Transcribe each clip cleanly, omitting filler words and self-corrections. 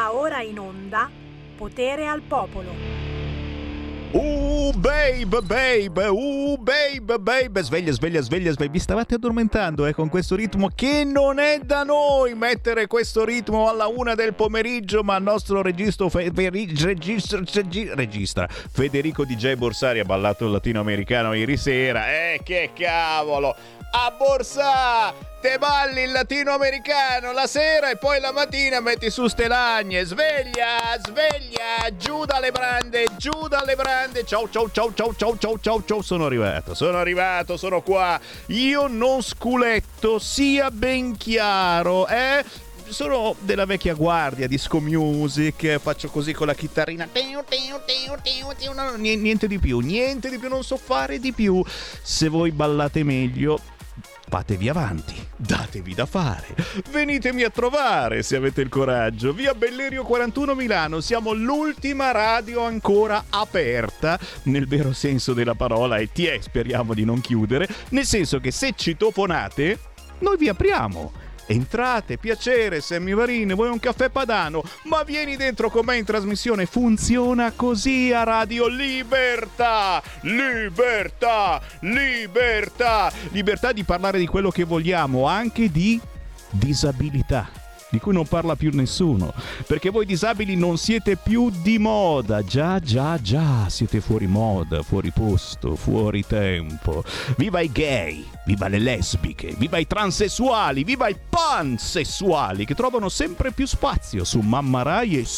Va ora in onda Potere al Popolo. Babe, sveglia, vi stavate addormentando con questo ritmo che non è da noi mettere questo ritmo alla 1 del pomeriggio, ma il nostro regista Federico DJ Borsari ha ballato il latinoamericano ieri sera, che cavolo, a Borsa te balli il latinoamericano la sera e poi la mattina metti su ste lagne. Sveglia, giù dalle brande. Ciao, sono arrivato, sono qua. Io non sculetto, sia ben chiaro, sono della vecchia guardia, disco music, faccio così con la chitarrina, niente di più, non so fare di più. Se voi ballate meglio, fatevi avanti, datevi da fare, venitemi a trovare se avete il coraggio. Via Bellerio 41 Milano, siamo l'ultima radio ancora aperta nel vero senso della parola, e speriamo di non chiudere, nel senso che se ci toponate noi vi apriamo. Entrate, piacere, Sammy Varin, vuoi un caffè padano? Ma vieni dentro con me in trasmissione, funziona così a Radio Libertà! Libertà di parlare di quello che vogliamo, anche di disabilità, di cui non parla più nessuno, perché voi disabili non siete più di moda, già, siete fuori moda, fuori posto, fuori tempo. Viva i gay, viva le lesbiche, viva i transessuali, viva i pansessuali, che trovano sempre più spazio su Mamma Rai e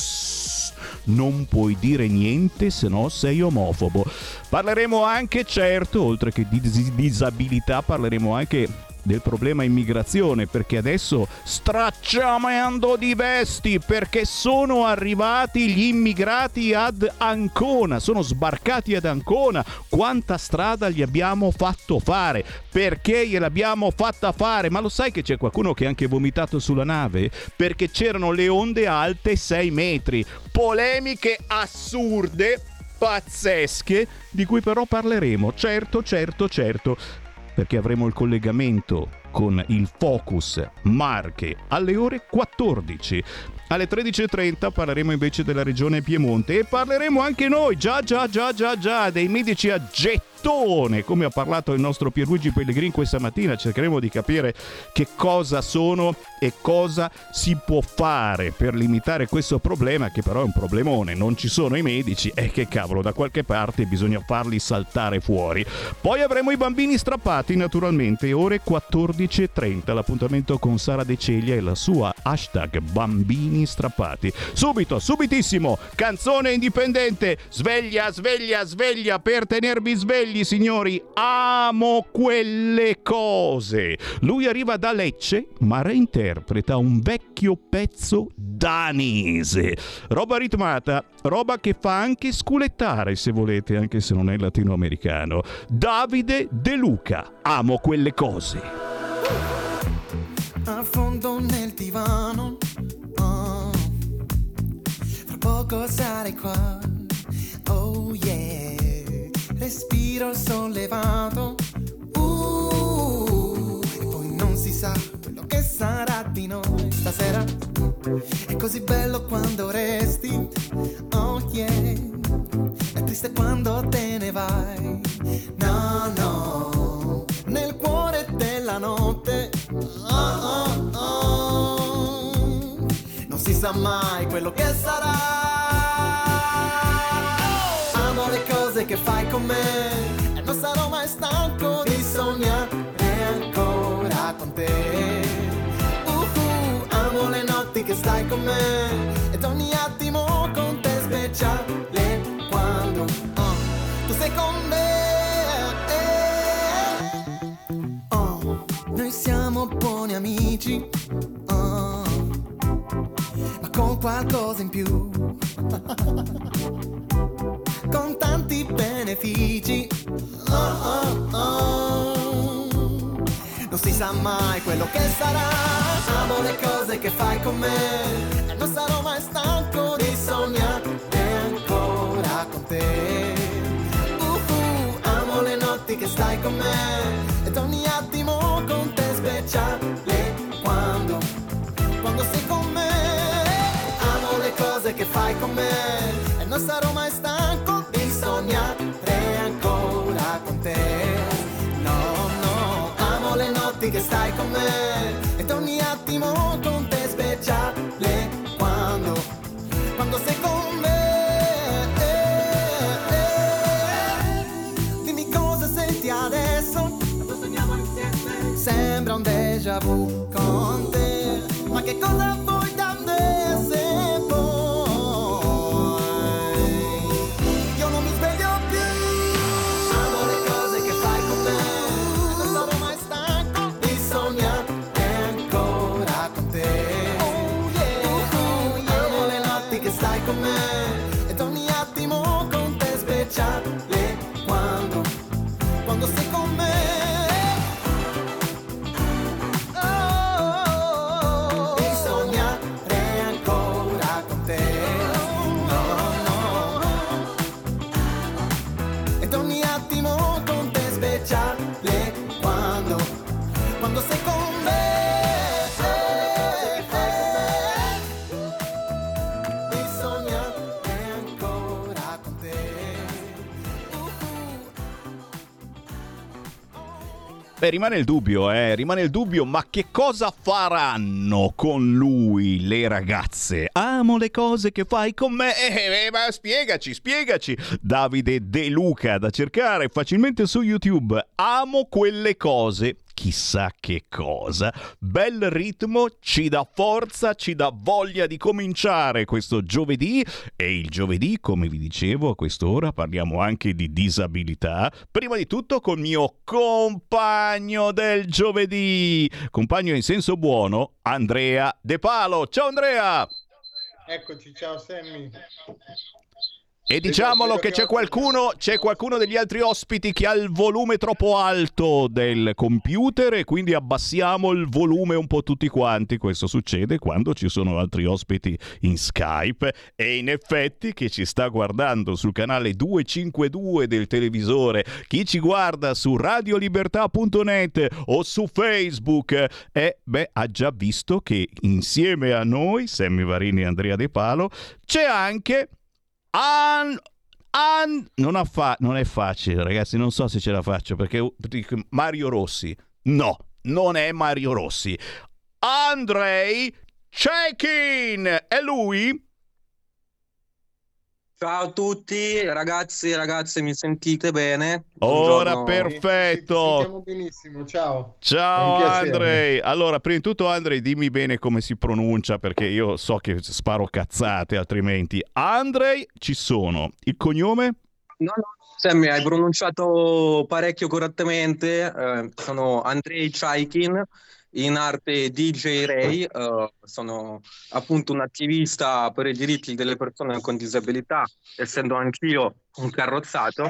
non puoi dire niente se no sei omofobo. Parleremo anche, certo, oltre che di disabilità, parleremo anche del problema immigrazione, perché adesso stracciamento di vesti, perché sono arrivati gli immigrati ad Ancona, sono sbarcati ad Ancona. Quanta strada gli abbiamo fatto fare? Perché gliel'abbiamo fatta fare? Ma lo sai che c'è qualcuno che ha anche vomitato sulla nave? Perché c'erano le onde alte 6 metri, polemiche assurde, pazzesche, di cui però parleremo, certo, perché avremo il collegamento con il Focus Marche alle ore 14. Alle 13.30 parleremo invece della regione Piemonte e parleremo anche noi, già, dei medici a gettone, come ha parlato il nostro Pierluigi Pellegrin questa mattina. Cercheremo di capire che cosa sono e cosa si può fare per limitare questo problema, che però è un problemone. Non ci sono i medici e che cavolo, da qualche parte bisogna farli saltare fuori. Poi avremo i bambini strappati, naturalmente, ore 14.30, l'appuntamento con Sara De Ceglia e la sua hashtag bambini strappati. Subitissimo, canzone indipendente, sveglia per tenervi svegli, signori. Amo quelle cose. Lui arriva da Lecce ma reinterpreta un vecchio pezzo danese, roba ritmata, roba che fa anche sculettare, se volete, anche se non è latinoamericano. Davide De Luca, amo quelle cose. A fondo nel divano, fra poco sarai qua, oh yeah, respiro sollevato, e poi non si sa quello che sarà di noi stasera. È così bello quando resti, oh yeah, è triste quando te ne vai, no, nel cuore della notte, non si sa mai quello che sarà. Amo le cose che fai con me e non sarò mai stanco di sognare ancora con te. Amo le notti che stai con me ed ogni attimo con te speciale quando tu sei con me. Noi siamo buoni amici, ma con qualcosa in più, con tanti benefici, non si sa mai quello che sarà. Amo le cose che fai con me e non sarò mai stanco di sognare ancora con te. Amo le notti che stai con me ed ogni attimo con te speciale quando sei con me. Amo le cose fai con me e non sarò mai stanco di sognare ancora con te. No, no, amo le notti che stai con me ed ogni attimo con te speciale quando sei con me. Dimmi cosa senti adesso quando sogniamo insieme. Sembra un déjà vu con te, ma che cosa vuoi da me se poi io non mi sveglio più? Amo le cose che fai con me, non sarò mai stanco di sognare ancora con te. Oh yeah, amo le notti che stai con me ed ogni attimo con te speciale quando sei con me. Quando sei con me, bisogna ancora con te. Beh, rimane il dubbio, ma che cosa faranno con lui le ragazze? Amo le cose che fai con me. Ma spiegaci. Davide De Luca, da cercare facilmente su YouTube. Amo quelle cose. Chissà che cosa. Bel ritmo, ci dà forza, ci dà voglia di cominciare questo giovedì. E il giovedì, come vi dicevo, a quest'ora parliamo anche di disabilità. Prima di tutto col mio compagno del giovedì, compagno in senso buono, Andrea De Palo. Ciao Andrea! Eccoci, ciao Sammy. E diciamolo che c'è qualcuno degli altri ospiti che ha il volume troppo alto del computer e quindi abbassiamo il volume un po' tutti quanti. Questo succede quando ci sono altri ospiti in Skype e in effetti chi ci sta guardando sul canale 252 del televisore, chi ci guarda su radiolibertà.net o su Facebook ha già visto che insieme a noi, Sammy Varini e Andrea De Palo, c'è anche non è facile, ragazzi, non so se ce la faccio perché Mario Rossi. No, non è Mario Rossi. Andrei Cekin, è lui? Ciao a tutti, ragazzi e ragazze, mi sentite bene? Ora Buongiorno. perfetto. Ci sentiamo benissimo, ciao. Ciao È un piacere. Andrei. Allora, prima di tutto Andrei, dimmi bene come si pronuncia perché io so che sparo cazzate altrimenti. Andrei, ci sono. Il cognome? No, Sammy, hai pronunciato parecchio correttamente. Sono Andrei Chaikin, in arte DJ Ray. Sono appunto un attivista per i diritti delle persone con disabilità, essendo anch'io un carrozzato.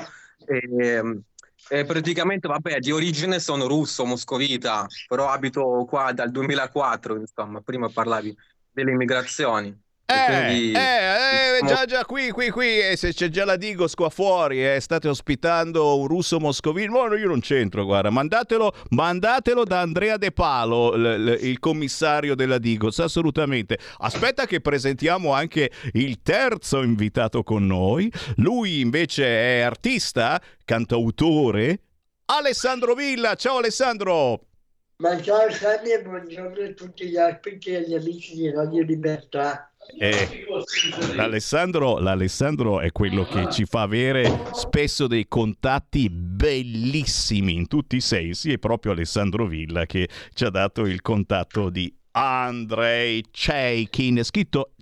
E praticamente, vabbè, di origine sono russo, moscovita, però abito qua dal 2004, insomma. Prima parlavi delle immigrazioni. Quindi, già qui, se c'è già la Digos qua fuori, state ospitando un russo moscovino, no, io non c'entro, guarda, mandatelo da Andrea De Palo, il commissario della Digos, assolutamente. Aspetta che presentiamo anche il terzo invitato con noi, lui invece è artista, cantautore, Alessandro Villa. Ciao Alessandro! Ma ciao Sammy e buongiorno a tutti gli ospiti e agli amici di Radio Libertà. L'Alessandro è quello che ci fa avere spesso dei contatti bellissimi in tutti i sensi, è proprio Alessandro Villa che ci ha dato il contatto di Andrei Cekin, scritto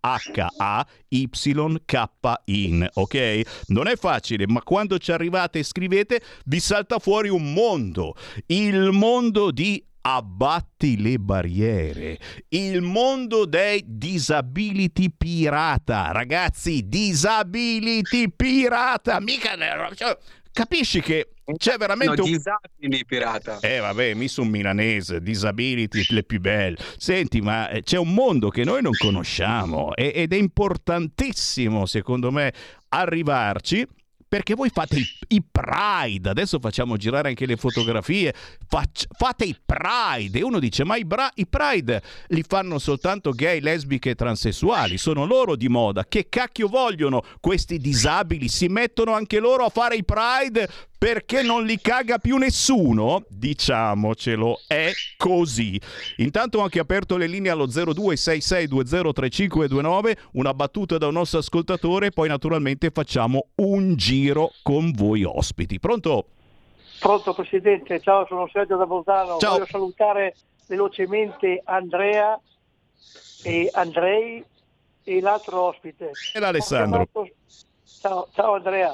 CHAYKIN, ok? Non è facile, ma quando ci arrivate e scrivete vi salta fuori un mondo, il mondo di Abbatti le barriere, il mondo dei disability pirata, ragazzi, disability pirata, mica, cioè, capisci che c'è veramente disabili pirata. Vabbè, mi sono milanese, disability le più belle. Senti, ma c'è un mondo che noi non conosciamo ed è importantissimo, secondo me, arrivarci. Perché voi fate i Pride, adesso facciamo girare anche le fotografie, fate i Pride, e uno dice ma i Pride li fanno soltanto gay, lesbiche e transessuali, sono loro di moda, che cacchio vogliono questi disabili? Si mettono anche loro a fare i Pride perché non li caga più nessuno? Diciamocelo, è così. Intanto ho anche aperto le linee allo 0266203529, una battuta da un nostro ascoltatore, poi naturalmente facciamo un giro con voi ospiti. Pronto? Pronto Presidente, ciao, sono Sergio da Bolzano. Ciao. Voglio salutare velocemente Andrea e Andrei e l'altro ospite. E l'Alessandro. Ciao Andrea,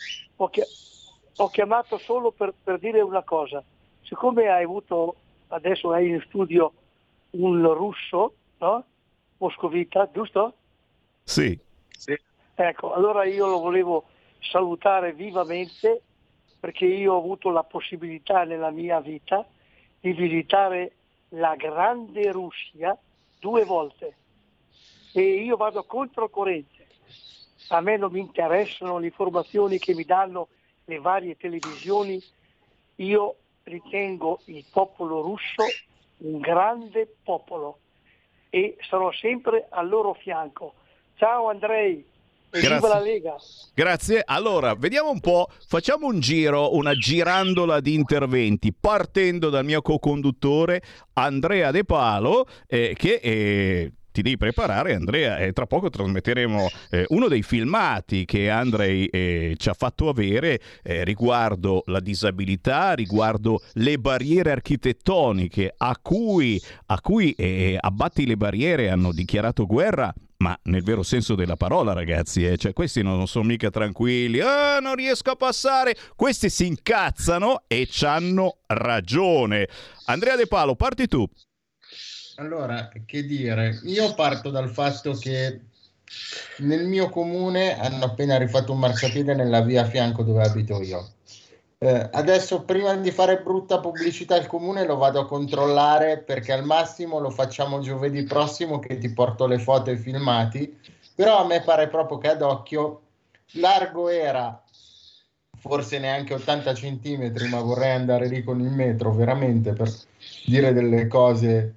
ho chiamato solo per dire una cosa. Siccome adesso hai in studio un russo, no? Moscovita, giusto? Sì. Ecco, allora io lo volevo salutare vivamente, perché io ho avuto la possibilità nella mia vita di visitare la grande Russia 2 volte e io vado controcorrente. A me non mi interessano le informazioni che mi danno le varie televisioni. Io ritengo il popolo russo un grande popolo e sarò sempre al loro fianco. Ciao Andrei e viva la Lega. Grazie. Allora, vediamo un po', facciamo un giro, una girandola di interventi, partendo dal mio co-conduttore Andrea De Palo, che ti devi preparare, Andrea, e tra poco trasmetteremo uno dei filmati che Andrei ci ha fatto avere riguardo la disabilità, riguardo le barriere architettoniche a cui Abbatti le barriere hanno dichiarato guerra, ma nel vero senso della parola, ragazzi, cioè questi non sono mica tranquilli, non riesco a passare, questi si incazzano e c'hanno ragione. Andrea De Palo, parti tu. Allora, che dire, io parto dal fatto che nel mio comune hanno appena rifatto un marciapiede nella via a fianco dove abito io. Adesso, prima di fare brutta pubblicità al comune, lo vado a controllare, perché al massimo lo facciamo giovedì prossimo, che ti porto le foto e i filmati, però a me pare proprio che ad occhio largo era forse neanche 80 centimetri, ma vorrei andare lì con il metro veramente per dire delle cose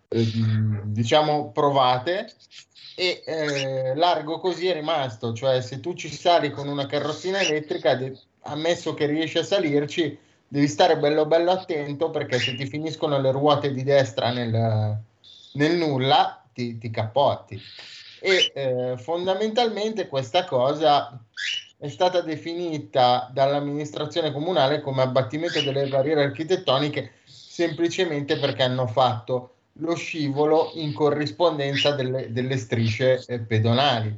diciamo provate, e largo così è rimasto, cioè se tu ci sali con una carrozzina elettrica, ammesso che riesci a salirci, devi stare bello attento, perché se ti finiscono le ruote di destra nel nulla ti cappotti. E fondamentalmente questa cosa è stata definita dall'amministrazione comunale come abbattimento delle barriere architettoniche, semplicemente perché hanno fatto lo scivolo in corrispondenza delle strisce pedonali.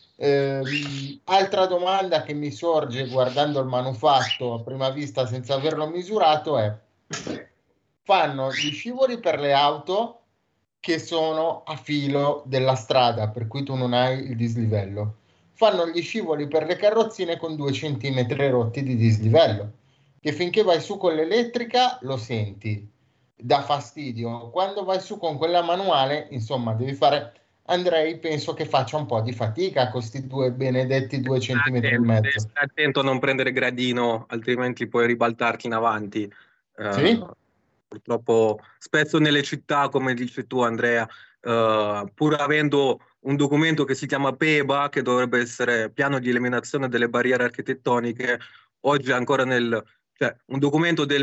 Altra domanda che mi sorge guardando il manufatto a prima vista senza averlo misurato è: fanno gli scivoli per le auto che sono a filo della strada, per cui tu non hai il dislivello, fanno gli scivoli per le carrozzine con 2 centimetri rotti di dislivello, che finché vai su con l'elettrica lo senti, dà fastidio. Quando vai su con quella manuale, insomma, devi fare, Andrei, penso che faccia un po' di fatica con questi benedetti 2 centimetri e mezzo. Stai attento a non prendere gradino, altrimenti puoi ribaltarti in avanti. Sì? Purtroppo spesso nelle città, come dici tu Andrea, pur avendo un documento che si chiama PEBA, che dovrebbe essere piano di eliminazione delle barriere architettoniche, oggi ancora un documento del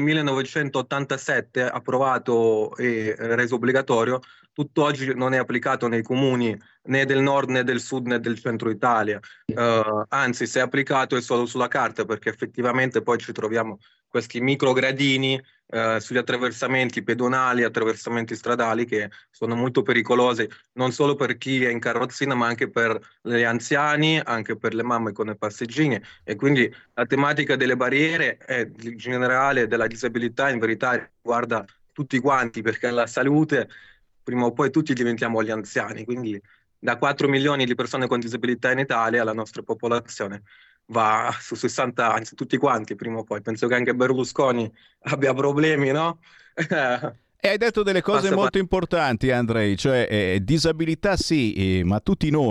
1987 approvato e reso obbligatorio, tutt'oggi non è applicato nei comuni né del nord né del sud né del centro Italia, anzi se è applicato è solo sulla carta, perché effettivamente poi ci troviamo questi microgradini sugli attraversamenti pedonali, attraversamenti stradali, che sono molto pericolosi non solo per chi è in carrozzina ma anche per gli anziani, anche per le mamme con i passeggini. E quindi la tematica delle barriere e in generale della disabilità in verità riguarda tutti quanti, perché la salute prima o poi tutti diventiamo gli anziani, quindi da 4 milioni di persone con disabilità in Italia la nostra popolazione va su 60, anzi tutti quanti prima o poi. Penso che anche Berlusconi abbia problemi, no? E hai detto delle cose molto importanti, Andrei, cioè disabilità sì, ma tutti noi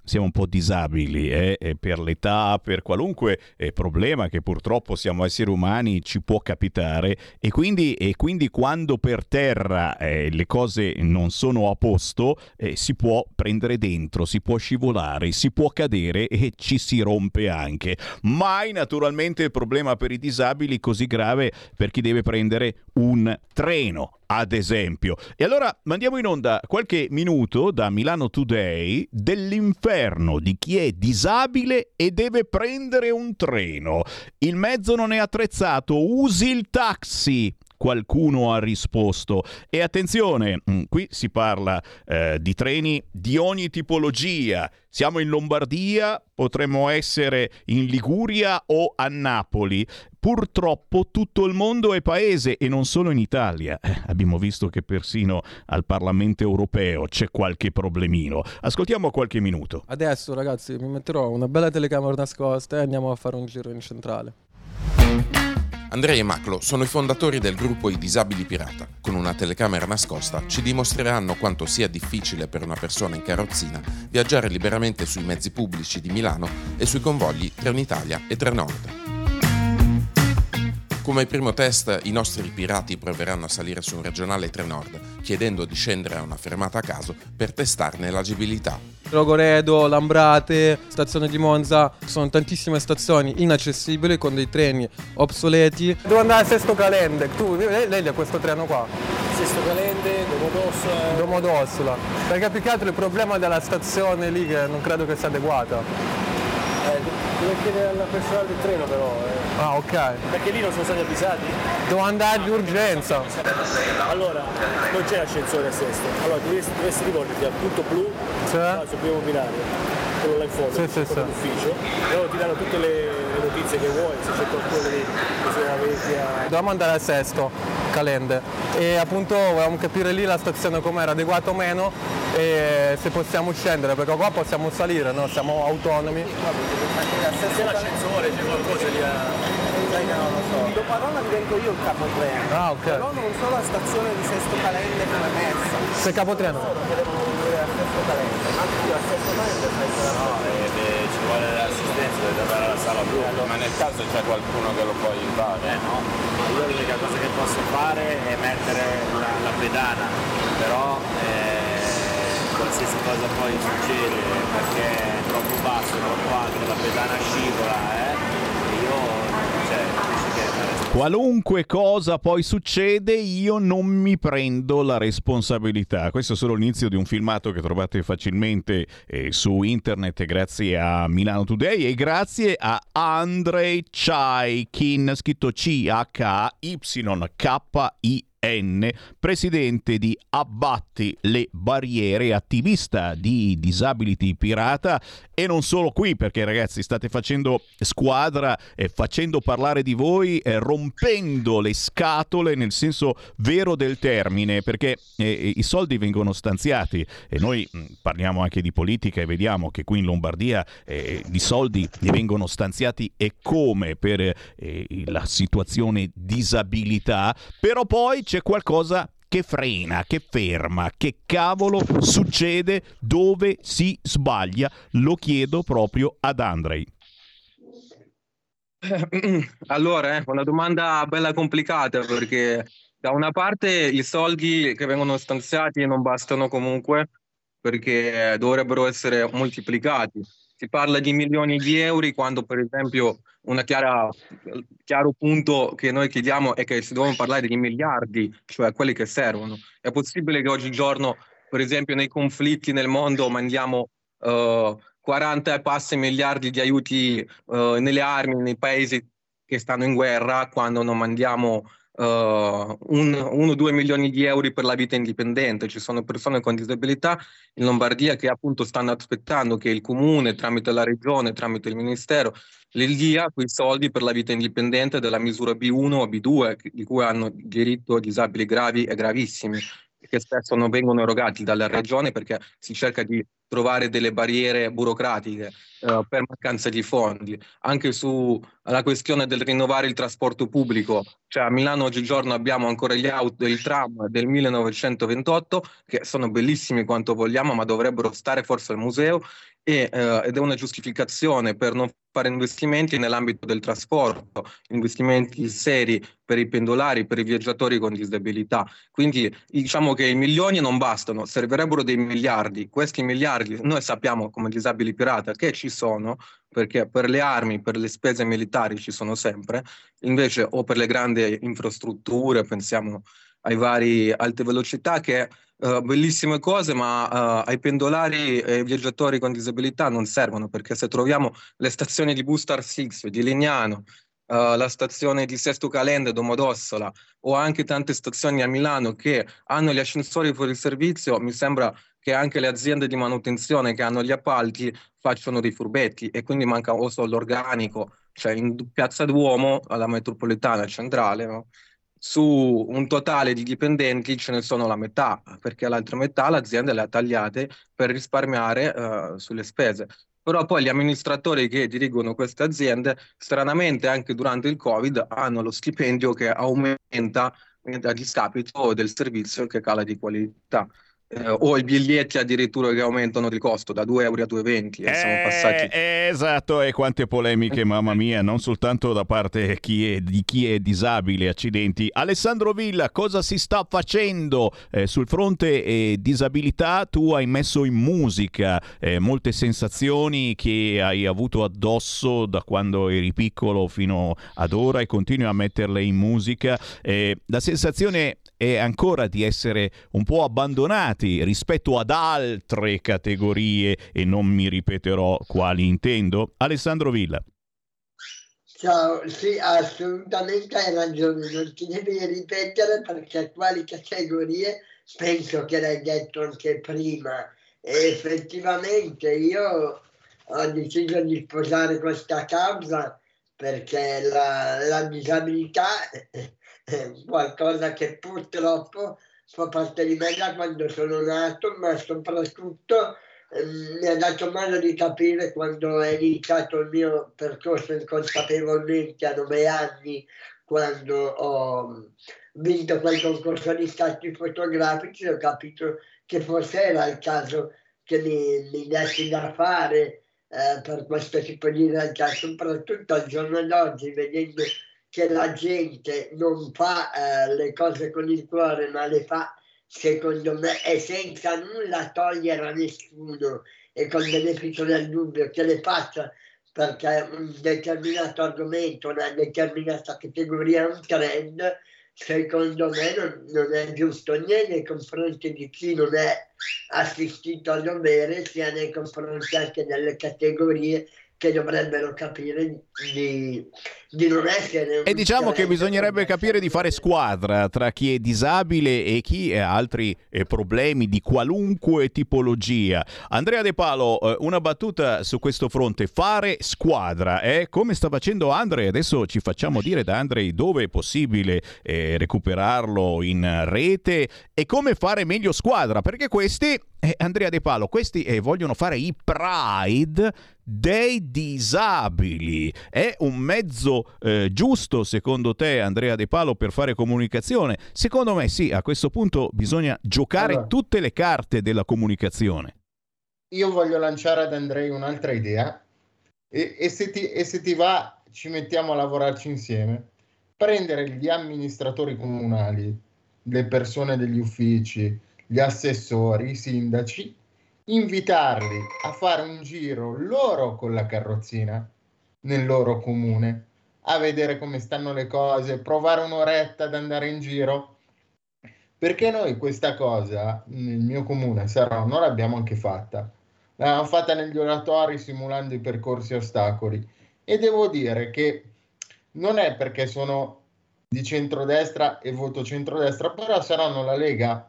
siamo un po' disabili per l'età, per qualunque problema che purtroppo siamo esseri umani ci può capitare, e quindi quando per terra le cose non sono a posto, si può prendere dentro, si può scivolare, si può cadere e ci si rompe anche. Mai naturalmente il problema per i disabili così grave per chi deve prendere un treno, ad esempio. E allora mandiamo in onda qualche minuto da Milano Today dell'inferno di chi è disabile e deve prendere un treno. Il mezzo non è attrezzato, usi il taxi. Qualcuno ha risposto. E attenzione, qui si parla di treni di ogni tipologia. Siamo in Lombardia, potremmo essere in Liguria o a Napoli. Purtroppo tutto il mondo è paese e non solo in Italia. Abbiamo visto che persino al Parlamento europeo c'è qualche problemino. Ascoltiamo qualche minuto. Adesso ragazzi mi metterò una bella telecamera nascosta e andiamo a fare un giro in centrale. Andrea e Maclo sono i fondatori del gruppo I Disabili Pirata. Con una telecamera nascosta ci dimostreranno quanto sia difficile per una persona in carrozzina viaggiare liberamente sui mezzi pubblici di Milano e sui convogli Trenitalia e Trenord. Come primo test, i nostri pirati proveranno a salire su un regionale Trenord, chiedendo di scendere a una fermata a caso per testarne l'agibilità. Rogoredo, Lambrate, stazione di Monza, sono tantissime stazioni inaccessibili con dei treni obsoleti. Devo andare a Sesto Calende, tu lei ha questo treno qua? Sesto Calende, Domodossola. Domodossola, perché più che altro il problema della stazione lì che non credo che sia adeguata. Devo chiedere al personale del treno però. Ah, ok. Perché lì non sono stati avvisati? Devo andare di urgenza. Allora, non c'è ascensore a Sesto. Allora dovresti rivolgerti al punto blu, sul primo binario, quello là in fondo, l'ufficio. E loro ti danno tutte le notizie che vuoi, se c'è qualcuno lì che si avvia. Dovevamo andare al Sesto Calende e appunto volevamo capire lì la stazione com'era, adeguata o meno, e se possiamo scendere, perché qua possiamo salire, no? Siamo autonomi. C'è l'ascensore, c'è qualcosa lì non lo so. Do parola divento io il capotreno. Ah, ok. Però non so la stazione di Sesto Calende come messa. Sei capotreno? Che devono venire a Sesto Calende. Anche io a Sesto Calende ci vuole l'assistenza, deve andare alla sala blu, ma nel caso c'è qualcuno che lo può aiutare. No? Io l'unica cosa che posso fare è mettere la pedana, però qualsiasi cosa poi succede perché è troppo basso, troppo alto, la pedana scivola, Qualunque cosa poi succede, io non mi prendo la responsabilità. Questo è solo l'inizio di un filmato che trovate facilmente su internet grazie a Milano Today e grazie a Andrei Chaikin, scritto CHYKIN, presidente di Abbatti le Barriere, attivista di Disability Pirata. E non solo qui, perché ragazzi state facendo squadra, facendo parlare di voi, rompendo le scatole nel senso vero del termine, perché i soldi vengono stanziati e noi parliamo anche di politica e vediamo che qui in Lombardia i soldi ne vengono stanziati e come per la situazione disabilità, però poi c'è qualcosa che frena, che ferma. Che cavolo succede? Dove si sbaglia? Lo chiedo proprio ad Andrei. Allora, una domanda bella complicata, perché da una parte i soldi che vengono stanziati non bastano comunque, perché dovrebbero essere moltiplicati. Si parla di milioni di euro, quando per esempio chiaro punto che noi chiediamo è che si devono parlare di miliardi, cioè quelli che servono. È possibile che oggigiorno, per esempio nei conflitti nel mondo, mandiamo 40 e passi miliardi di aiuti nelle armi nei paesi che stanno in guerra, quando non mandiamo 1-2 milioni di euro per la vita indipendente? Ci sono persone con disabilità in Lombardia che appunto stanno aspettando che il comune, tramite la regione, tramite il ministero, gli dia quei soldi per la vita indipendente della misura B1 o B2, di cui hanno diritto disabili gravi e gravissimi, che spesso non vengono erogati dalla regione perché si cerca di trovare delle barriere burocratiche per mancanza di fondi. Anche su alla questione del rinnovare il trasporto pubblico. Cioè a Milano oggigiorno abbiamo ancora gli auto del tram del 1928 che sono bellissimi quanto vogliamo, ma dovrebbero stare forse al museo ed è una giustificazione per non fare investimenti nell'ambito del trasporto, investimenti seri per i pendolari, per i viaggiatori con disabilità. Quindi diciamo che i milioni non bastano, servirebbero dei miliardi. Questi miliardi noi sappiamo come disabili pirata che ci sono, perché per le armi, per le spese militari ci sono sempre, invece o per le grandi infrastrutture, pensiamo ai vari alte velocità che bellissime cose, ma ai pendolari e ai viaggiatori con disabilità non servono, perché se troviamo le stazioni di Bustar Six, di Lignano, la stazione di Sesto Calende, Domodossola, o anche tante stazioni a Milano che hanno gli ascensori fuori servizio, mi sembra che anche le aziende di manutenzione che hanno gli appalti facciano dei furbetti, e quindi manca o solo l'organico, cioè in Piazza Duomo, alla metropolitana centrale, no? Su un totale di dipendenti ce ne sono la metà, perché l'altra metà l'azienda le ha tagliate per risparmiare sulle spese. Però poi gli amministratori che dirigono queste aziende, stranamente anche durante il Covid, hanno lo stipendio che aumenta a discapito del servizio che cala di qualità. O i biglietti addirittura che aumentano di costo da 2 euro a 2,20 e siamo passati. Esatto, e quante polemiche, mamma mia, non soltanto da parte di chi è disabile, accidenti. Alessandro Villa, cosa si sta facendo sul fronte disabilità? Tu hai messo in musica molte sensazioni che hai avuto addosso da quando eri piccolo fino ad ora e continui a metterle in musica. La sensazione è ancora di essere un po' abbandonati rispetto ad altre categorie, e non mi ripeterò quali intendo. Alessandro Villa. Ciao, sì, assolutamente hai ragione, non ti devi ripetere, perché quali categorie penso che l'hai detto anche prima, e effettivamente io ho deciso di sposare questa causa perché la disabilità qualcosa che purtroppo fa parte di me da quando sono nato, ma soprattutto mi ha dato modo di capire quando è iniziato il mio percorso inconsapevolmente a 9 anni, quando ho vinto quel concorso di scatti fotografici. Ho capito che forse era il caso che mi dessi da fare per questo tipo di realtà, soprattutto al giorno d'oggi, vedendo che la gente non fa le cose con il cuore, ma le fa, secondo me, e senza nulla togliere a nessuno, e con beneficio del dubbio, che le faccia perché un determinato argomento, una determinata categoria, un trend, secondo me non è giusto né nei confronti di chi non è assistito al dovere, sia nei confronti anche delle categorie che dovrebbero capire di non essere... E diciamo che bisognerebbe capire di fare squadra tra chi è disabile e chi ha altri problemi di qualunque tipologia. Andrea De Palo, una battuta su questo fronte: fare squadra, come sta facendo Andrea. Adesso ci facciamo dire da Andrea dove è possibile recuperarlo in rete e come fare meglio squadra, perché questi... Andrea De Palo, questi vogliono fare i Pride dei disabili. È un mezzo giusto, secondo te, Andrea De Palo, per fare comunicazione? Secondo me sì, a questo punto bisogna giocare tutte le carte della comunicazione. Io voglio lanciare ad Andrea un'altra idea e se ti va ci mettiamo a lavorarci insieme. Prendere gli amministratori comunali, le persone degli uffici, gli assessori, i sindaci, invitarli a fare un giro loro con la carrozzina nel loro comune, a vedere come stanno le cose, provare un'oretta ad andare in giro, perché noi questa cosa nel mio comune Serrano l'abbiamo anche fatta. L'abbiamo fatta negli oratori simulando i percorsi ostacoli, e devo dire che non è perché sono di centrodestra e voto centrodestra, però Serrano, la Lega,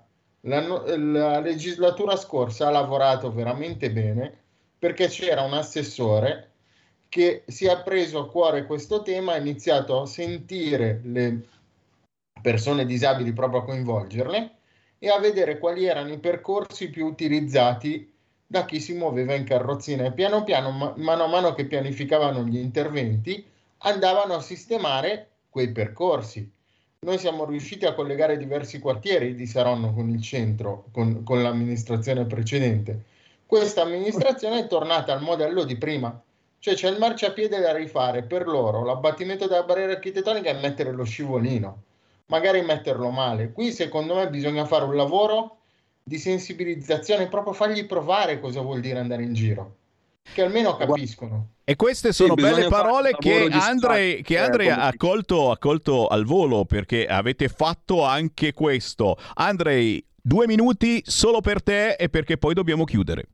la legislatura scorsa ha lavorato veramente bene, perché c'era un assessore che si è preso a cuore questo tema, ha iniziato a sentire le persone disabili, proprio a coinvolgerle e a vedere quali erano i percorsi più utilizzati da chi si muoveva in carrozzina, e piano piano, mano a mano che pianificavano gli interventi, andavano a sistemare quei percorsi. Noi siamo riusciti a collegare diversi quartieri di Saronno con il centro, con l'amministrazione precedente. Questa amministrazione è tornata al modello di prima, cioè c'è il marciapiede da rifare. Per loro l'abbattimento della barriera architettonica è mettere lo scivolino, magari metterlo male. Qui secondo me bisogna fare un lavoro di sensibilizzazione, proprio fargli provare cosa vuol dire andare in giro, che almeno capiscono. E queste sono belle parole che Andrei ha colto al volo, perché avete fatto anche questo. Andrei, 2 minuti solo per te e perché poi dobbiamo chiudere.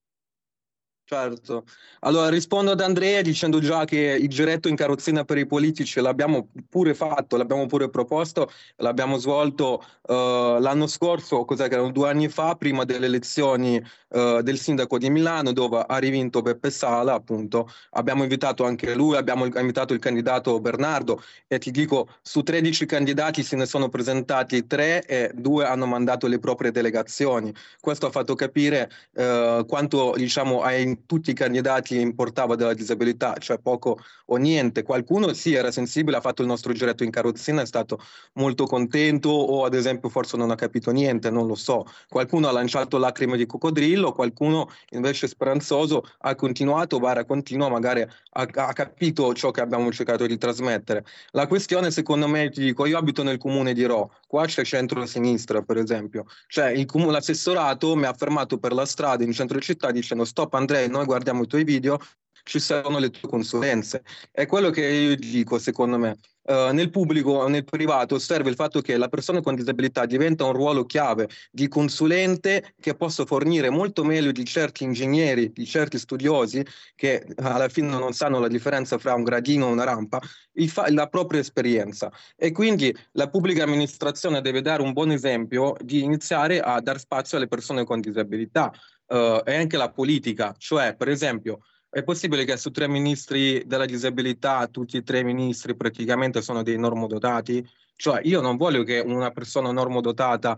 Certo. Allora rispondo ad Andrea dicendo già che il giretto in carrozzina per i politici l'abbiamo pure fatto, l'abbiamo pure proposto, l'abbiamo svolto l'anno scorso, cos'è che erano 2 anni fa, prima delle elezioni del sindaco di Milano, dove ha rivinto Beppe Sala, appunto. Abbiamo invitato anche lui, abbiamo invitato il candidato Bernardo, e ti dico, su 13 candidati se ne sono presentati 3 e 2 hanno mandato le proprie delegazioni. Questo ha fatto capire quanto, diciamo, ai tutti i candidati importava della disabilità, cioè poco o niente. Qualcuno sì era sensibile, ha fatto il nostro giretto in carrozzina, è stato molto contento, o ad esempio forse non ha capito niente, non lo so. Qualcuno ha lanciato lacrime di coccodrillo, qualcuno invece speranzoso ha continuato, continua, magari ha capito ciò che abbiamo cercato di trasmettere. La questione, secondo me, ti dico, io abito nel comune di Rho, qua c'è centro-sinistra per esempio, cioè l'assessorato mi ha fermato per la strada in centro città dicendo: stop Andrea, noi guardiamo i tuoi video, ci servono le tue consulenze. È quello che io dico, secondo me. Nel pubblico, nel privato, serve il fatto che la persona con disabilità diventa un ruolo chiave di consulente che possa fornire molto meglio di certi ingegneri, di certi studiosi che alla fine non sanno la differenza fra un gradino e una rampa, la propria esperienza. E quindi la pubblica amministrazione deve dare un buon esempio di iniziare a dar spazio alle persone con disabilità, e anche la politica, cioè per esempio è possibile che su 3 ministri della disabilità tutti e 3 ministri praticamente sono dei normodotati? Cioè io non voglio che una persona normodotata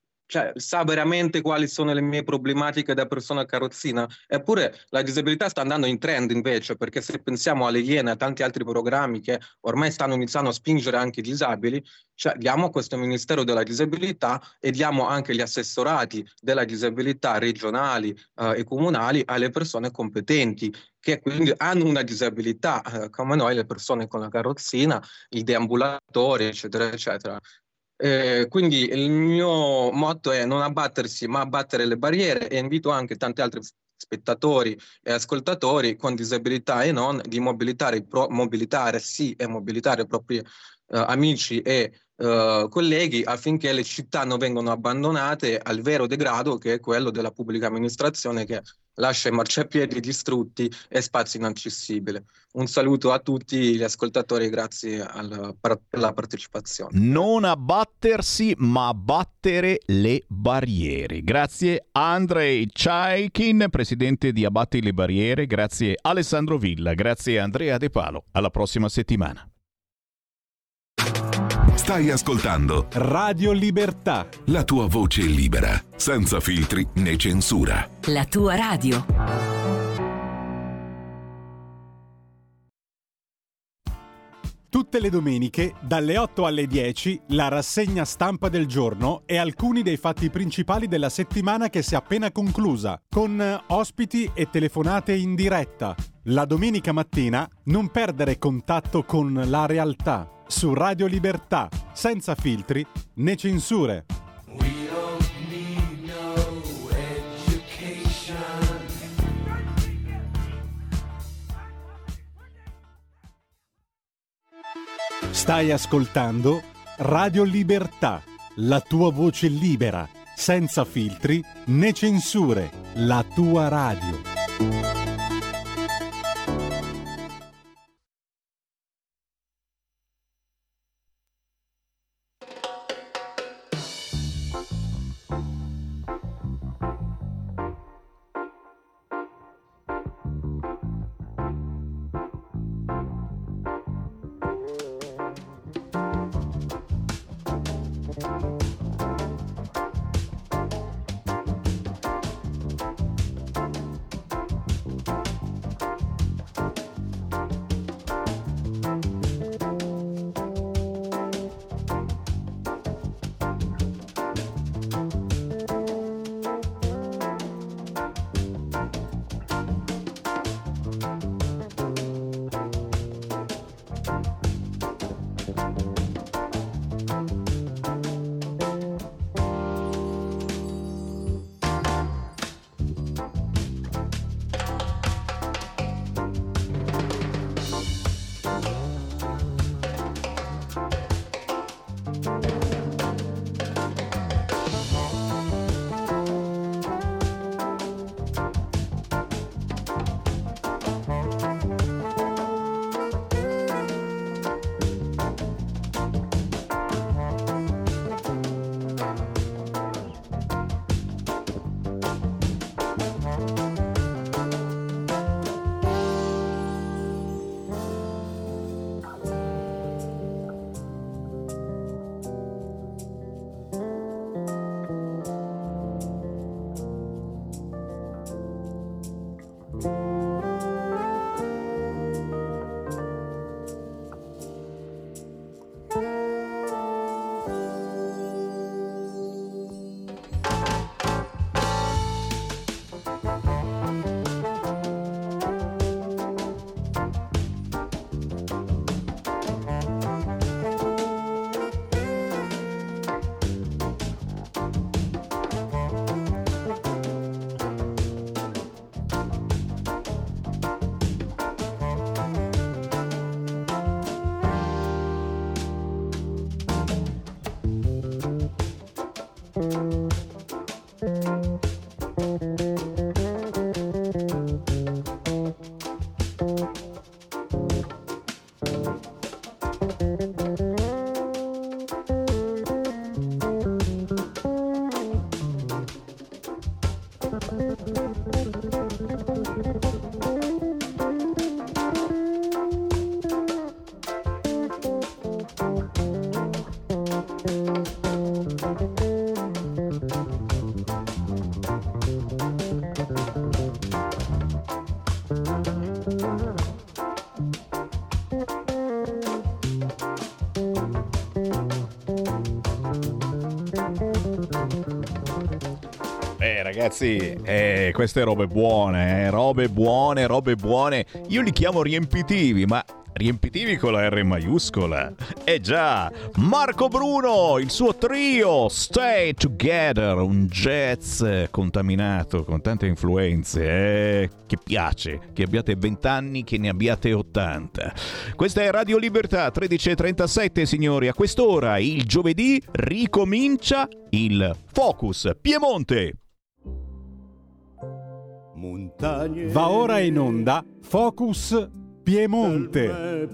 sa veramente quali sono le mie problematiche da persona carrozzina. Eppure la disabilità sta andando in trend invece, perché se pensiamo alle Iene e a tanti altri programmi che ormai stanno iniziando a spingere anche i disabili, diamo questo Ministero della Disabilità e diamo anche gli assessorati della disabilità regionali e comunali alle persone competenti, che quindi hanno una disabilità come noi, le persone con la carrozzina, i deambulatori, eccetera, eccetera. Quindi il mio motto è non abbattersi ma abbattere le barriere, e invito anche tanti altri spettatori e ascoltatori con disabilità e non di mobilitare i propri amici e colleghi, affinché le città non vengano abbandonate al vero degrado che è quello della pubblica amministrazione, che lascia i marciapiedi distrutti e spazi inaccessibili. Un saluto a tutti gli ascoltatori, grazie per la partecipazione. Non abbattersi ma abbattere le barriere. Grazie Andrei Chaikin, presidente di Abbatti le Barriere, grazie Alessandro Villa, grazie Andrea De Palo. Alla prossima settimana. Stai ascoltando Radio Libertà, la tua voce libera, senza filtri né censura. La tua radio. Tutte le domeniche, dalle 8 alle 10, la rassegna stampa del giorno e alcuni dei fatti principali della settimana che si è appena conclusa, con ospiti e telefonate in diretta. La domenica mattina non perdere contatto con la realtà. Su Radio Libertà, senza filtri né censure. Stai ascoltando Radio Libertà, la tua voce libera, senza filtri né censure, la tua radio. Ragazzi, queste robe buone, robe buone. Io li chiamo riempitivi, ma riempitivi con la R maiuscola. Già, Marco Bruno, il suo trio Stay Together, un jazz contaminato con tante influenze, che piace, che abbiate 20 anni, che ne abbiate 80. Questa è Radio Libertà, 13:37, signori. A quest'ora, il giovedì, ricomincia il Focus Piemonte. Va ora in onda Focus Piemonte.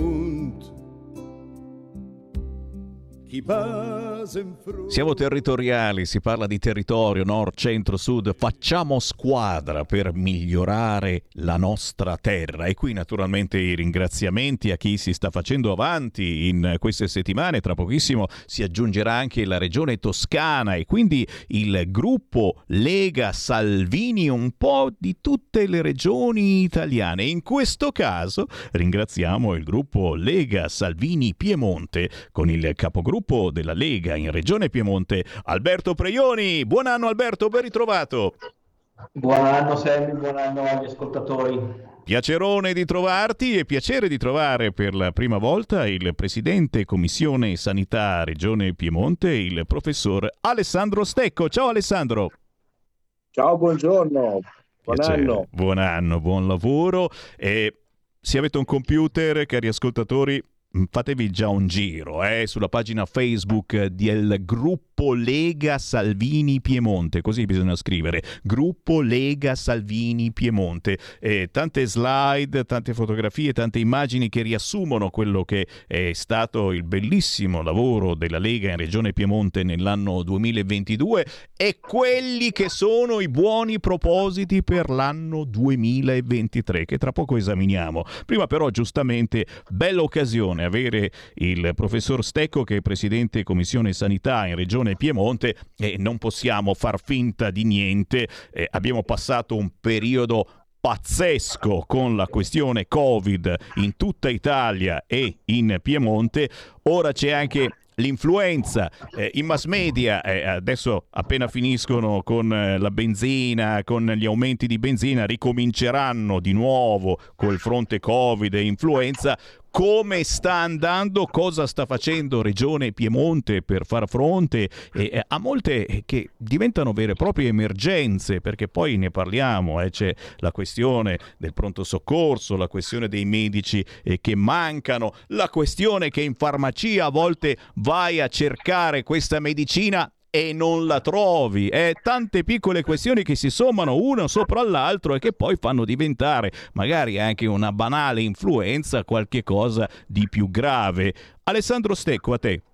Siamo territoriali, si parla di territorio, nord, centro, sud, facciamo squadra per migliorare la nostra terra. E qui naturalmente i ringraziamenti a chi si sta facendo avanti in queste settimane. Tra pochissimo si aggiungerà anche la regione Toscana e quindi il gruppo Lega Salvini, un po' di tutte le regioni italiane. In questo caso ringraziamo il gruppo Lega Salvini Piemonte con il capogruppo della Lega in Regione Piemonte, Alberto Preioni. Buon anno Alberto, ben ritrovato. Buon anno Sammy, buon anno agli ascoltatori. Piacerone di trovarti e piacere di trovare per la prima volta il presidente Commissione Sanità Regione Piemonte, il professor Alessandro Stecco. Ciao Alessandro. Ciao, buongiorno. Piacere. Buon anno, buon lavoro. E se avete un computer, cari ascoltatori, fatevi già un giro sulla pagina Facebook del gruppo Lega Salvini Piemonte, così bisogna scrivere, gruppo Lega Salvini Piemonte. Tante slide, tante fotografie, tante immagini che riassumono quello che è stato il bellissimo lavoro della Lega in Regione Piemonte nell'anno 2022 e quelli che sono i buoni propositi per l'anno 2023 che tra poco esaminiamo. Prima però giustamente bella occasione avere il professor Stecco, che è presidente Commissione Sanità in Regione Piemonte, e non possiamo far finta di niente. Abbiamo passato un periodo pazzesco con la questione Covid in tutta Italia e in Piemonte. Ora c'è anche l'influenza, i mass media adesso appena finiscono con la benzina, con gli aumenti di benzina, ricominceranno di nuovo col fronte Covid e influenza. Come sta andando, cosa sta facendo Regione Piemonte per far fronte a molte che diventano vere e proprie emergenze, perché poi ne parliamo, c'è la questione del pronto soccorso, la questione dei medici che mancano, la questione che in farmacia a volte vai a cercare questa medicina e non la trovi. Tante piccole questioni che si sommano una sopra l'altro e che poi fanno diventare magari anche una banale influenza qualche cosa di più grave. Alessandro Stecco, a te.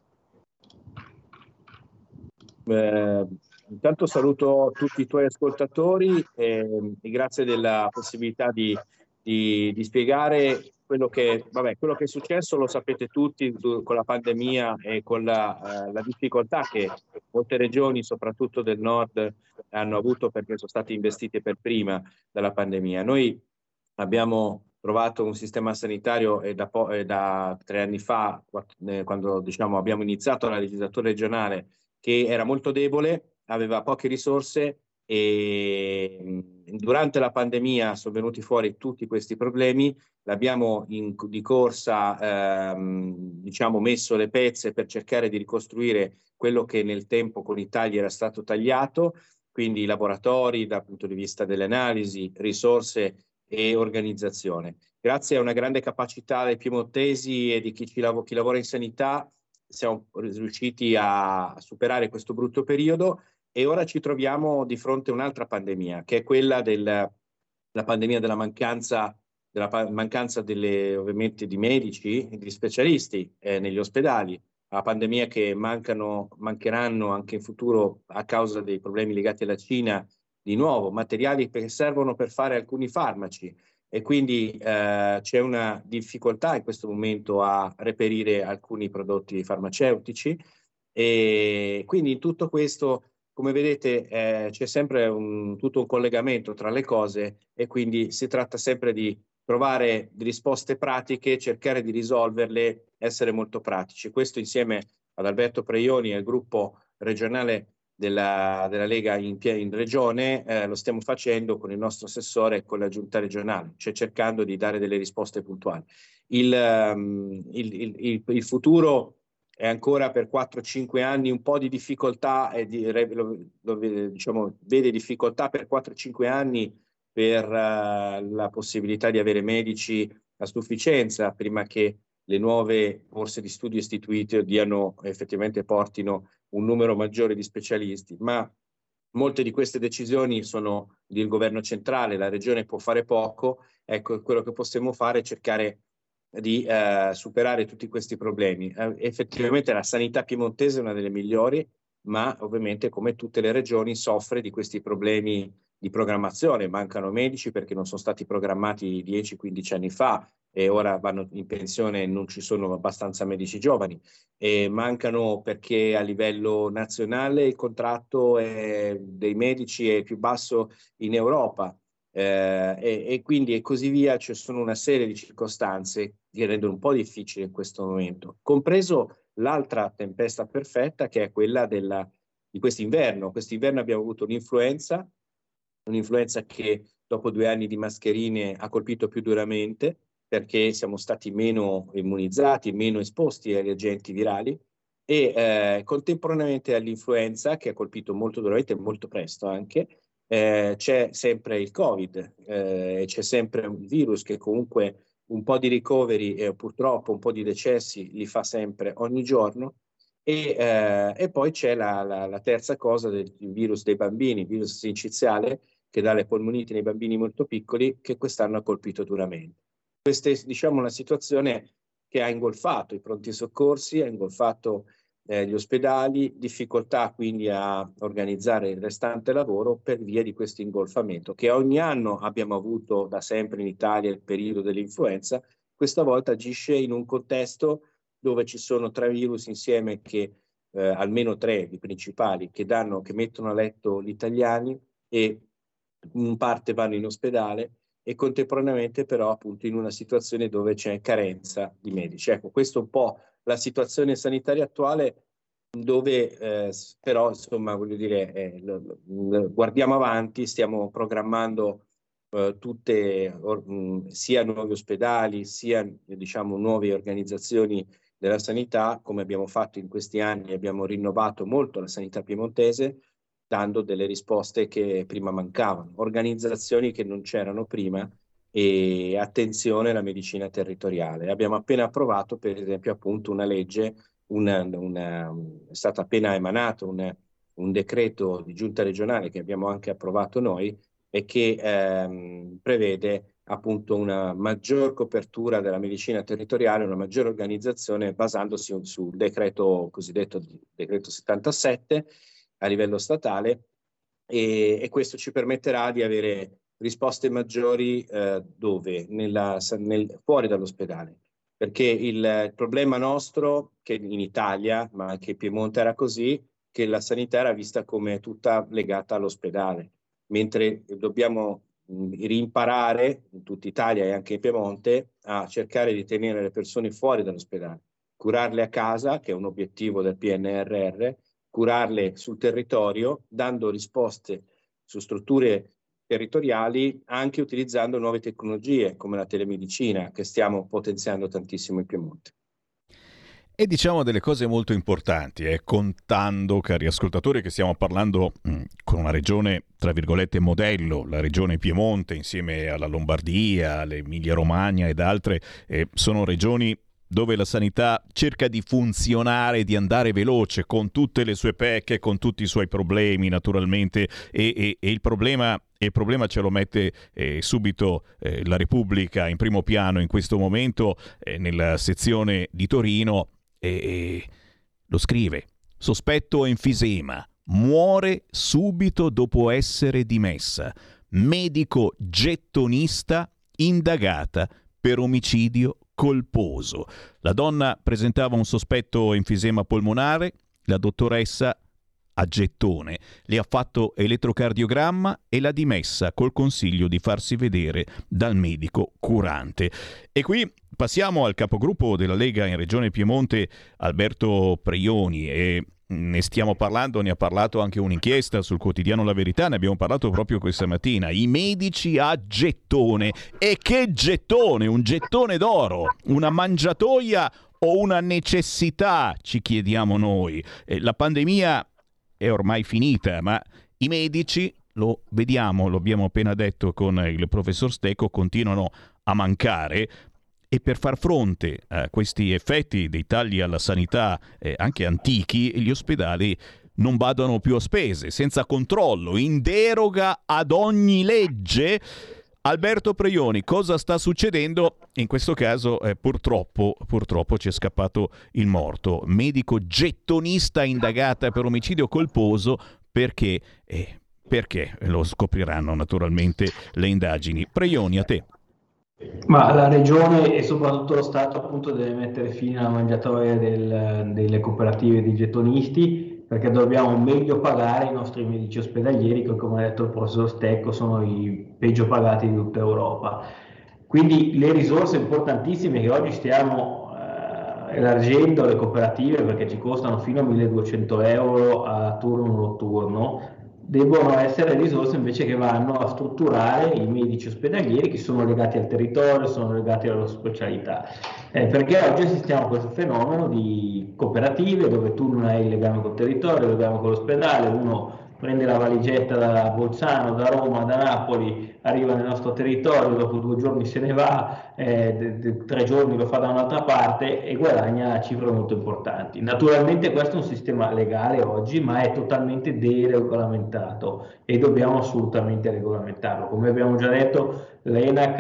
Intanto saluto tutti i tuoi ascoltatori e grazie della possibilità di spiegare quello che è successo lo sapete tutti con la pandemia e con la difficoltà che molte regioni, soprattutto del nord, hanno avuto perché sono state investite per prima dalla pandemia. Noi abbiamo trovato un sistema sanitario da 3 anni fa, quando diciamo, abbiamo iniziato la legislatura regionale, che era molto debole, aveva poche risorse e durante la pandemia sono venuti fuori tutti questi problemi. L'abbiamo di corsa diciamo messo le pezze per cercare di ricostruire quello che nel tempo con i tagli era stato tagliato, quindi i laboratori dal punto di vista delle analisi, risorse e organizzazione. Grazie a una grande capacità dei piemontesi e di chi lavora in sanità siamo riusciti a superare questo brutto periodo e ora ci troviamo di fronte a un'altra pandemia, che è quella della pandemia della mancanza ovviamente di medici e di specialisti negli ospedali, la pandemia che mancheranno anche in futuro a causa dei problemi legati alla Cina, di nuovo, materiali che servono per fare alcuni farmaci e quindi c'è una difficoltà in questo momento a reperire alcuni prodotti farmaceutici e quindi in tutto questo, come vedete, c'è sempre tutto un collegamento tra le cose e quindi si tratta sempre di trovare risposte pratiche, cercare di risolverle, essere molto pratici. Questo insieme ad Alberto Preioni e al gruppo regionale della Lega in regione lo stiamo facendo con il nostro assessore e con la giunta regionale, cioè cercando di dare delle risposte puntuali. Il futuro è ancora per 4-5 anni un po' di difficoltà e diciamo, vede difficoltà per 4-5 anni per la possibilità di avere medici a sufficienza prima che le nuove borse di studio istituite effettivamente portino un numero maggiore di specialisti, ma molte di queste decisioni sono del governo centrale, la regione può fare poco, ecco quello che possiamo fare è cercare di superare tutti questi problemi. Effettivamente la sanità piemontese è una delle migliori, ma ovviamente come tutte le regioni soffre di questi problemi di programmazione, mancano medici perché non sono stati programmati 10-15 anni fa e ora vanno in pensione e non ci sono abbastanza medici giovani, e mancano perché a livello nazionale il contratto dei medici è più basso in Europa e quindi e così via. Ci sono una serie di circostanze che rendono un po' difficile in questo momento, compreso l'altra tempesta perfetta che è quella di quest'inverno. Quest'inverno abbiamo avuto un'influenza che dopo 2 anni di mascherine ha colpito più duramente perché siamo stati meno immunizzati, meno esposti agli agenti virali e contemporaneamente all'influenza che ha colpito molto duramente e molto presto anche, c'è sempre il Covid, c'è sempre un virus che comunque un po' di ricoveri e purtroppo un po' di decessi li fa sempre ogni giorno e poi c'è la terza cosa del virus dei bambini, il virus sinciziale che dà le polmoniti nei bambini molto piccoli che quest'anno ha colpito duramente. Questa è diciamo una situazione che ha ingolfato i pronti soccorsi, ha ingolfato gli ospedali, difficoltà quindi a organizzare il restante lavoro per via di questo ingolfamento che ogni anno abbiamo avuto da sempre in Italia il periodo dell'influenza, questa volta agisce in un contesto dove ci sono 3 virus insieme che almeno 3 i principali che mettono a letto gli italiani e in parte vanno in ospedale e contemporaneamente però appunto in una situazione dove c'è carenza di medici. Ecco, questo è un po' la situazione sanitaria attuale dove però insomma voglio dire guardiamo avanti, stiamo programmando sia nuovi ospedali sia diciamo nuove organizzazioni della sanità, come abbiamo fatto in questi anni. Abbiamo rinnovato molto la sanità piemontese dando delle risposte che prima mancavano, organizzazioni che non c'erano prima e attenzione alla medicina territoriale. Abbiamo appena approvato per esempio appunto una legge, è stato appena emanato un decreto di giunta regionale che abbiamo anche approvato noi e che prevede appunto una maggior copertura della medicina territoriale, una maggiore organizzazione basandosi sul decreto cosiddetto decreto 77 a livello statale e questo ci permetterà di avere risposte maggiori dove? Fuori dall'ospedale. Perché il problema nostro, che in Italia, ma anche in Piemonte era così, che la sanità era vista come tutta legata all'ospedale, mentre dobbiamo rimparare in tutta Italia e anche in Piemonte a cercare di tenere le persone fuori dall'ospedale, curarle a casa, che è un obiettivo del PNRR, curarle sul territorio, dando risposte su strutture territoriali, anche utilizzando nuove tecnologie come la telemedicina, che stiamo potenziando tantissimo in Piemonte. E diciamo delle cose molto importanti, contando, cari ascoltatori, che stiamo parlando con una regione, tra virgolette, modello, la regione Piemonte, insieme alla Lombardia, all'Emilia Romagna ed altre, sono regioni dove la sanità cerca di funzionare, di andare veloce, con tutte le sue pecche, con tutti i suoi problemi naturalmente, e il problema ce lo mette subito la Repubblica in primo piano in questo momento, nella sezione di Torino, e lo scrive: sospetto enfisema, muore subito dopo essere dimessa, medico gettonista indagata per omicidio colposo. La donna presentava un sospetto enfisema polmonare, la dottoressa a gettone le ha fatto elettrocardiogramma e l'ha dimessa col consiglio di farsi vedere dal medico curante. E qui passiamo al capogruppo della Lega in Regione Piemonte, Alberto Preioni, e ne stiamo parlando, ne ha parlato anche un'inchiesta sul quotidiano La Verità, ne abbiamo parlato proprio questa mattina. I medici a gettone. E che gettone? Un gettone d'oro, una mangiatoia o una necessità, ci chiediamo noi. La pandemia è ormai finita, ma i medici, lo vediamo, lo abbiamo appena detto con il professor Stecco, continuano a mancare. E per far fronte a questi effetti dei tagli alla sanità anche antichi, gli ospedali non badano più a spese, senza controllo, in deroga ad ogni legge. Alberto Preioni, cosa sta succedendo? In questo caso purtroppo ci è scappato il morto. Medico gettonista indagata per omicidio colposo perché lo scopriranno naturalmente le indagini. Preioni, a te. Ma la regione e soprattutto lo Stato appunto deve mettere fine alla mangiatoia delle cooperative di gettonisti, perché dobbiamo meglio pagare i nostri medici ospedalieri, che come ha detto il professor Stecco sono i peggio pagati di tutta Europa. Quindi le risorse importantissime che oggi stiamo elargendo alle cooperative, perché ci costano fino a 1.200 euro a turno notturno, debbono essere risorse invece che vanno a strutturare i medici ospedalieri che sono legati al territorio, sono legati alla loro specialità. Perché oggi assistiamo a questo fenomeno di cooperative dove tu non hai il legame col territorio, il legame con l'ospedale, uno prende la valigetta da Bolzano, da Roma, da Napoli, arriva nel nostro territorio, dopo 2 giorni se ne va, 3 giorni lo fa da un'altra parte e guadagna cifre molto importanti. Naturalmente questo è un sistema legale oggi, ma è totalmente deregolamentato e dobbiamo assolutamente regolamentarlo. Come abbiamo già detto, l'ENAC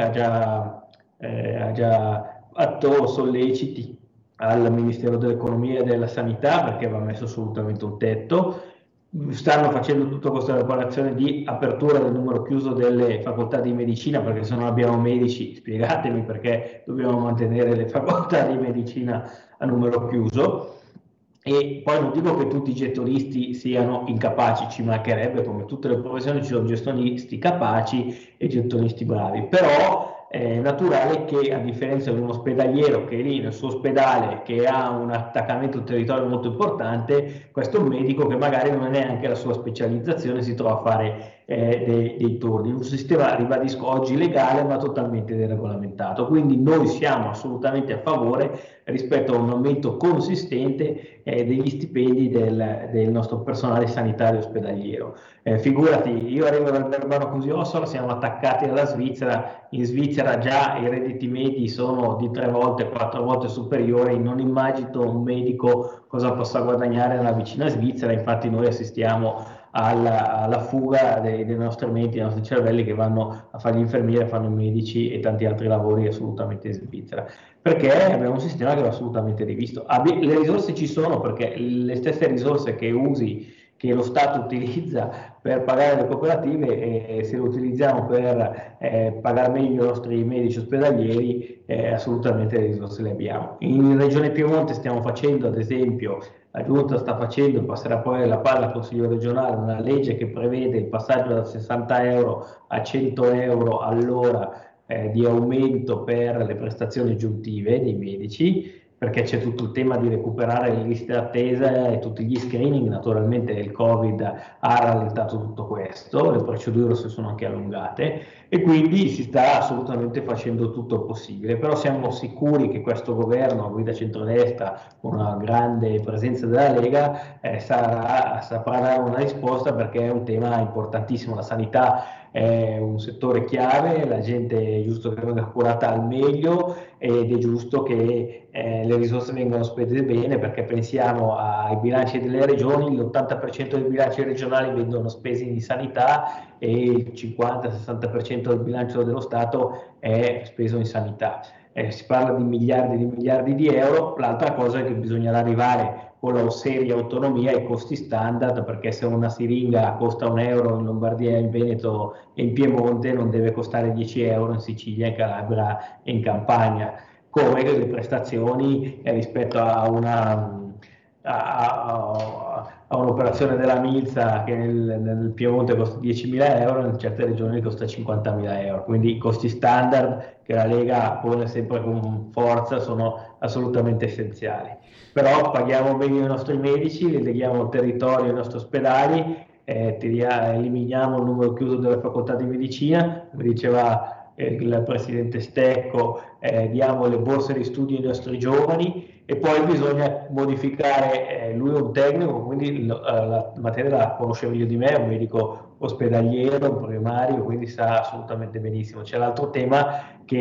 ha già fatto solleciti al Ministero dell'Economia e della Sanità perché va messo assolutamente un tetto. Stanno facendo tutta questa operazione di apertura del numero chiuso delle facoltà di medicina, perché se non abbiamo medici, spiegatemi perché dobbiamo mantenere le facoltà di medicina a numero chiuso. E poi non dico che tutti i gettonisti siano incapaci, ci mancherebbe, come tutte le professioni ci sono gettonisti capaci e gettonisti bravi, però è naturale che, a differenza di un ospedaliero che è lì nel suo ospedale, che ha un attaccamento al territorio molto importante, questo medico che magari non è neanche la sua specializzazione si trova a fare dei turni. Un sistema, ribadisco, oggi legale ma totalmente deregolamentato, quindi noi siamo assolutamente a favore rispetto a un aumento consistente degli stipendi del nostro personale sanitario ospedaliero. Figurati, io arrivo dal Verbano Cusio-Ossola, siamo attaccati alla Svizzera, in Svizzera già i redditi medi sono di 3 volte, 4 volte superiori, non immagino un medico cosa possa guadagnare nella vicina Svizzera, infatti noi assistiamo alla fuga dei nostri menti, dei nostri cervelli che vanno a fare gli infermieri, a fare i medici e tanti altri lavori assolutamente in Svizzera, perché abbiamo un sistema che va assolutamente rivisto. Le risorse ci sono, perché le stesse risorse che lo Stato utilizza per pagare le cooperative, e se lo utilizziamo per pagare meglio i nostri medici ospedalieri, assolutamente le risorse le abbiamo. In Regione Piemonte stiamo facendo, ad esempio, la Giunta sta facendo, passerà poi la palla al Consiglio regionale, una legge che prevede il passaggio da 60 euro a 100 euro all'ora di aumento per le prestazioni aggiuntive dei medici, perché c'è tutto il tema di recuperare le liste d'attesa e tutti gli screening. Naturalmente il Covid ha rallentato tutto questo, le procedure si sono anche allungate e quindi si sta assolutamente facendo tutto il possibile, però siamo sicuri che questo governo a guida centrodestra, con una grande presenza della Lega, saprà dare una risposta, perché è un tema importantissimo. La sanità è un settore chiave, la gente è giusto che venga curata al meglio ed è giusto che le risorse vengano spese bene, perché pensiamo ai bilanci delle regioni, l'80% dei bilanci regionali vengono spesi in sanità e il 50-60% del bilancio dello Stato è speso in sanità. Si parla di miliardi di euro. L'altra cosa è che bisognerà arrivare con la seria autonomia ai costi standard, perché se una siringa costa €1 in Lombardia, in Veneto e in Piemonte, non deve costare €10 in Sicilia, in Calabria e in Campania, come le prestazioni rispetto a un'operazione della milza che nel Piemonte costa €10.000, in certe regioni costa €50.000. Quindi i costi standard che la Lega pone sempre con forza sono assolutamente essenziali. Però paghiamo bene i nostri medici, li leghiamo al territorio, ai nostri ospedali, eliminiamo il numero chiuso delle facoltà di medicina, come diceva il presidente Stecco, diamo le borse di studio ai nostri giovani, e poi bisogna modificare, lui è un tecnico, quindi la materia la conosce meglio di me, è un medico ospedaliero, un primario, quindi sa assolutamente benissimo. C'è l'altro tema che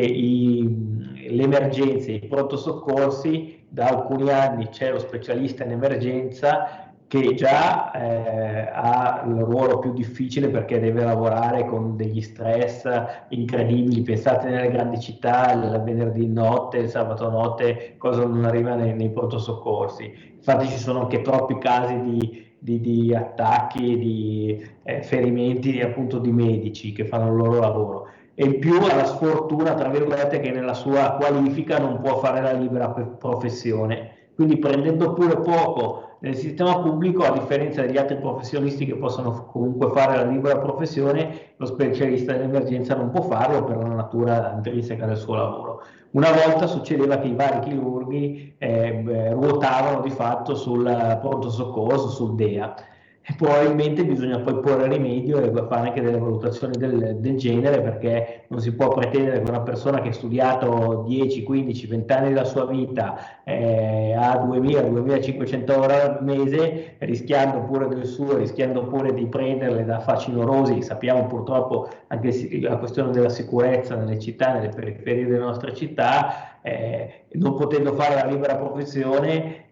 le emergenze, i pronto soccorsi, da alcuni anni c'è lo specialista in emergenza che già ha il ruolo più difficile, perché deve lavorare con degli stress incredibili. Pensate nelle grandi città, il venerdì notte, il sabato notte, cosa non arriva nei pronto soccorsi. Infatti ci sono anche troppi casi di attacchi, di ferimenti appunto di medici che fanno il loro lavoro. E in più ha la sfortuna, tra virgolette, che nella sua qualifica non può fare la libera professione. Quindi prendendo pure poco nel sistema pubblico, a differenza degli altri professionisti che possono comunque fare la libera professione, lo specialista in emergenza non può farlo per la natura intrinseca del suo lavoro. Una volta succedeva che i vari chirurghi ruotavano di fatto sul pronto soccorso, sul DEA. E probabilmente bisogna poi porre rimedio e fare anche delle valutazioni del genere, perché non si può pretendere che una persona che ha studiato 10, 15, 20 anni della sua vita a 2.000-2.500 ore al mese, rischiando pure del suo, rischiando pure di prenderle da facinorosi. Sappiamo purtroppo anche la questione della sicurezza nelle città, nelle periferie delle nostre città, non potendo fare la libera professione,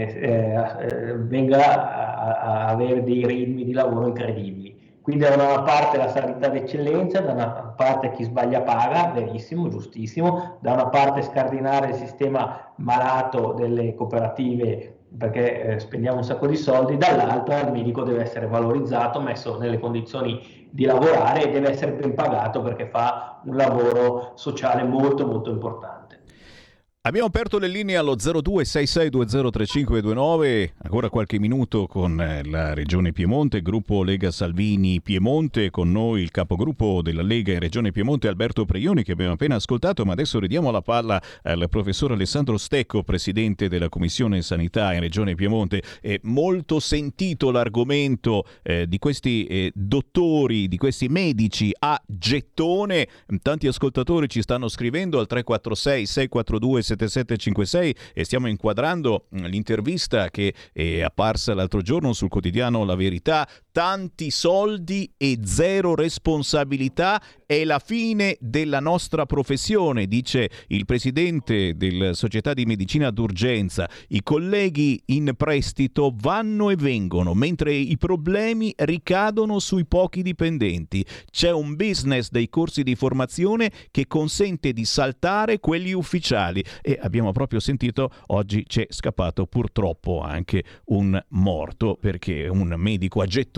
venga a avere dei ritmi di lavoro incredibili. Quindi da una parte la sanità d'eccellenza, da una parte chi sbaglia paga, verissimo, giustissimo, da una parte scardinare il sistema malato delle cooperative, perché spendiamo un sacco di soldi, dall'altra il medico deve essere valorizzato, messo nelle condizioni di lavorare, e deve essere ben pagato, perché fa un lavoro sociale molto molto importante. Abbiamo aperto le linee allo 0266203529, ancora qualche minuto con la Regione Piemonte, gruppo Lega Salvini Piemonte, con noi il capogruppo della Lega in Regione Piemonte Alberto Preioni, che abbiamo appena ascoltato, ma adesso ridiamo la palla al professor Alessandro Stecco, presidente della Commissione Sanità in Regione Piemonte. È molto sentito l'argomento di questi dottori, di questi medici a gettone. Tanti ascoltatori ci stanno scrivendo al 346 642 7756 e stiamo inquadrando l'intervista che è apparsa l'altro giorno sul quotidiano La Verità. Tanti soldi e zero responsabilità è la fine della nostra professione, dice il presidente della Società di Medicina d'Urgenza. I colleghi in prestito vanno e vengono, mentre i problemi ricadono sui pochi dipendenti. C'è un business dei corsi di formazione che consente di saltare quelli ufficiali. E abbiamo proprio sentito, oggi c'è scappato purtroppo anche un morto, perché un medico a gettone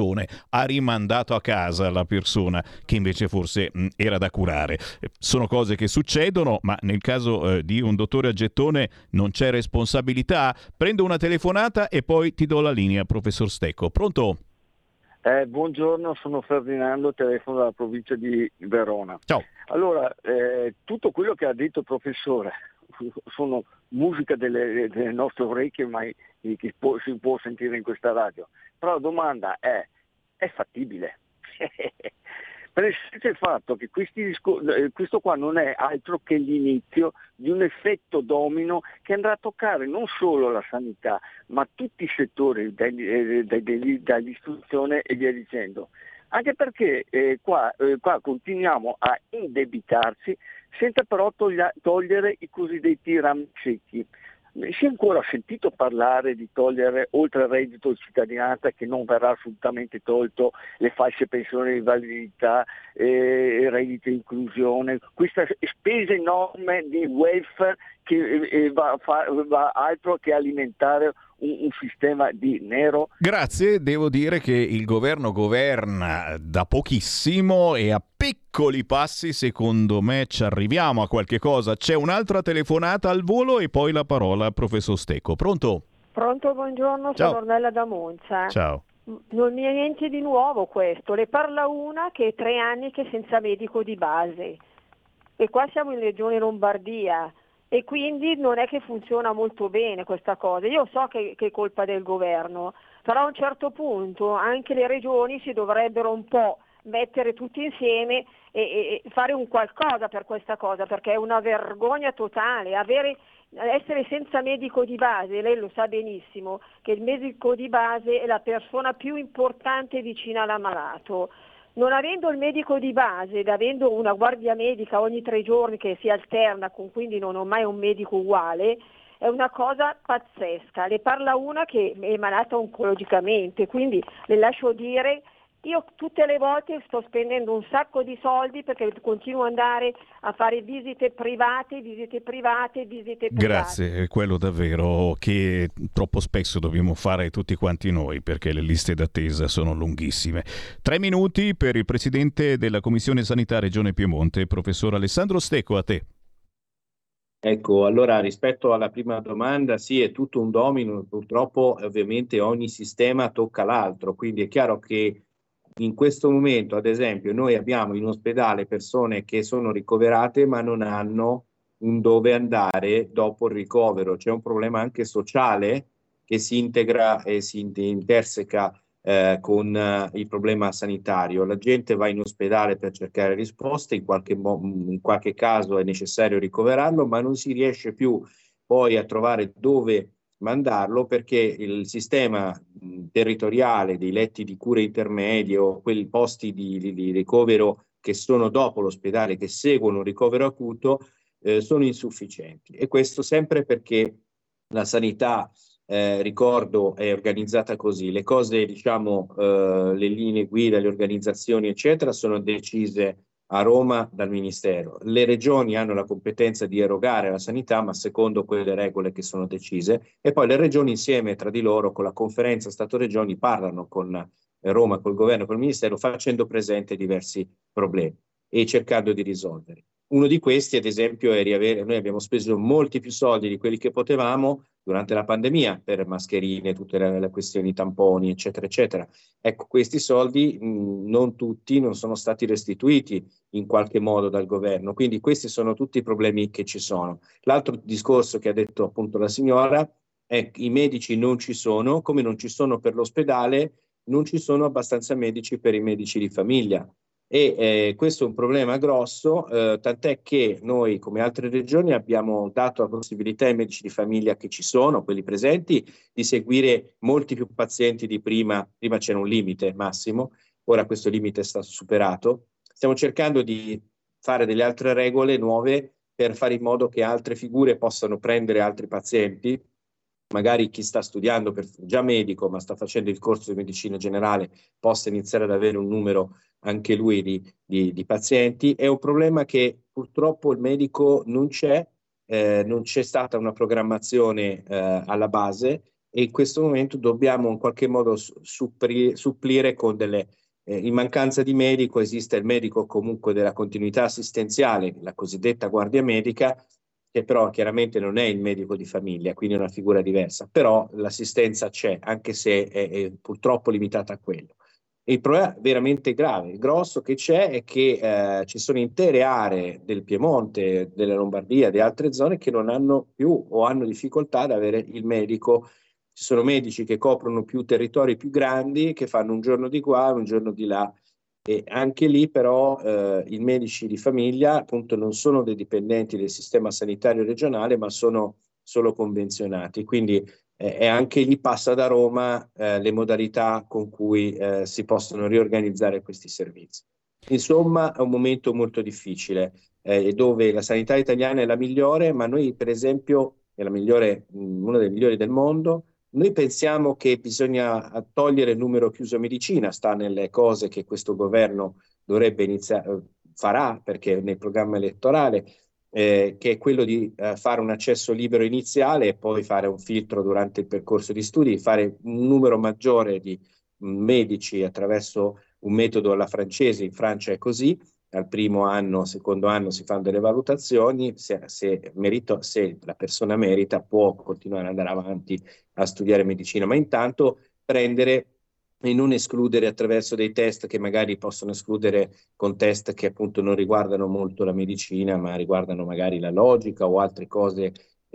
gettone, ha rimandato a casa la persona che invece forse era da curare. Sono cose che succedono, ma nel caso di un dottore a gettone non c'è responsabilità. Prendo una telefonata e poi ti do la linea, professor Stecco. Pronto? Buongiorno, sono Ferdinando, telefono dalla provincia di Verona. Ciao. Allora, tutto quello che ha detto il professore sono musica delle nostre orecchie, ma che si può sentire in questa radio. Però la domanda è fattibile? Per il fatto che questo qua non è altro che l'inizio di un effetto domino che andrà a toccare non solo la sanità, ma tutti i settori, dall'istruzione e via dicendo. Anche perché qua continuiamo a indebitarci senza però togliere i cosiddetti rami secchi. Si è ancora sentito parlare di togliere, oltre al reddito di cittadinanza, che non verrà assolutamente tolto, le false pensioni di invalidità, il reddito di inclusione, questa spesa enorme di welfare che va altro che alimentare un sistema di nero? Grazie, devo dire che il governo governa da pochissimo e a piccoli passi secondo me ci arriviamo a qualche cosa. C'è un'altra telefonata al volo e poi la parola al professor Stecco. Pronto? Pronto, buongiorno, Ciao. sono Ornella da Monza. Ciao. Non mi è niente di nuovo questo, le parla una che è 3 anni che è senza medico di base e qua siamo in regione Lombardia. E quindi non è che funziona molto bene questa cosa. Io so che è colpa del governo, però a un certo punto anche le regioni si dovrebbero un po' mettere tutti insieme e fare un qualcosa per questa cosa, perché è una vergogna totale essere senza medico di base. Lei lo sa benissimo che il medico di base è la persona più importante vicina all'ammalato. Non avendo il medico di base ed avendo una guardia medica ogni 3 giorni che si alterna, quindi non ho mai un medico uguale, è una cosa pazzesca. Le parla una che è malata oncologicamente, quindi le lascio dire, io tutte le volte sto spendendo un sacco di soldi perché continuo ad andare a fare visite private. Grazie, è quello davvero che troppo spesso dobbiamo fare tutti quanti noi perché le liste d'attesa sono lunghissime. 3 minuti per il presidente della Commissione Sanità Regione Piemonte, professor Alessandro Stecco, a te. Ecco, allora rispetto alla prima domanda, sì, è tutto un domino, purtroppo ovviamente ogni sistema tocca l'altro, quindi è chiaro che in questo momento, ad esempio, noi abbiamo in ospedale persone che sono ricoverate ma non hanno un dove andare dopo il ricovero. C'è un problema anche sociale che si integra e si interseca con il problema sanitario. La gente va in ospedale per cercare risposte, in qualche caso è necessario ricoverarlo, ma non si riesce più poi a trovare dove mandarlo perché il sistema territoriale dei letti di cura intermedio, quei posti di ricovero che sono dopo l'ospedale, che seguono un ricovero acuto, sono insufficienti. E questo sempre perché la sanità, ricordo, è organizzata così. Le cose, diciamo, le linee guida, le organizzazioni, eccetera, sono decise a Roma dal Ministero. Le regioni hanno la competenza di erogare la sanità, ma secondo quelle regole che sono decise, e poi le regioni insieme tra di loro con la conferenza Stato-Regioni parlano con Roma, col governo, col Ministero, facendo presente diversi problemi e cercando di risolvere. Uno di questi, ad esempio, è noi abbiamo speso molti più soldi di quelli che potevamo durante la pandemia per mascherine, tutte le questioni tamponi, eccetera, eccetera. Ecco, questi soldi non tutti non sono stati restituiti in qualche modo dal governo, quindi questi sono tutti i problemi che ci sono. L'altro discorso che ha detto appunto la signora è che i medici non ci sono, come non ci sono per l'ospedale, non ci sono abbastanza medici per i medici di famiglia. E questo è un problema grosso, tant'è che noi come altre regioni abbiamo dato la possibilità ai medici di famiglia che ci sono, quelli presenti, di seguire molti più pazienti di prima. Prima c'era un limite massimo, ora questo limite è stato superato. Stiamo cercando di fare delle altre regole nuove per fare in modo che altre figure possano prendere altri pazienti. Magari chi sta studiando per già medico ma sta facendo il corso di medicina generale possa iniziare ad avere un numero anche lui di pazienti. È un problema che purtroppo il medico non c'è stata una programmazione alla base e in questo momento dobbiamo in qualche modo supplire con delle in mancanza di medico. Esiste il medico comunque della continuità assistenziale, la cosiddetta guardia medica, che però chiaramente non è il medico di famiglia, quindi è una figura diversa, però l'assistenza c'è, anche se è purtroppo limitata a quello. Il problema veramente grave, il grosso che c'è è che ci sono intere aree del Piemonte, della Lombardia, di altre zone che non hanno più o hanno difficoltà ad avere il medico. Ci sono medici che coprono più territori più grandi, che fanno un giorno di qua, un giorno di là. E anche lì però i medici di famiglia appunto non sono dei dipendenti del sistema sanitario regionale, ma sono solo convenzionati. Quindi anche lì passa da Roma le modalità con cui si possono riorganizzare questi servizi. Insomma, è un momento molto difficile dove la sanità italiana è la migliore, ma noi per esempio è la migliore, una delle migliori del mondo. Noi pensiamo che bisogna togliere il numero chiuso a medicina, sta nelle cose che questo governo dovrebbe farà, perché nel programma elettorale, che è quello di fare un accesso libero iniziale e poi fare un filtro durante il percorso di studi, fare un numero maggiore di medici attraverso un metodo alla francese. In Francia è così, al primo anno, secondo anno si fanno delle valutazioni, se la persona merita può continuare ad andare avanti a studiare medicina, ma intanto prendere e non escludere attraverso dei test che magari possono escludere con test che appunto non riguardano molto la medicina, ma riguardano magari la logica o altre cose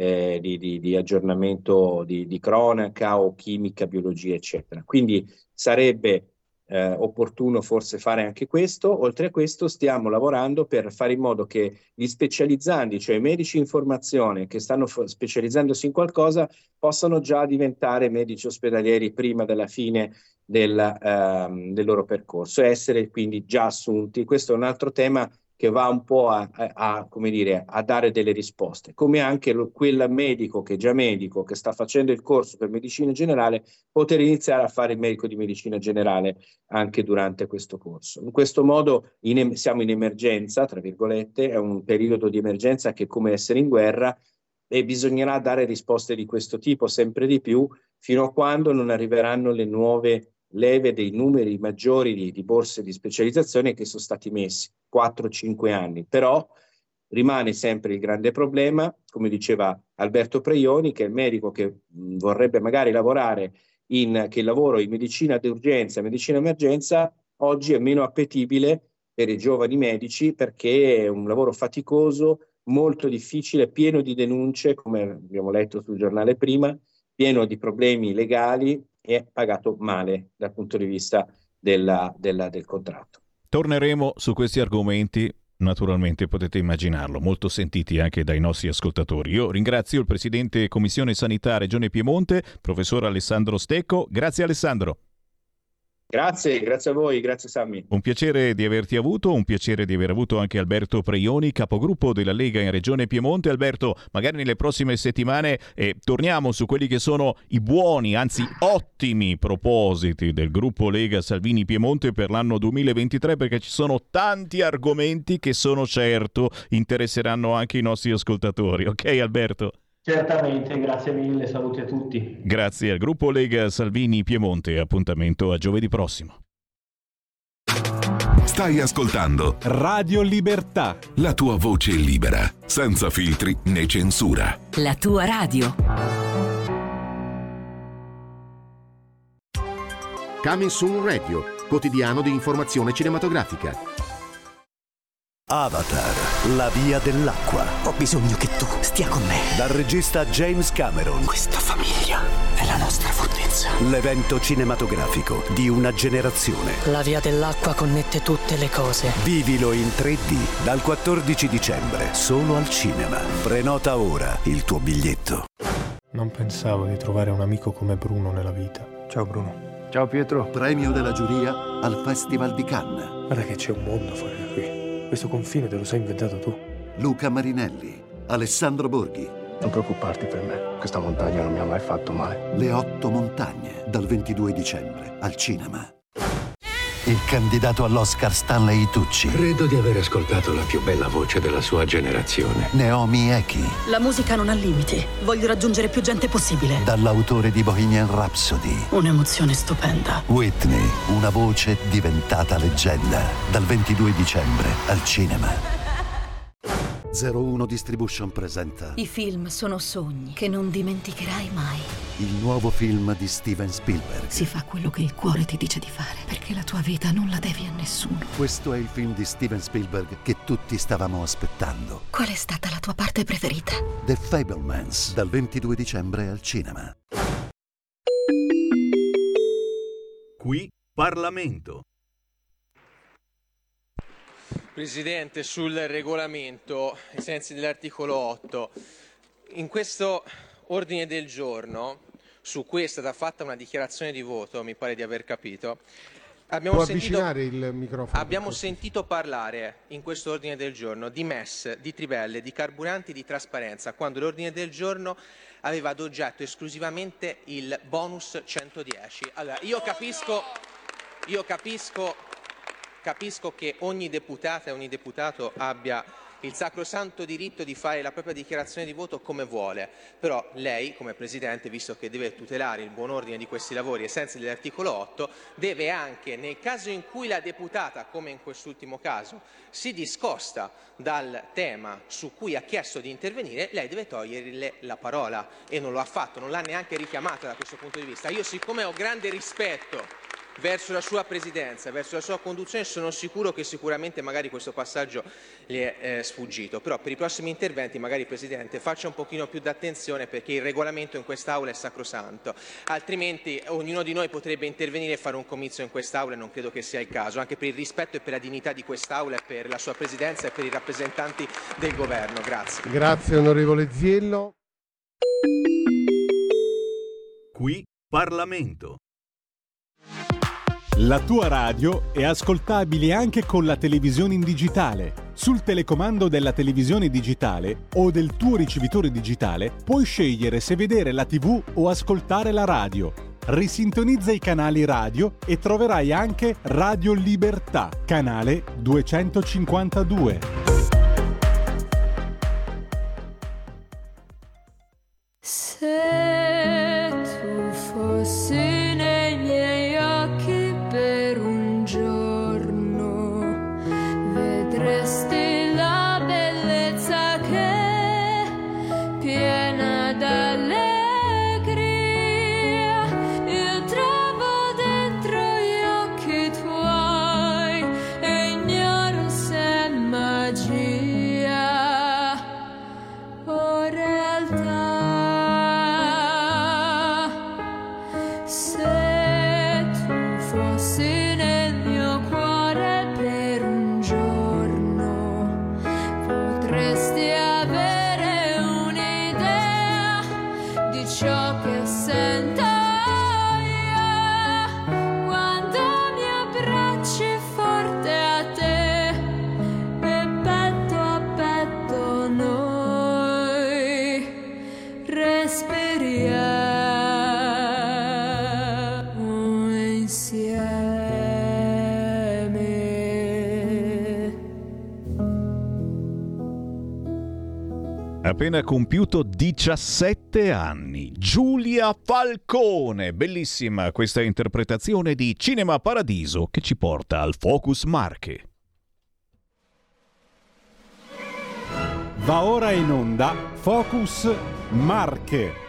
di aggiornamento di cronaca o chimica, biologia, eccetera. Quindi sarebbe opportuno forse fare anche questo. Oltre a questo stiamo lavorando per fare in modo che gli specializzandi, cioè i medici in formazione che stanno specializzandosi in qualcosa, possano già diventare medici ospedalieri prima della fine del loro percorso e essere quindi già assunti. Questo è un altro tema che va un po' come dire, a dare delle risposte, come anche quel medico che è già medico, che sta facendo il corso per medicina generale, poter iniziare a fare il medico di medicina generale anche durante questo corso. In questo modo siamo in emergenza, tra virgolette, è un periodo di emergenza che è come essere in guerra e bisognerà dare risposte di questo tipo sempre di più fino a quando non arriveranno le nuove leve dei numeri maggiori di borse di specializzazione che sono stati messi 4-5 anni. Però rimane sempre il grande problema, come diceva Alberto Preioni, che è il medico che vorrebbe magari lavorare che il lavoro in medicina d'urgenza, medicina emergenza, oggi è meno appetibile per i giovani medici perché è un lavoro faticoso, molto difficile, pieno di denunce, come abbiamo letto sul giornale prima, pieno di problemi legali e pagato male dal punto di vista del contratto. Torneremo su questi argomenti, naturalmente potete immaginarlo, molto sentiti anche dai nostri ascoltatori. Io ringrazio il Presidente Commissione Sanità Regione Piemonte, Professor Alessandro Stecco. Grazie Alessandro. Grazie a voi, grazie Sammy. Un piacere di averti avuto, un piacere di aver avuto anche Alberto Preioni, capogruppo della Lega in Regione Piemonte. Alberto, magari nelle prossime settimane torniamo su quelli che sono i buoni, anzi ottimi propositi del gruppo Lega Salvini Piemonte per l'anno 2023, perché ci sono tanti argomenti che sono certo interesseranno anche i nostri ascoltatori. Ok Alberto? Certamente, grazie mille, saluti a tutti. Grazie al gruppo Lega Salvini Piemonte, appuntamento a giovedì prossimo. Stai ascoltando Radio Libertà, la tua voce libera, senza filtri né censura. La tua radio. Coming Soon Radio, quotidiano di informazione cinematografica. Avatar, la via dell'acqua. Ho bisogno che tu stia con me. Dal regista James Cameron. Questa famiglia è la nostra fortezza. L'evento cinematografico di una generazione. La via dell'acqua connette tutte le cose. Vivilo in 3D dal 14 dicembre, solo al cinema. Prenota ora il tuo biglietto. Non pensavo di trovare un amico come Bruno nella vita. Ciao Bruno. Ciao Pietro. Premio della giuria al Festival di Cannes. Guarda che c'è un mondo fuori da qui. Questo confine te lo sei inventato tu. Luca Marinelli, Alessandro Borghi. Non preoccuparti per me, questa montagna non mi ha mai fatto male. Le 8 montagne, dal 22 dicembre al cinema. il candidato all'Oscar Stanley Tucci. Credo di aver ascoltato la più bella voce della sua generazione. Naomi Eki. La musica non ha limiti. Voglio raggiungere più gente possibile. Dall'autore di Bohemian Rhapsody. Un'emozione stupenda. Whitney, una voce diventata leggenda. Dal 22 dicembre al cinema. 01 Distribution presenta I film sono sogni che non dimenticherai mai. il nuovo film di Steven Spielberg. Si fa quello che il cuore ti dice di fare, perché la tua vita non la devi a nessuno. Questo è il film di Steven Spielberg che tutti stavamo aspettando. Qual è stata la tua parte preferita? The Fabelmans, dal 22 dicembre al cinema. Qui Parlamento. Presidente, sul regolamento, ai sensi dell'articolo 8, in questo ordine del giorno, su cui è stata fatta una dichiarazione di voto, mi pare di aver capito, abbiamo sentito parlare in questo ordine del giorno di MES, di trivelle, di carburanti, di trasparenza, quando l'ordine del giorno aveva ad oggetto esclusivamente il bonus 110. Allora, io capisco che ogni deputata e ogni deputato abbia il sacrosanto diritto di fare la propria dichiarazione di voto come vuole, però lei, come Presidente, visto che deve tutelare il buon ordine di questi lavori ai sensi dell'articolo 8, deve anche, nel caso in cui la deputata, come in quest'ultimo caso, si discosta dal tema su cui ha chiesto di intervenire, lei deve toglierle la parola, e non lo ha fatto, non l'ha neanche richiamata da questo punto di vista. Io, siccome ho grande rispetto verso la sua presidenza, verso la sua conduzione, sono sicuro che sicuramente magari questo passaggio gli è sfuggito, però per i prossimi interventi magari, Presidente, faccia un pochino più d'attenzione, perché il regolamento in quest'Aula è sacrosanto, altrimenti ognuno di noi potrebbe intervenire e fare un comizio in quest'Aula, e non credo che sia il caso, anche per il rispetto e per la dignità di quest'Aula e per la sua presidenza e per i rappresentanti del governo. Grazie. Grazie onorevole Ziello. Qui Parlamento. La tua radio è ascoltabile anche con la televisione in digitale. Sul telecomando della televisione digitale o del tuo ricevitore digitale puoi scegliere se vedere la TV o ascoltare la radio. Risintonizza i canali radio e troverai anche Radio Libertà, canale 252. Se tu fossi nei miei occhi per un giorno, vedresti la bellezza che piena d'allegria io trovo dentro gli occhi tuoi, e ignoro se è magia o realtà. Se tu fossi nel mio cuore per un giorno, potresti avere un'idea di ciò che sento io quando mi abbracci forte a te, e petto a petto noi respiriamo insieme. Appena compiuto 17 anni, Giulia Falcone. Bellissima questa interpretazione di Cinema Paradiso che ci porta al Focus Marche. Va ora in onda Focus Marche.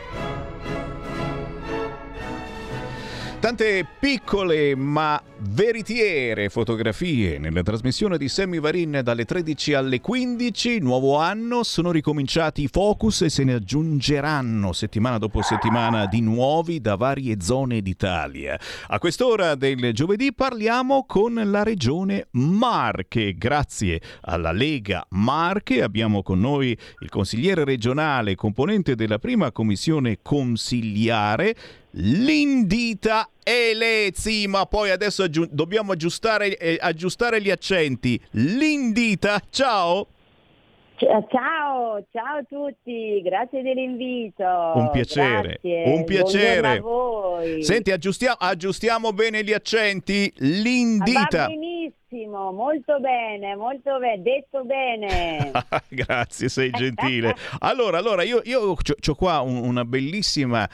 Tante piccole ma veritiere fotografie nella trasmissione di Sammy Varin dalle 13 alle 15. Nuovo anno, sono ricominciati i focus e se ne aggiungeranno settimana dopo settimana di nuovi da varie zone d'Italia. A quest'ora del giovedì parliamo con la regione Marche. Grazie alla Lega Marche abbiamo con noi il consigliere regionale, componente della prima commissione consiliare, Lindita Elezi, ma poi adesso dobbiamo aggiustare gli accenti. Lindita, ciao! Ciao a tutti, grazie dell'invito. Un piacere, grazie. un piacere. Buongiorno a voi. Senti, aggiustiamo bene gli accenti. L'indita. Va benissimo, molto bene, detto bene. Grazie, sei gentile. Allora io c'ho qua una bellissima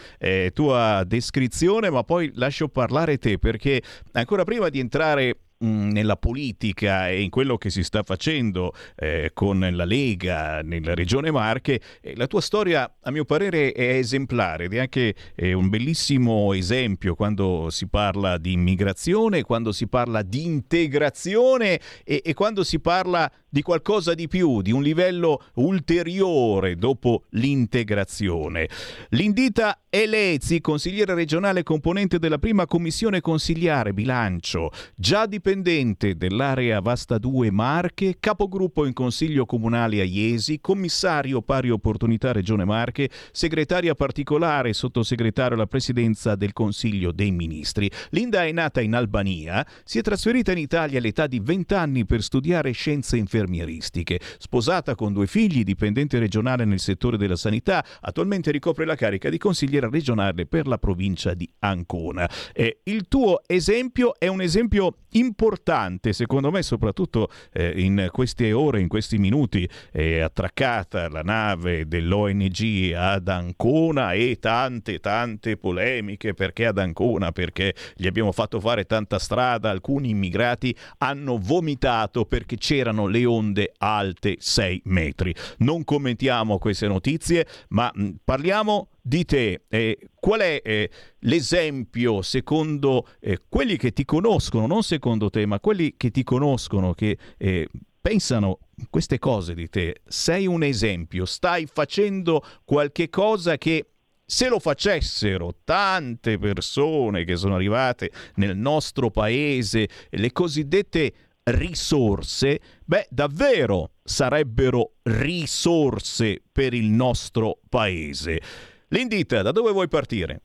tua descrizione, ma poi lascio parlare te, perché ancora prima di entrare nella politica e in quello che si sta facendo con la Lega nella Regione Marche, la tua storia a mio parere è esemplare ed è anche un bellissimo esempio quando si parla di immigrazione, quando si parla di integrazione e quando si parla di qualcosa di più, di un livello ulteriore dopo l'integrazione. L'Indita Elezi, consigliere regionale componente della prima commissione consigliare bilancio, già dipendente dell'area Vasta 2 Marche, capogruppo in consiglio comunale a Iesi, commissario pari opportunità Regione Marche, segretaria particolare e sottosegretario alla presidenza del Consiglio dei Ministri. Linda è nata in Albania, si è trasferita in Italia all'età di 20 anni per studiare scienze infermieristiche. Sposata con 2 figli, dipendente regionale nel settore della sanità, attualmente ricopre la carica di consigliere regionale per la provincia di Ancona. Il tuo esempio è un esempio importante, secondo me, soprattutto in queste ore, in questi minuti. È attraccata la nave dell'ONG ad Ancona e tante polemiche. Perché ad Ancona? Perché gli abbiamo fatto fare tanta strada, alcuni immigrati hanno vomitato perché c'erano le onde alte 6 metri. Non commentiamo queste notizie, ma parliamo di te. Qual è l'esempio secondo quelli che ti conoscono, non secondo te, ma quelli che ti conoscono, che pensano queste cose di te? Sei un esempio, stai facendo qualche cosa che, se lo facessero tante persone che sono arrivate nel nostro paese, le cosiddette risorse, davvero sarebbero risorse per il nostro paese. L'Indita, da dove vuoi partire?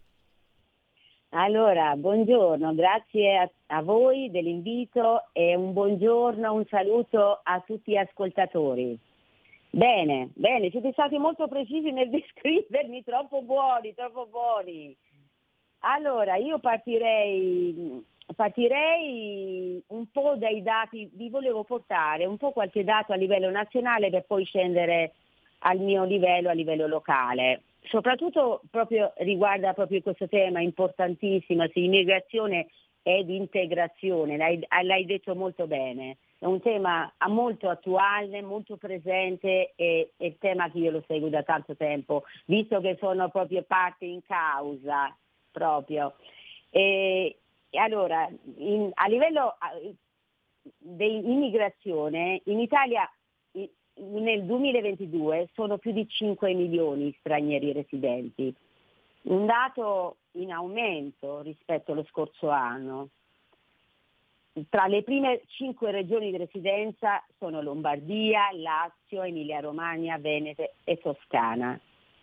Allora, buongiorno, grazie a voi dell'invito e un buongiorno, un saluto a tutti gli ascoltatori. Bene, siete stati molto precisi nel descrivermi, troppo buoni. Allora, io partirei un po' dai dati, vi volevo portare un po' qualche dato a livello nazionale per poi scendere al mio livello, a livello locale. Soprattutto riguarda proprio questo tema importantissimo, immigrazione ed integrazione, l'hai detto molto bene, è un tema molto attuale, molto presente e il tema che io lo seguo da tanto tempo, visto che sono proprio parte in causa proprio. E allora, a livello di immigrazione, in Italia nel 2022 sono più di 5 milioni stranieri residenti, un dato in aumento rispetto allo scorso anno. Tra le prime 5 regioni di residenza sono Lombardia, Lazio, Emilia-Romagna, Veneto e Toscana.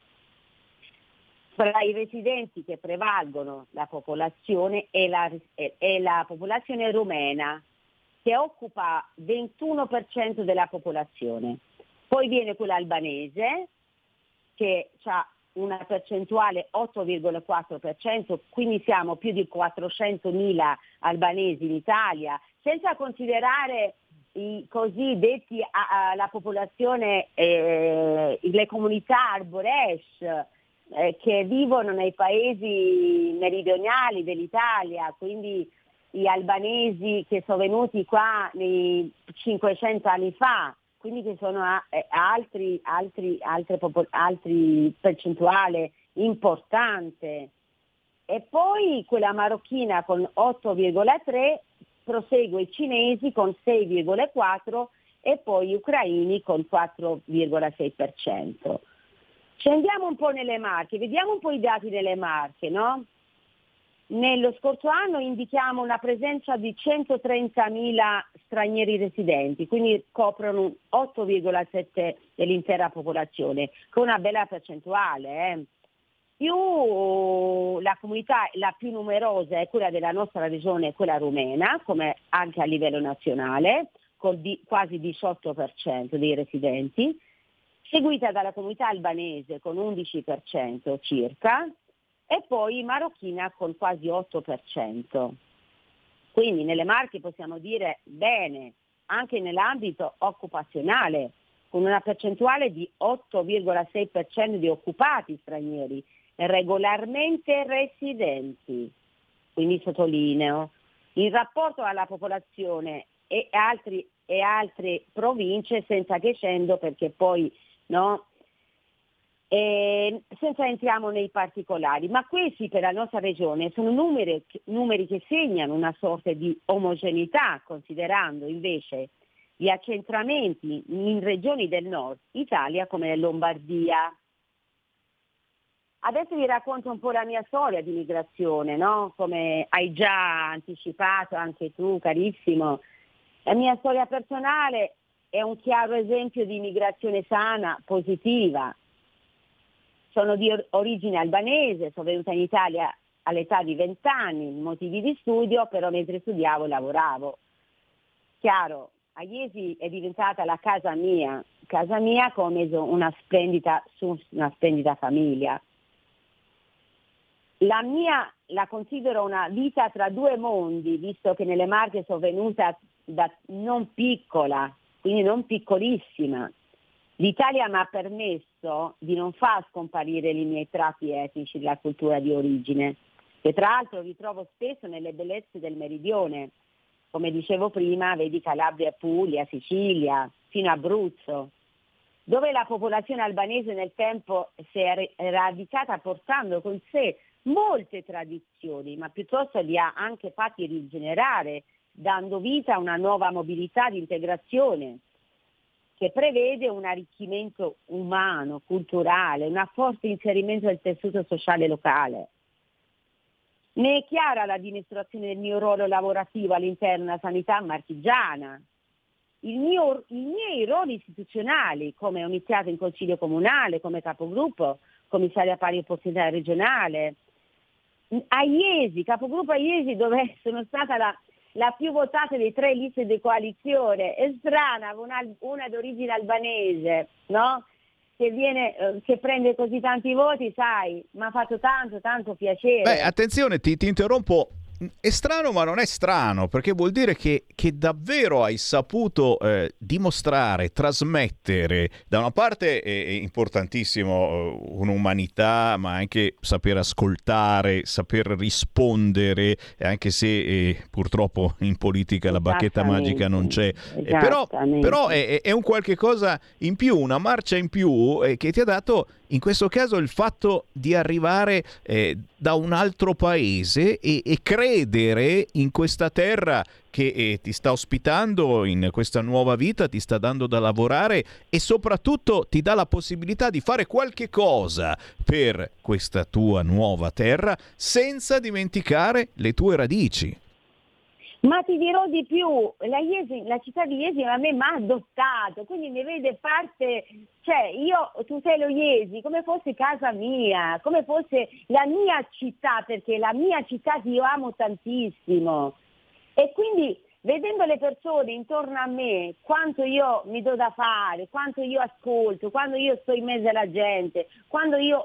Tra i residenti che prevalgono la popolazione è la popolazione rumena, che occupa 21% della popolazione. Poi viene quella albanese, che ha una percentuale 8,4%, quindi siamo più di 400.000 albanesi in Italia, senza considerare i cosiddetti la popolazione, le comunità arboresh che vivono nei paesi meridionali dell'Italia, quindi gli albanesi che sono venuti qua nei 500 anni fa, quindi che sono altri percentuale importante. E poi quella marocchina con 8,3, prosegue i cinesi con 6,4 e poi gli ucraini con 4,6%. Scendiamo un po' nelle Marche, vediamo un po' i dati delle Marche, no? Nello scorso anno indichiamo una presenza di 130.000 stranieri residenti, quindi coprono 8,7 dell'intera popolazione, con una bella percentuale. Più la comunità la più numerosa è quella della nostra regione, quella rumena, come anche a livello nazionale, con quasi 18% dei residenti. seguita dalla comunità albanese con 11% circa e poi marocchina con quasi 8%. Quindi nelle Marche possiamo dire bene, anche nell'ambito occupazionale, con una percentuale di 8,6% di occupati stranieri regolarmente residenti. Quindi sottolineo, in rapporto alla popolazione e altre province, senza che scendo perché poi no, senza entriamo nei particolari, ma questi per la nostra regione sono numeri che segnano una sorta di omogeneità, considerando invece gli accentramenti in regioni del nord Italia come Lombardia. Adesso vi racconto un po' la mia storia di migrazione, no? Come hai già anticipato anche tu, carissimo. La mia storia personale è un chiaro esempio di migrazione sana, positiva. Sono di origine albanese, sono venuta in Italia all'età di 20 anni, motivi di studio, però mentre studiavo lavoravo. Chiaro, a Iesi è diventata la casa mia come una splendida famiglia. La mia la considero una vita tra due mondi, visto che nelle Marche sono venuta da non piccola, quindi non piccolissima. L'Italia mi ha permesso di non far scomparire i miei tratti etnici della cultura di origine, che tra l'altro ritrovo spesso nelle bellezze del meridione. Come dicevo prima, vedi Calabria e Puglia, Sicilia, fino a Abruzzo, dove la popolazione albanese nel tempo si è radicata portando con sé molte tradizioni, ma piuttosto li ha anche fatti rigenerare, dando vita a una nuova mobilità di integrazione che prevede un arricchimento umano, culturale, un forte inserimento del tessuto sociale locale. Ne è chiara la dimostrazione del mio ruolo lavorativo all'interno della sanità marchigiana. I miei ruoli istituzionali, come ho iniziato in consiglio comunale, come capogruppo, commissaria pari opportunità regionale, a Iesi, capogruppo a Iesi, dove sono stata la più votata dei 3 liste di coalizione. È strana, una d'origine albanese, no? Che prende così tanti voti, sai, mi ha fatto tanto piacere. Beh, attenzione, ti interrompo. È strano, ma non è strano, perché vuol dire che davvero hai saputo dimostrare, trasmettere, da una parte è importantissimo un'umanità, ma anche saper ascoltare, saper rispondere, anche se purtroppo in politica la bacchetta magica non c'è. Però è un qualche cosa in più, una marcia in più che ti ha dato in questo caso il fatto di arrivare da un altro paese e credere in questa terra che ti sta ospitando in questa nuova vita, ti sta dando da lavorare e soprattutto ti dà la possibilità di fare qualche cosa per questa tua nuova terra senza dimenticare le tue radici. Ma ti dirò di più, la città di Iesi a me mi ha adottato, quindi mi vede parte, cioè io tutelo Iesi come fosse casa mia, come fosse la mia città, perché la mia città che io amo tantissimo. E quindi vedendo le persone intorno a me, quanto io mi do da fare, quanto io ascolto, quando io sto in mezzo alla gente, quando io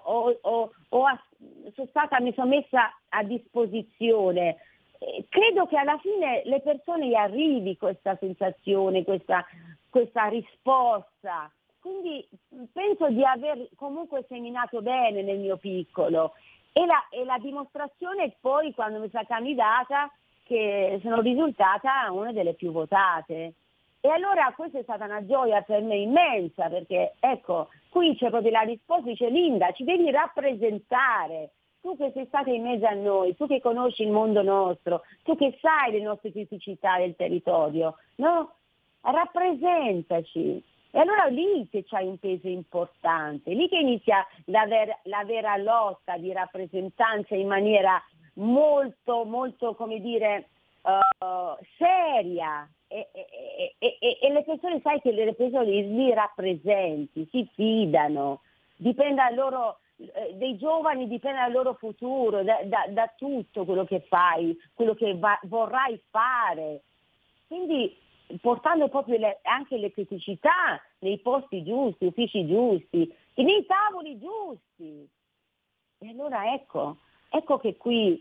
mi sono messa a disposizione, credo che alla fine le persone gli arrivi questa sensazione, questa risposta. Quindi penso di aver comunque seminato bene nel mio piccolo e la dimostrazione poi quando mi sono candidata che sono risultata una delle più votate. E allora questa è stata una gioia per me immensa, perché ecco, qui c'è proprio la risposta, dice Linda, ci devi rappresentare. Tu che sei stata in mezzo a noi, tu che conosci il mondo nostro, tu che sai le nostre criticità del territorio, no? Rappresentaci. E allora lì che c'hai un peso importante, lì che inizia la vera lotta di rappresentanza in maniera molto, molto, come dire, seria. E le persone, sai che le persone li rappresenti, si fidano, dipende da loro. Dei giovani dipende dal loro futuro, da tutto quello che fai, quello che vorrai fare. Quindi portando proprio anche le criticità nei posti giusti, uffici giusti, e nei tavoli giusti. E allora ecco che qui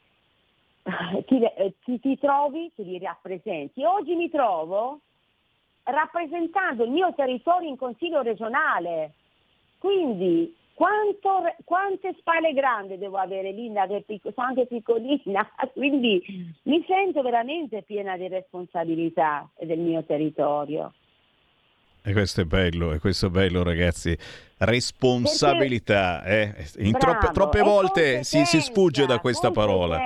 ti trovi, ti li rappresenti. Oggi mi trovo rappresentando il mio territorio in consiglio regionale, quindi quante spalle grandi devo avere, Linda, che sono anche piccolina, quindi mi sento veramente piena di responsabilità del mio territorio. E questo è bello ragazzi, responsabilità, in Bravo, troppe volte si sfugge da questa parola.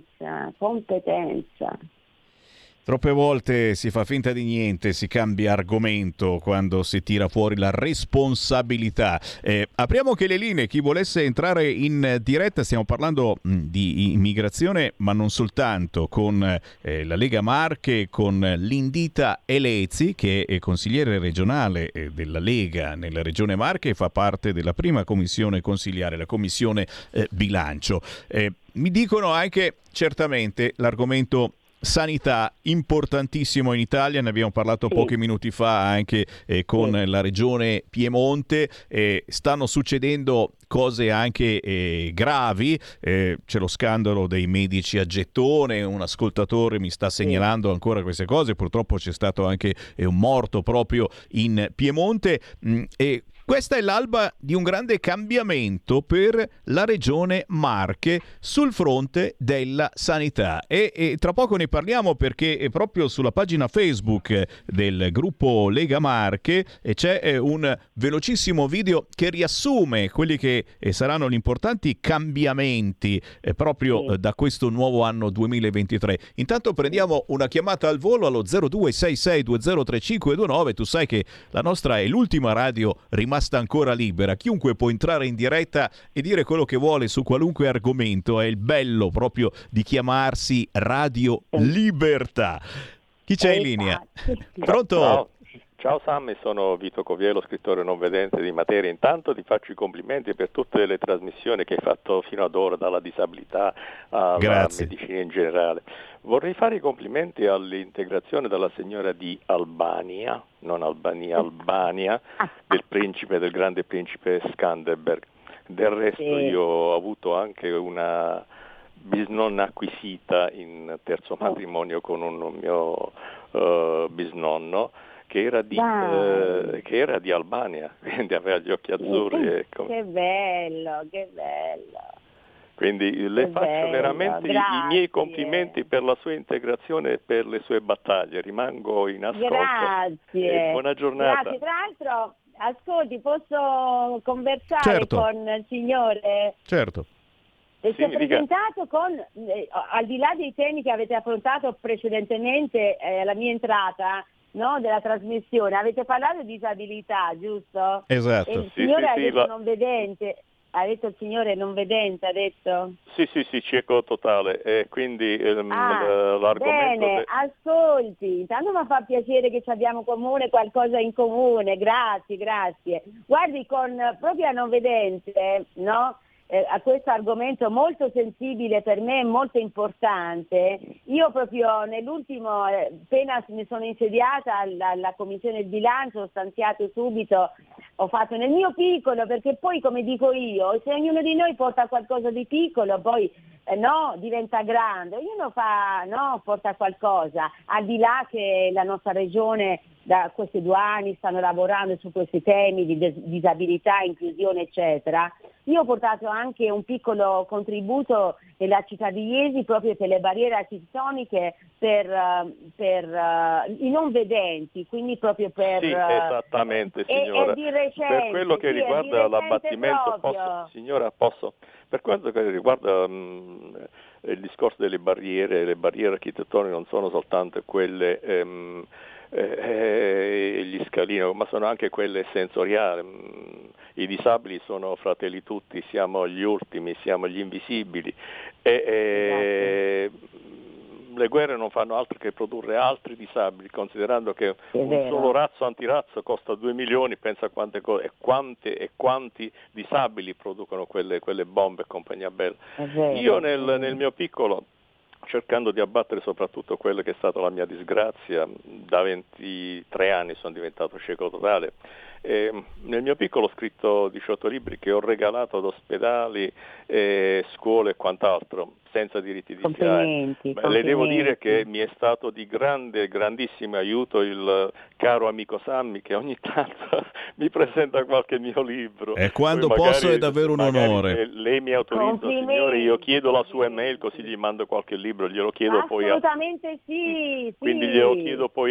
Competenza. Troppe volte si fa finta di niente, si cambia argomento quando si tira fuori la responsabilità. Apriamo che le linee, chi volesse entrare in diretta, stiamo parlando di immigrazione, ma non soltanto, con la Lega Marche, con Lindita Elezi, che è consigliere regionale della Lega nella regione Marche e fa parte della prima commissione consigliare, la commissione bilancio. Mi dicono anche certamente l'argomento sanità, importantissimo in Italia, ne abbiamo parlato pochi minuti fa anche con la regione Piemonte, stanno succedendo cose anche gravi, c'è lo scandalo dei medici a gettone, un ascoltatore mi sta segnalando ancora queste cose, purtroppo c'è stato anche un morto proprio in Piemonte, e questa è l'alba di un grande cambiamento per la regione Marche sul fronte della sanità e tra poco ne parliamo perché proprio sulla pagina Facebook del gruppo Lega Marche c'è un velocissimo video che riassume quelli che saranno gli importanti cambiamenti proprio da questo nuovo anno 2023. Intanto prendiamo una chiamata al volo allo 0266203529. Tu sai che la nostra è l'ultima radio rimasta ancora libera, chiunque può entrare in diretta e dire quello che vuole su qualunque argomento, è il bello proprio di chiamarsi Radio Libertà. Chi c'è in linea? Pronto? Ciao Sammy, sono Vito Coviello, scrittore non vedente di materia. Intanto ti faccio i complimenti per tutte le trasmissioni che hai fatto fino ad ora, dalla disabilità alla medicina in generale. Vorrei fare i complimenti all'integrazione della signora di Albania, non Albania, Albania, del grande principe Skanderberg. Del resto io ho avuto anche una bisnonna acquisita in terzo matrimonio con un mio bisnonno, che era di Albania, quindi aveva gli occhi azzurri. Ecco. Che bello. Quindi le faccio veramente i miei complimenti per la sua integrazione e per le sue battaglie. Rimango in ascolto. Grazie. Buona giornata. Grazie. Tra l'altro, ascolti, posso conversare con il signore? Certo. E si è presentato con, al di là dei temi che avete affrontato precedentemente alla mia entrata, no, della trasmissione, avete parlato di disabilità, giusto? Esatto. E il signore ha detto non vedente. Ha detto il signore non vedente, ha detto? Sì, cieco totale, e quindi l'argomento... Bene, ascolti, intanto mi fa piacere che ci abbiamo qualcosa in comune, grazie. Guardi, con proprio a non vedente, no? A questo argomento molto sensibile per me, molto importante, io proprio nell'ultimo, appena mi sono insediata alla commissione del bilancio, ho stanziato subito, ho fatto nel mio piccolo, perché poi come dico io, se ognuno di noi porta qualcosa di piccolo, poi diventa grande, ognuno porta qualcosa, al di là che la nostra regione da questi 2 anni stanno lavorando su questi temi di disabilità, inclusione eccetera. Io ho portato anche un piccolo contributo nella città di Iesi proprio per le barriere architettoniche per i non vedenti, per... Sì, esattamente signora. Di recente, per quello che riguarda l'abbattimento, posso? Per quanto riguarda il discorso delle barriere, le barriere architettoniche non sono soltanto quelle gli scalini, ma sono anche quelle sensoriali. I disabili sono fratelli tutti, siamo gli ultimi, siamo gli invisibili e le guerre non fanno altro che produrre altri disabili, considerando che un solo razzo antirazzo costa 2 milioni, pensa a quante cose e quanti disabili producono quelle bombe e compagnia bella. Io nel mio piccolo cercando di abbattere soprattutto quella che è stata la mia disgrazia. Da 23 anni sono diventato cieco totale. Nel mio piccolo ho scritto 18 libri che ho regalato ad ospedali, scuole e quant'altro, senza diritti di SIAE. Le devo dire che mi è stato di grandissimo aiuto il caro amico Sammy, che ogni tanto mi presenta qualche mio libro. E quando posso è davvero un onore. Lei mi autorizza, signore, io chiedo la sua email così gli mando qualche libro, glielo chiedo poi assolutamente sì. Quindi glielo chiedo poi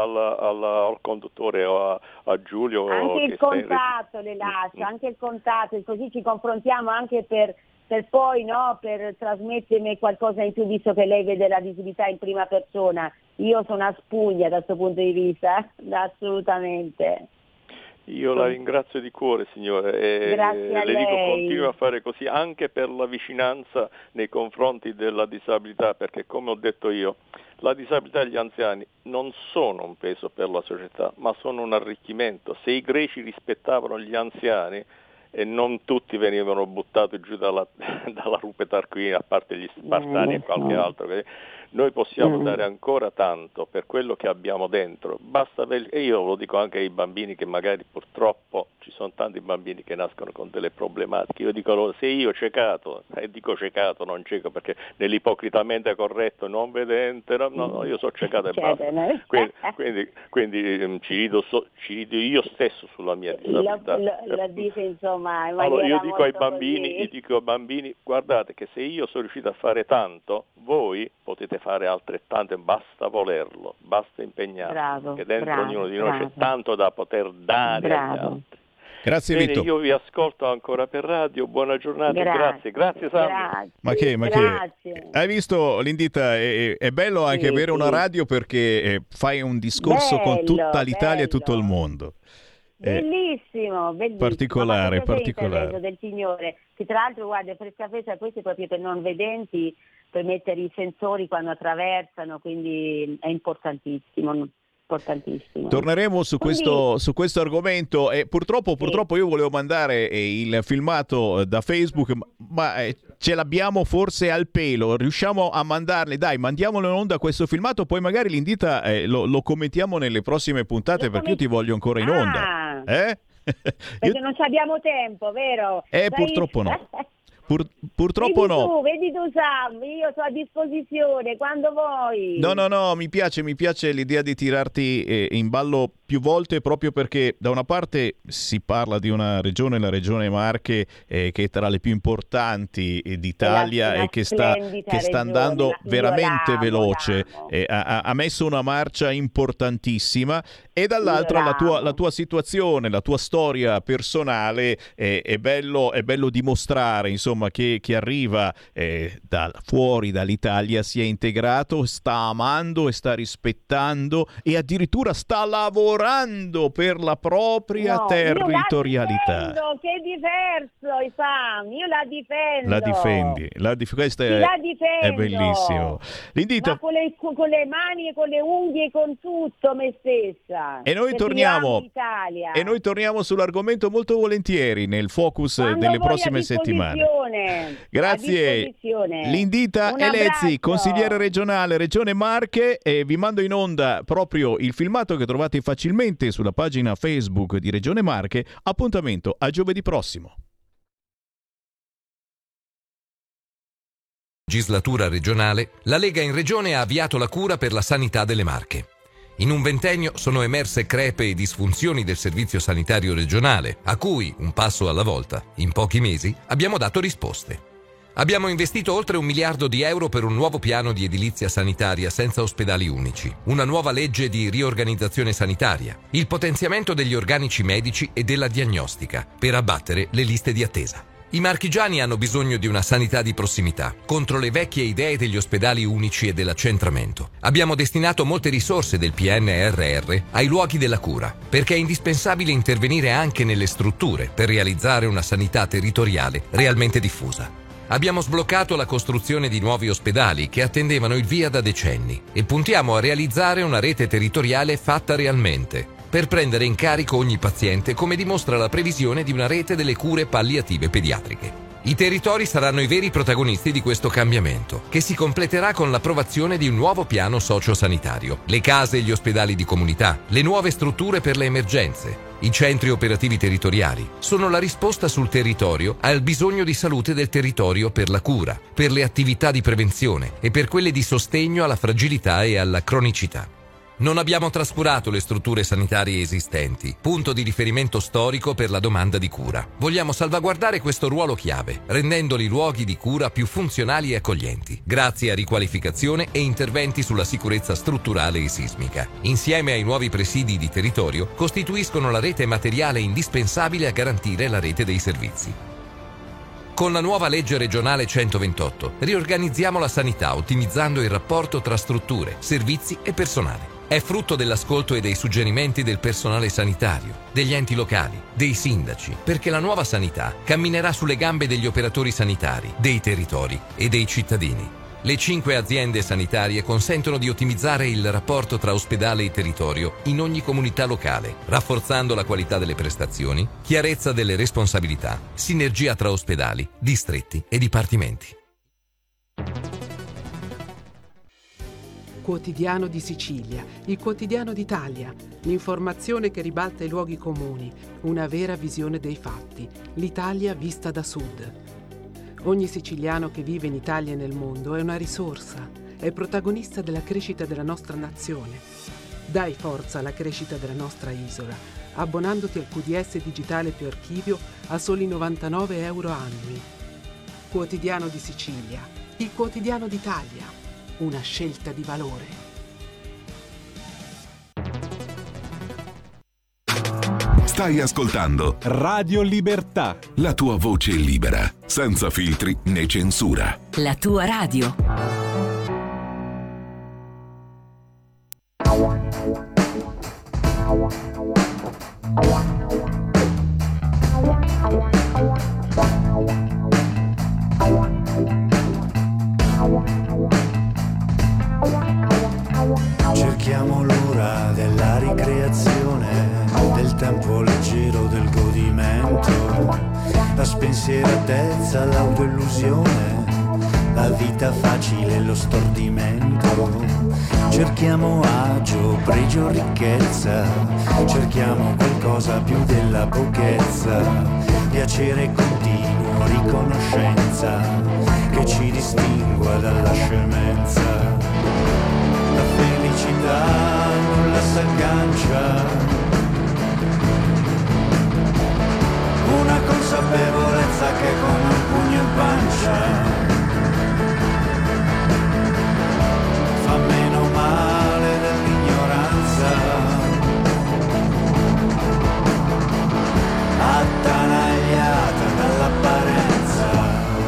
al conduttore o a Giulio. Anche il contatto le lascio, anche il contatto, così ci confrontiamo anche per poi, no, per trasmettermi qualcosa in più, visto che lei vede la disabilità in prima persona. Io sono a spugna da questo punto di vista, assolutamente. Io la ringrazio di cuore, signore, Grazie a le lei. dico continua a fare così anche per la vicinanza nei confronti della disabilità, perché come ho detto io, la disabilità e gli anziani non sono un peso per la società, ma sono un arricchimento. Se i greci rispettavano gli anziani e non tutti venivano buttati giù dalla rupe tarquina, a parte gli spartani e qualche altro, noi possiamo dare ancora tanto per quello che abbiamo dentro. Basta e io lo dico anche ai bambini, che magari purtroppo ci sono tanti bambini che nascono con delle problematiche. Io dico loro, se io ciecato, e dico ciecato, non cieco, perché nell'ipocritamente corretto non vedente, no, io sono ciecato e basta. Quindi ci rido io stesso sulla mia disabilità. Lo dice, insomma, allora, io dico ai bambini, guardate che se io sono riuscito a fare tanto, voi potete fare altrettanto, basta volerlo, basta impegnarsi, perché dentro ognuno di noi c'è tanto da poter dare agli altri. Grazie. Bene, Vito. io vi ascolto ancora per radio, buona giornata, grazie Sammy. Ma che hai visto, Lindita, è bello anche avere una radio, perché fai un discorso con tutta l'Italia e tutto il mondo. Bellissimo. Particolare. Del signore, che tra l'altro, guarda, fresca, questo è proprio per non vedenti, per mettere i sensori quando attraversano, quindi è importantissimo. Torneremo su questo argomento, e purtroppo io volevo mandare il filmato da Facebook, ma ce l'abbiamo forse al pelo. Riusciamo a mandarle? Dai, mandiamolo in onda questo filmato, poi magari Lindita lo commentiamo nelle prossime puntate, perché io ti voglio ancora in onda. Perché non abbiamo tempo, vero? Purtroppo no. Purtroppo vedi tu Sam, io sono a disposizione quando vuoi. No, mi piace l'idea di tirarti in ballo più volte, proprio perché da una parte si parla di una regione, la regione Marche, che è tra le più importanti d'Italia e che sta andando veramente veloce, ha messo una marcia importantissima, e dall'altra la tua situazione, la tua storia personale, è bello dimostrare, insomma, che chi arriva da fuori dall'Italia sia integrato, sta amando e sta rispettando e addirittura sta lavorando per la propria territorialità. Che è diverso, Sam, io la difendo. La difendi, questo è bellissimo. Lindita, ma con le mani e con le unghie e con tutto, me stessa. E noi torniamo sull'argomento molto volentieri nel focus delle prossime settimane. Grazie. Lindita Elezzi, consigliere regionale Regione Marche, e vi mando in onda proprio il filmato che trovate facilmente sulla pagina Facebook di Regione Marche. Appuntamento a giovedì prossimo. Legislatura regionale, la Lega in Regione ha avviato la cura per la sanità delle Marche. In un ventennio sono emerse crepe e disfunzioni del servizio sanitario regionale, a cui, un passo alla volta, in pochi mesi, abbiamo dato risposte. Abbiamo investito oltre 1 miliardo di euro per un nuovo piano di edilizia sanitaria senza ospedali unici, una nuova legge di riorganizzazione sanitaria, il potenziamento degli organici medici e della diagnostica per abbattere le liste di attesa. I marchigiani hanno bisogno di una sanità di prossimità, contro le vecchie idee degli ospedali unici e dell'accentramento. Abbiamo destinato molte risorse del PNRR ai luoghi della cura, perché è indispensabile intervenire anche nelle strutture per realizzare una sanità territoriale realmente diffusa. Abbiamo sbloccato la costruzione di nuovi ospedali che attendevano il via da decenni e puntiamo a realizzare una rete territoriale fatta realmente, per prendere in carico ogni paziente, come dimostra la previsione di una rete delle cure palliative pediatriche. I territori saranno i veri protagonisti di questo cambiamento, che si completerà con l'approvazione di un nuovo piano sociosanitario. Le case e gli ospedali di comunità, le nuove strutture per le emergenze, i centri operativi territoriali sono la risposta sul territorio al bisogno di salute del territorio per la cura, per le attività di prevenzione e per quelle di sostegno alla fragilità e alla cronicità. Non abbiamo trascurato le strutture sanitarie esistenti, punto di riferimento storico per la domanda di cura. Vogliamo salvaguardare questo ruolo chiave, rendendoli luoghi di cura più funzionali e accoglienti, grazie a riqualificazione e interventi sulla sicurezza strutturale e sismica. Insieme ai nuovi presidi di territorio, costituiscono la rete materiale indispensabile a garantire la rete dei servizi. Con la nuova legge regionale 128 riorganizziamo la sanità ottimizzando il rapporto tra strutture, servizi e personale. È frutto dell'ascolto e dei suggerimenti del personale sanitario, degli enti locali, dei sindaci, perché la nuova sanità camminerà sulle gambe degli operatori sanitari, dei territori e dei cittadini. Le 5 aziende sanitarie consentono di ottimizzare il rapporto tra ospedale e territorio in ogni comunità locale, rafforzando la qualità delle prestazioni, chiarezza delle responsabilità, sinergia tra ospedali, distretti e dipartimenti. Quotidiano di Sicilia, il quotidiano d'Italia, l'informazione che ribalta i luoghi comuni, una vera visione dei fatti, l'Italia vista da sud. Ogni siciliano che vive in Italia e nel mondo è una risorsa, è protagonista della crescita della nostra nazione. Dai forza alla crescita della nostra isola, abbonandoti al QDS digitale più archivio a soli 99 euro annui. Quotidiano di Sicilia, il quotidiano d'Italia. Una scelta di valore. Stai ascoltando Radio Libertà. La tua voce libera, senza filtri né censura. La tua radio. Cerchiamo l'ora della ricreazione, del tempo leggero, del godimento, la spensieratezza, l'autoillusione, la vita facile, lo stordimento. Cerchiamo agio, pregio, ricchezza, cerchiamo qualcosa più della pochezza, piacere continuo, riconoscenza, che ci distingua dalla scemenza. La felicità nulla s'aggancia, una consapevolezza che è come un pugno in pancia, fa meno male dell'ignoranza, attanagliata dall'apparenza.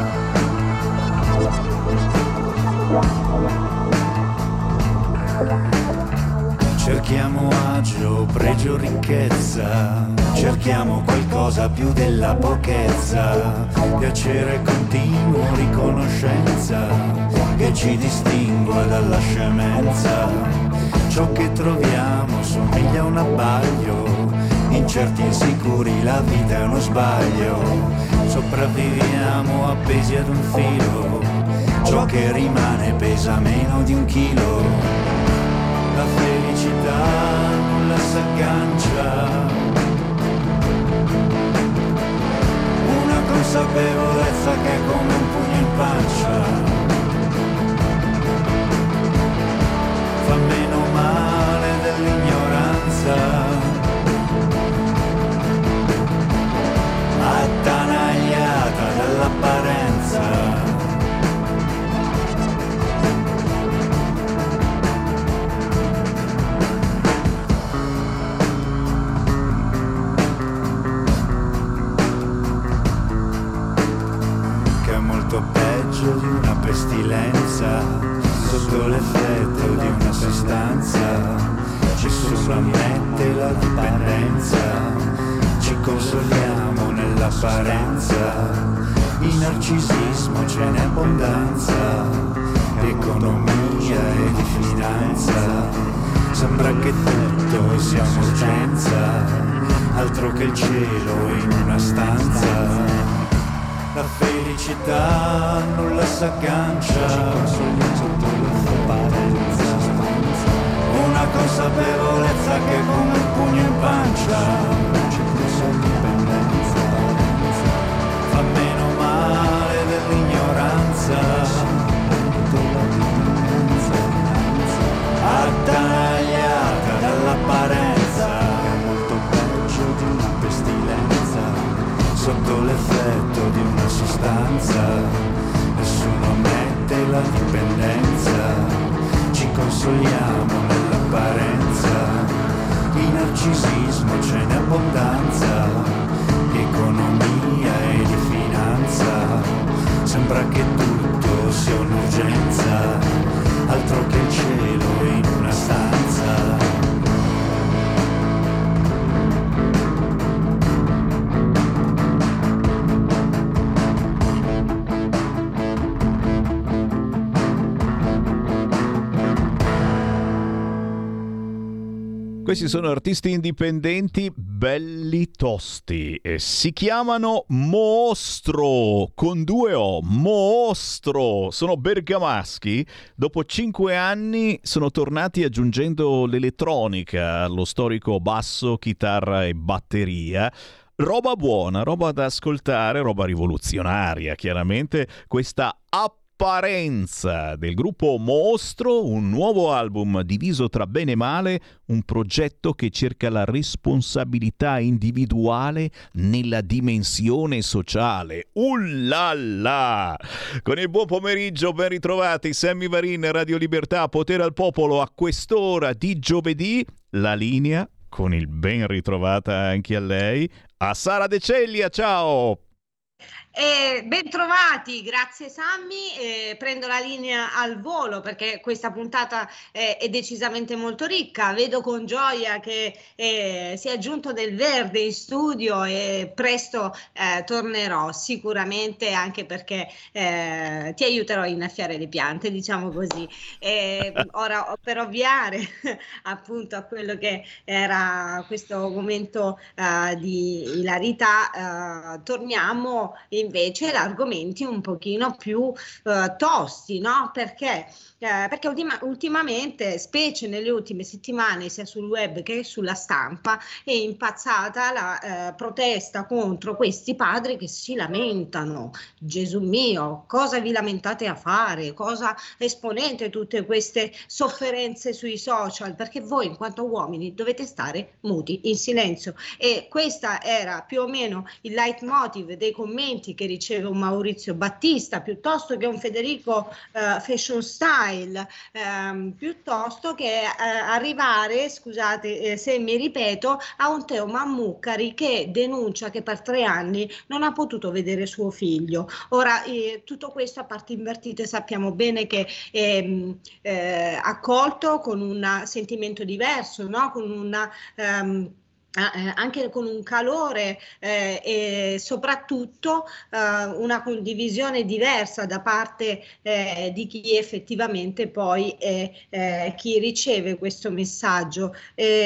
Cerchiamo agio, pregio, ricchezza, cerchiamo qualcosa più della pochezza, piacere continuo, riconoscenza, che ci distingua dalla scemenza. Ciò che troviamo somiglia a un abbaglio, incerti e insicuri la vita è uno sbaglio, sopravviviamo appesi ad un filo, ciò che rimane pesa meno di 1 chilo. La felicità nulla s'aggancia, una consapevolezza che è come un pugno in pancia, fa meno male dell'ignoranza, attanagliata dall'apparenza. Peggio di una pestilenza, sotto l'effetto di una sostanza, ci sovrammette la dipendenza, ci consoliamo nell'apparenza, in narcisismo ce n'è abbondanza, economia e di finanza, sembra che tutto sia un'urgenza, altro che il cielo in una stanza. la felicità nulla s'aggancia sotto l'apparenza, una consapevolezza che è come un pugno in pancia, fa meno male dell'ignoranza, attagliata dall'apparenza, è molto peggio di una pestilenza, sotto l'effetto di una sostanza, nessuno ammette la dipendenza, ci consoliamo nell'apparenza, di narcisismo ce n'è abbondanza, di economia e di finanza, sembra che tutto sia un'urgenza, altro che il cielo in una stanza. Questi sono artisti indipendenti belli tosti e si chiamano Mostro con 2 O, Mostro, sono bergamaschi, dopo 5 anni sono tornati aggiungendo l'elettronica allo storico basso, chitarra e batteria. Roba buona, roba da ascoltare, roba rivoluzionaria, chiaramente questa apparenza del gruppo Mostro, un nuovo album diviso tra bene e male, un progetto che cerca la responsabilità individuale nella dimensione sociale. Ullala! Con il buon pomeriggio, ben ritrovati, Sammy Varin, Radio Libertà, Potere al Popolo, a quest'ora di giovedì, la linea con il ben ritrovata anche a lei, a Sara De Ceglia, ciao! Ben trovati, grazie Sammy, prendo la linea al volo perché questa puntata è decisamente molto ricca, vedo con gioia che si è aggiunto del verde in studio e presto tornerò sicuramente, anche perché ti aiuterò a innaffiare le piante, diciamo così. Ora, per ovviare appunto a quello che era questo momento di ilarità, torniamo invece ad argomenti un pochino più tosti, no? Perché ultimamente, specie nelle ultime settimane, sia sul web che sulla stampa, è impazzata la protesta contro questi padri che si lamentano. Gesù mio, cosa vi lamentate a fare? Cosa esponete tutte queste sofferenze sui social? Perché voi, in quanto uomini, dovete stare muti, in silenzio. E questa era più o meno il leitmotiv dei commenti che riceve un Maurizio Battista, piuttosto che un Federico Fashion Style, piuttosto che arrivare, scusate se mi ripeto, a un Teo Mammucari che denuncia che per 3 anni non ha potuto vedere suo figlio. Ora, tutto questo a parti invertite sappiamo bene che è accolto con un sentimento diverso, no? Con una anche con un calore e soprattutto una condivisione diversa da parte di chi effettivamente poi è chi riceve questo messaggio.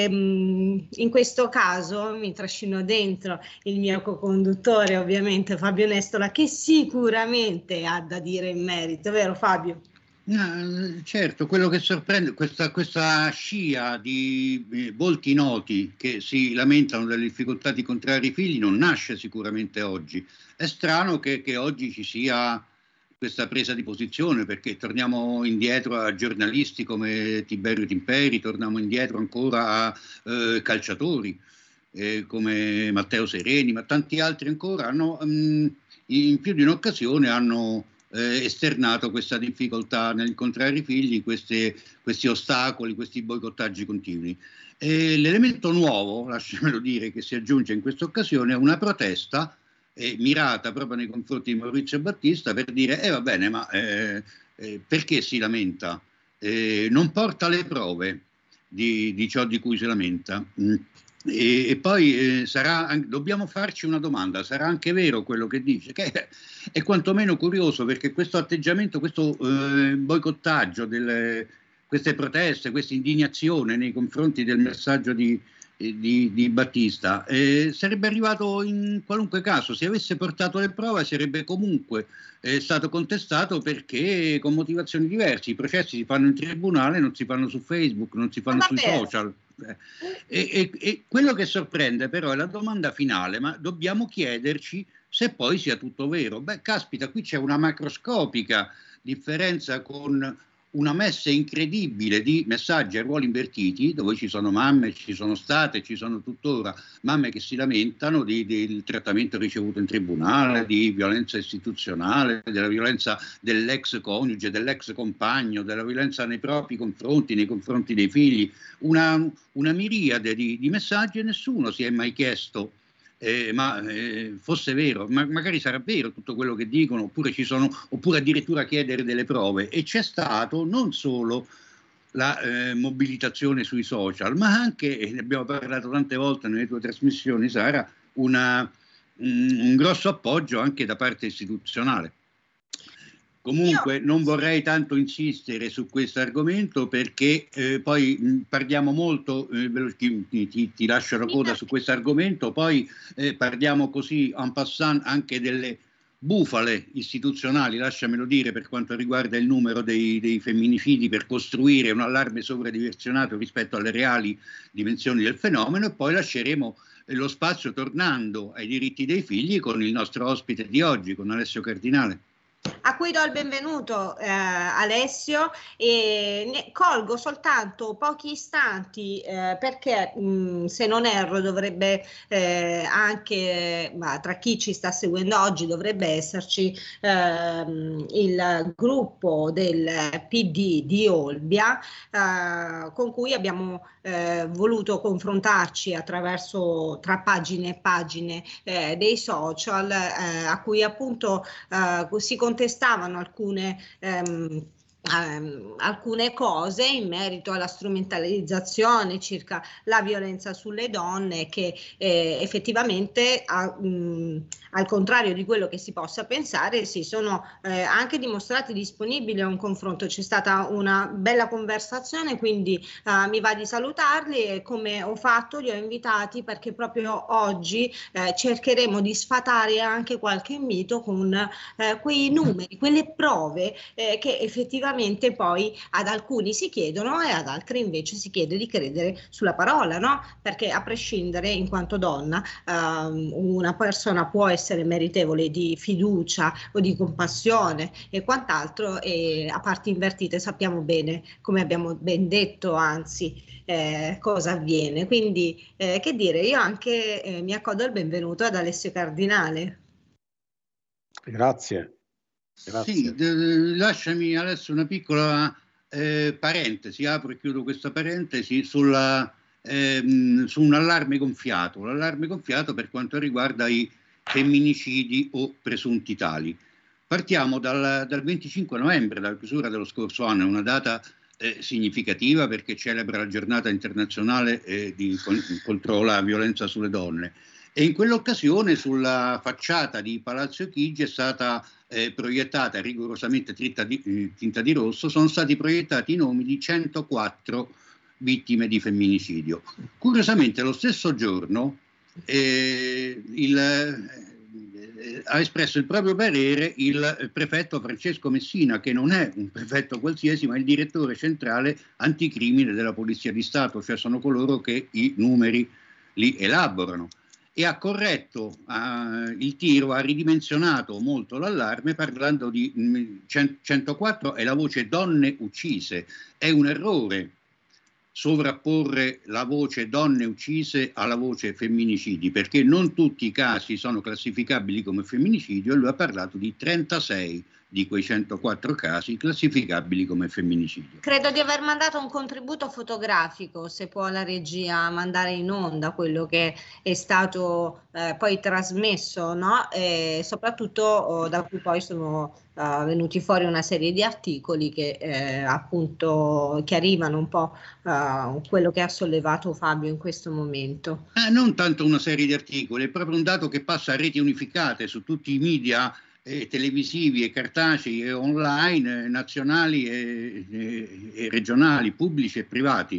In questo caso mi trascino dentro il mio co-conduttore, ovviamente Fabio Nestola, che sicuramente ha da dire in merito, vero Fabio? Certo, quello che sorprende, questa scia di volti noti che si lamentano delle difficoltà di contrarre i figli non nasce sicuramente oggi. È strano che oggi ci sia questa presa di posizione, perché torniamo indietro a giornalisti come Tiberio Timperi, torniamo indietro ancora a calciatori come Matteo Sereni, ma tanti altri ancora hanno in più di un'occasione hanno esternato questa difficoltà nell'incontrare i figli, questi ostacoli, questi boicottaggi continui. L'elemento nuovo, lasciamelo dire, che si aggiunge in questa occasione è una protesta mirata proprio nei confronti di Maurizio Battista per dire va bene, ma perché si lamenta? Non porta le prove di ciò di cui si lamenta. E poi dobbiamo farci una domanda: sarà anche vero quello che dice? Che è quantomeno curioso, perché questo atteggiamento, questo boicottaggio, queste proteste, questa indignazione nei confronti del messaggio di di Battista, sarebbe arrivato in qualunque caso. Se avesse portato le prove sarebbe comunque stato contestato, perché con motivazioni diverse. I processi si fanno in tribunale, non si fanno su Facebook, non si fanno sui social. E quello che sorprende però è la domanda finale: ma dobbiamo chiederci se poi sia tutto vero? Beh, caspita, qui c'è una macroscopica differenza con una messe incredibile di messaggi a ruoli invertiti, dove ci sono mamme, ci sono state, ci sono tuttora mamme che si lamentano del trattamento ricevuto in tribunale, di violenza istituzionale, della violenza dell'ex coniuge, dell'ex compagno, della violenza nei propri confronti, nei confronti dei figli, una miriade di messaggi, e nessuno si è mai chiesto fosse vero, magari sarà vero tutto quello che dicono, oppure addirittura chiedere delle prove. E c'è stato non solo la mobilitazione sui social, ma anche, ne abbiamo parlato tante volte nelle tue trasmissioni, Sara, un grosso appoggio anche da parte istituzionale. Comunque non vorrei tanto insistere su questo argomento, perché poi parliamo molto, ti lascio la coda su questo argomento, poi parliamo così en passant anche delle bufale istituzionali, lasciamelo dire, per quanto riguarda il numero dei femminicidi, per costruire un allarme sovradimensionato rispetto alle reali dimensioni del fenomeno, e poi lasceremo lo spazio, tornando ai diritti dei figli, con il nostro ospite di oggi, con Alessio Cardinale. A cui do il benvenuto, Alessio, e colgo soltanto pochi istanti perché se non erro dovrebbe anche, tra chi ci sta seguendo oggi, dovrebbe esserci il gruppo del PD di Olbia con cui abbiamo voluto confrontarci attraverso tra pagine e pagine dei social, a cui appunto si contestavano alcune cose in merito alla strumentalizzazione circa la violenza sulle donne, che effettivamente al contrario di quello che si possa pensare si sono anche dimostrati disponibili a un confronto. C'è stata una bella conversazione, quindi mi va di salutarli, e come ho fatto li ho invitati perché proprio oggi cercheremo di sfatare anche qualche mito con quei numeri, quelle prove che effettivamente poi ad alcuni si chiedono e ad altri invece si chiede di credere sulla parola, no? Perché a prescindere, in quanto donna, una persona può essere meritevole di fiducia o di compassione e quant'altro, e a parti invertite sappiamo bene, come abbiamo ben detto, anzi cosa avviene. Quindi che dire, io anche mi accodo il benvenuto ad Alessio Cardinale. Grazie. Sì, lasciami adesso una piccola parentesi, apro e chiudo questa parentesi su un allarme gonfiato, l'allarme gonfiato per quanto riguarda i femminicidi o presunti tali. Partiamo dal 25 novembre, dalla chiusura dello scorso anno, è una data significativa perché celebra la giornata internazionale contro la violenza sulle donne. E in quell'occasione sulla facciata di Palazzo Chigi è stata proiettata rigorosamente tinta di rosso, sono stati proiettati i nomi di 104 vittime di femminicidio. Curiosamente lo stesso giorno ha espresso il proprio parere il prefetto Francesco Messina, che non è un prefetto qualsiasi, ma il direttore centrale anticrimine della Polizia di Stato, cioè sono coloro che i numeri li elaborano. E ha corretto il tiro, ha ridimensionato molto l'allarme, parlando di 104 è la voce donne uccise. È un errore sovrapporre la voce donne uccise alla voce femminicidi, perché non tutti i casi sono classificabili come femminicidio, e lui ha parlato di 36 di quei 104 casi classificabili come femminicidio. Credo di aver mandato un contributo fotografico, se può la regia mandare in onda quello che è stato poi trasmesso, no? E soprattutto da cui poi sono venuti fuori una serie di articoli che appunto chiarivano un po' quello che ha sollevato Fabio in questo momento. Non tanto una serie di articoli, è proprio un dato che passa a reti unificate su tutti i media televisivi e cartacei e online, nazionali e regionali, pubblici e privati.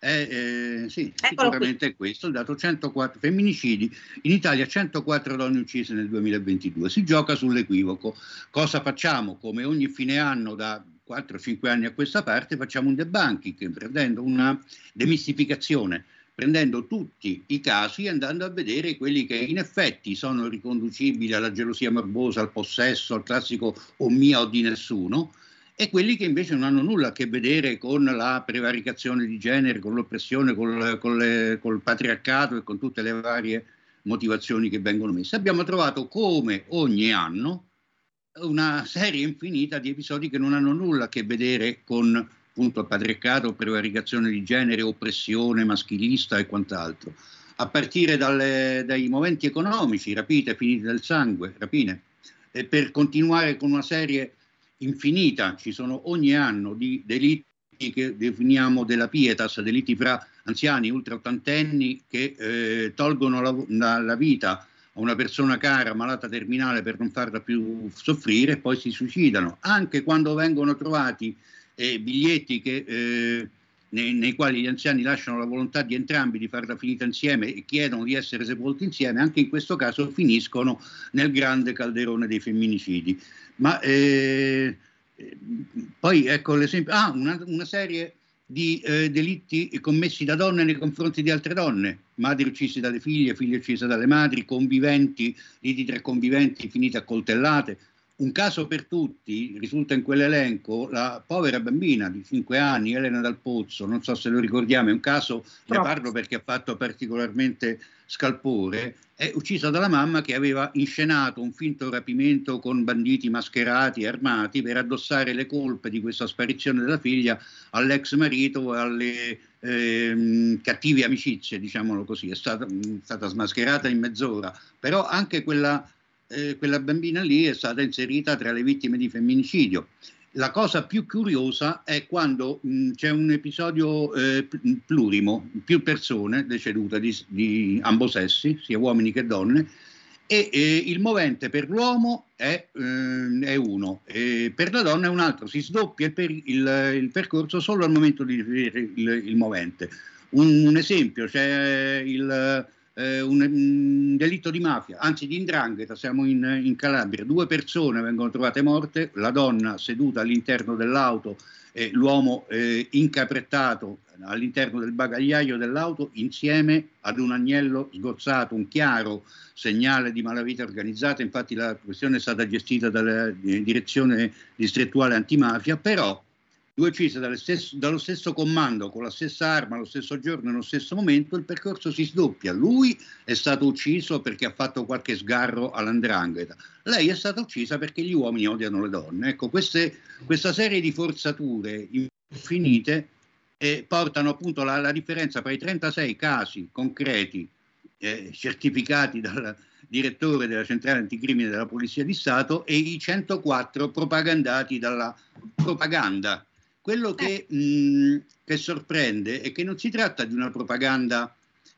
Sì, sicuramente è questo il dato. 104 femminicidi in Italia, 104 donne uccise nel 2022. Si gioca sull'equivoco. Cosa facciamo? Come ogni fine anno da 4-5 anni a questa parte facciamo un debunking, prendendo una demistificazione, prendendo tutti i casi e andando a vedere quelli che in effetti sono riconducibili alla gelosia morbosa, al possesso, al classico o mia o di nessuno, e quelli che invece non hanno nulla a che vedere con la prevaricazione di genere, con l'oppressione, col patriarcato e con tutte le varie motivazioni che vengono messe. Abbiamo trovato, come ogni anno, una serie infinita di episodi che non hanno nulla a che vedere con appunto il patriarcato, prevaricazione di genere, oppressione maschilista e quant'altro, a partire dai moventi economici, rapite, finite del sangue, rapine, e per continuare con una serie infinita. Ci sono ogni anno di delitti che definiamo della pietas, delitti fra anziani ultra ottantenni che tolgono la vita a una persona cara malata terminale per non farla più soffrire e poi si suicidano, anche quando vengono trovati biglietti nei quali gli anziani lasciano la volontà di entrambi di farla finita insieme e chiedono di essere sepolti insieme. Anche in questo caso finiscono nel grande calderone dei femminicidi. Ma poi ecco l'esempio, una serie di delitti commessi da donne nei confronti di altre donne, madri uccise dalle figlie, figlie uccise dalle madri, conviventi, liti tra conviventi finite a coltellate. Un caso per tutti risulta in quell'elenco la povera bambina di 5 anni, Elena Dal Pozzo, non so se lo ricordiamo, è un caso, ne parlo perché ha fatto particolarmente scalpore, è uccisa dalla mamma che aveva inscenato un finto rapimento con banditi mascherati e armati per addossare le colpe di questa sparizione della figlia all'ex marito e alle cattive amicizie, diciamolo così. È stata smascherata in mezz'ora, però anche quella bambina lì è stata inserita tra le vittime di femminicidio. La cosa più curiosa è quando c'è un episodio plurimo, più persone decedute di ambo sessi, sia uomini che donne, e il movente per l'uomo è uno, e per la donna è un altro. Si sdoppia il percorso solo al momento di definire il movente. Un esempio, c'è un delitto di mafia, anzi di 'ndrangheta, siamo in Calabria, 2 persone vengono trovate morte, la donna seduta all'interno dell'auto e l'uomo incaprettato all'interno del bagagliaio dell'auto insieme ad un agnello sgozzato, un chiaro segnale di malavita organizzata. Infatti la questione è stata gestita dalla direzione distrettuale antimafia, però 2 uccise dallo stesso comando, con la stessa arma, allo stesso giorno, nello stesso momento. Il percorso si sdoppia. Lui è stato ucciso perché ha fatto qualche sgarro all''ndrangheta. Lei è stata uccisa perché gli uomini odiano le donne. Ecco, questa serie di forzature infinite portano appunto la differenza tra i 36 casi concreti certificati dal direttore della centrale anticrimine della Polizia di Stato e i 104 propagandati dalla propaganda. Quello che sorprende è che non si tratta di una propaganda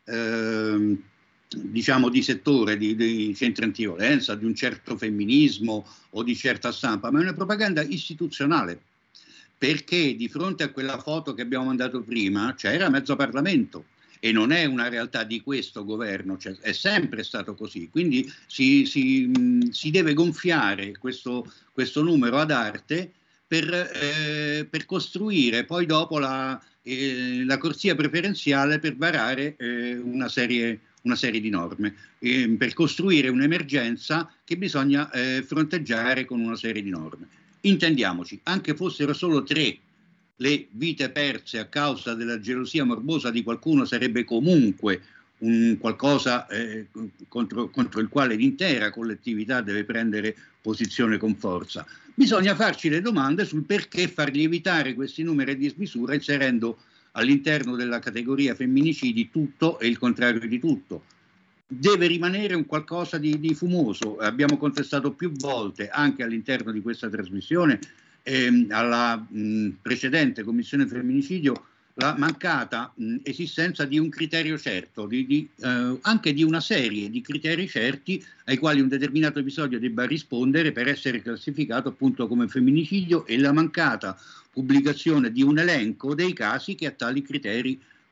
diciamo di settore, di centri antiviolenza, di un certo femminismo o di certa stampa, ma è una propaganda istituzionale, perché di fronte a quella foto che abbiamo mandato prima c'era mezzo Parlamento, e non è una realtà di questo governo, cioè è sempre stato così. Quindi si deve gonfiare questo numero ad arte per costruire poi dopo la corsia preferenziale per varare una serie di norme, per costruire un'emergenza che bisogna fronteggiare con una serie di norme. Intendiamoci, anche fossero solo 3 le vite perse a causa della gelosia morbosa di qualcuno, sarebbe comunque un qualcosa contro il quale l'intera collettività deve prendere posizione con forza. Bisogna farci le domande sul perché far lievitare questi numeri a dismisura, inserendo all'interno della categoria femminicidi tutto e il contrario di tutto. Deve rimanere un qualcosa di fumoso. Abbiamo contestato più volte, anche all'interno di questa trasmissione, alla precedente Commissione Femminicidio, la mancata esistenza di un criterio certo, anche di una serie di criteri certi ai quali un determinato episodio debba rispondere per essere classificato appunto come femminicidio, e la mancata pubblicazione di un elenco dei casi che a tali criteri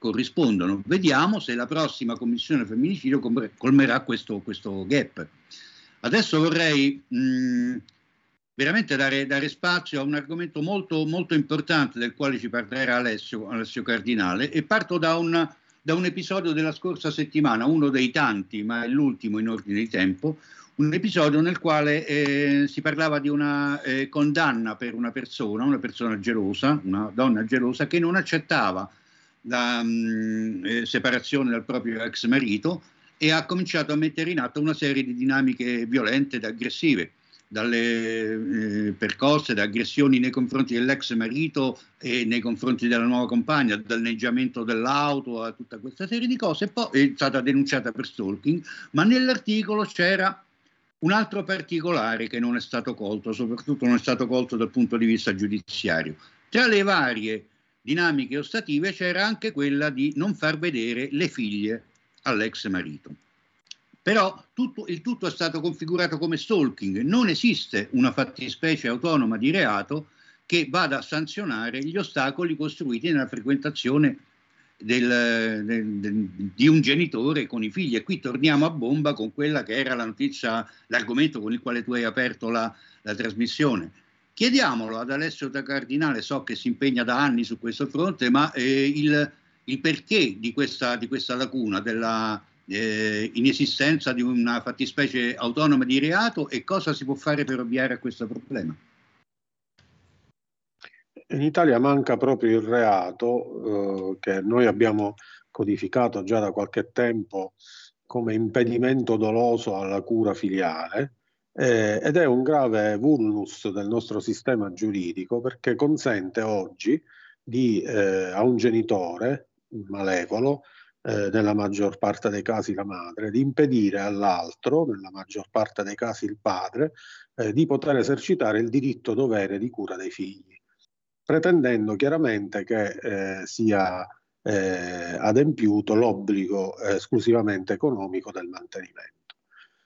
corrispondono. Vediamo se la prossima commissione femminicidio colmerà questo gap. Adesso vorrei veramente dare spazio a un argomento molto, molto importante del quale ci parlerà Alessio Cardinale, e parto da un episodio della scorsa settimana, uno dei tanti, ma è l'ultimo in ordine di tempo, un episodio nel quale si parlava di una condanna per una persona gelosa, una donna gelosa che non accettava la separazione dal proprio ex marito e ha cominciato a mettere in atto una serie di dinamiche violente ed aggressive, dalle percosse, da aggressioni nei confronti dell'ex marito e nei confronti della nuova compagna, danneggiamento dell'auto, a tutta questa serie di cose. E poi è stata denunciata per stalking, ma nell'articolo c'era un altro particolare che non è stato colto, soprattutto non è stato colto dal punto di vista giudiziario. Tra le varie dinamiche ostative c'era anche quella di non far vedere le figlie all'ex marito. Però il tutto è stato configurato come stalking. Non esiste una fattispecie autonoma di reato che vada a sanzionare gli ostacoli costruiti nella frequentazione di un genitore con i figli. E qui torniamo a bomba con quella che era la notizia, l'argomento con il quale tu hai aperto la trasmissione. Chiediamolo ad Alessio Cardinale, so che si impegna da anni su questo fronte, ma il perché di questa lacuna della inesistenza di una fattispecie autonoma di reato, e cosa si può fare per ovviare a questo problema? In Italia manca proprio il reato che noi abbiamo codificato già da qualche tempo come impedimento doloso alla cura filiale, ed è un grave vulnus del nostro sistema giuridico, perché consente oggi a un genitore malevolo, nella maggior parte dei casi la madre, di impedire all'altro, nella maggior parte dei casi il padre, di poter esercitare il diritto-dovere di cura dei figli, pretendendo chiaramente che sia adempiuto l'obbligo esclusivamente economico del mantenimento.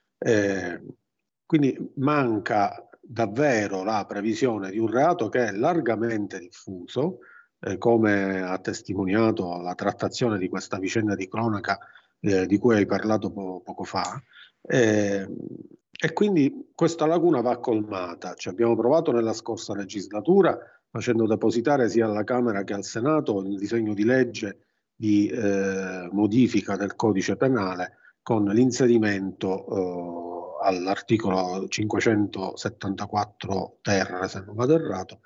Quindi manca davvero la previsione di un reato che è largamente diffuso, come ha testimoniato la trattazione di questa vicenda di cronaca di cui hai parlato poco fa, e quindi questa lacuna va colmata. Ci abbiamo provato nella scorsa legislatura, facendo depositare sia alla Camera che al Senato il disegno di legge di modifica del codice penale con l'inserimento all'articolo 574 ter, se non vado errato,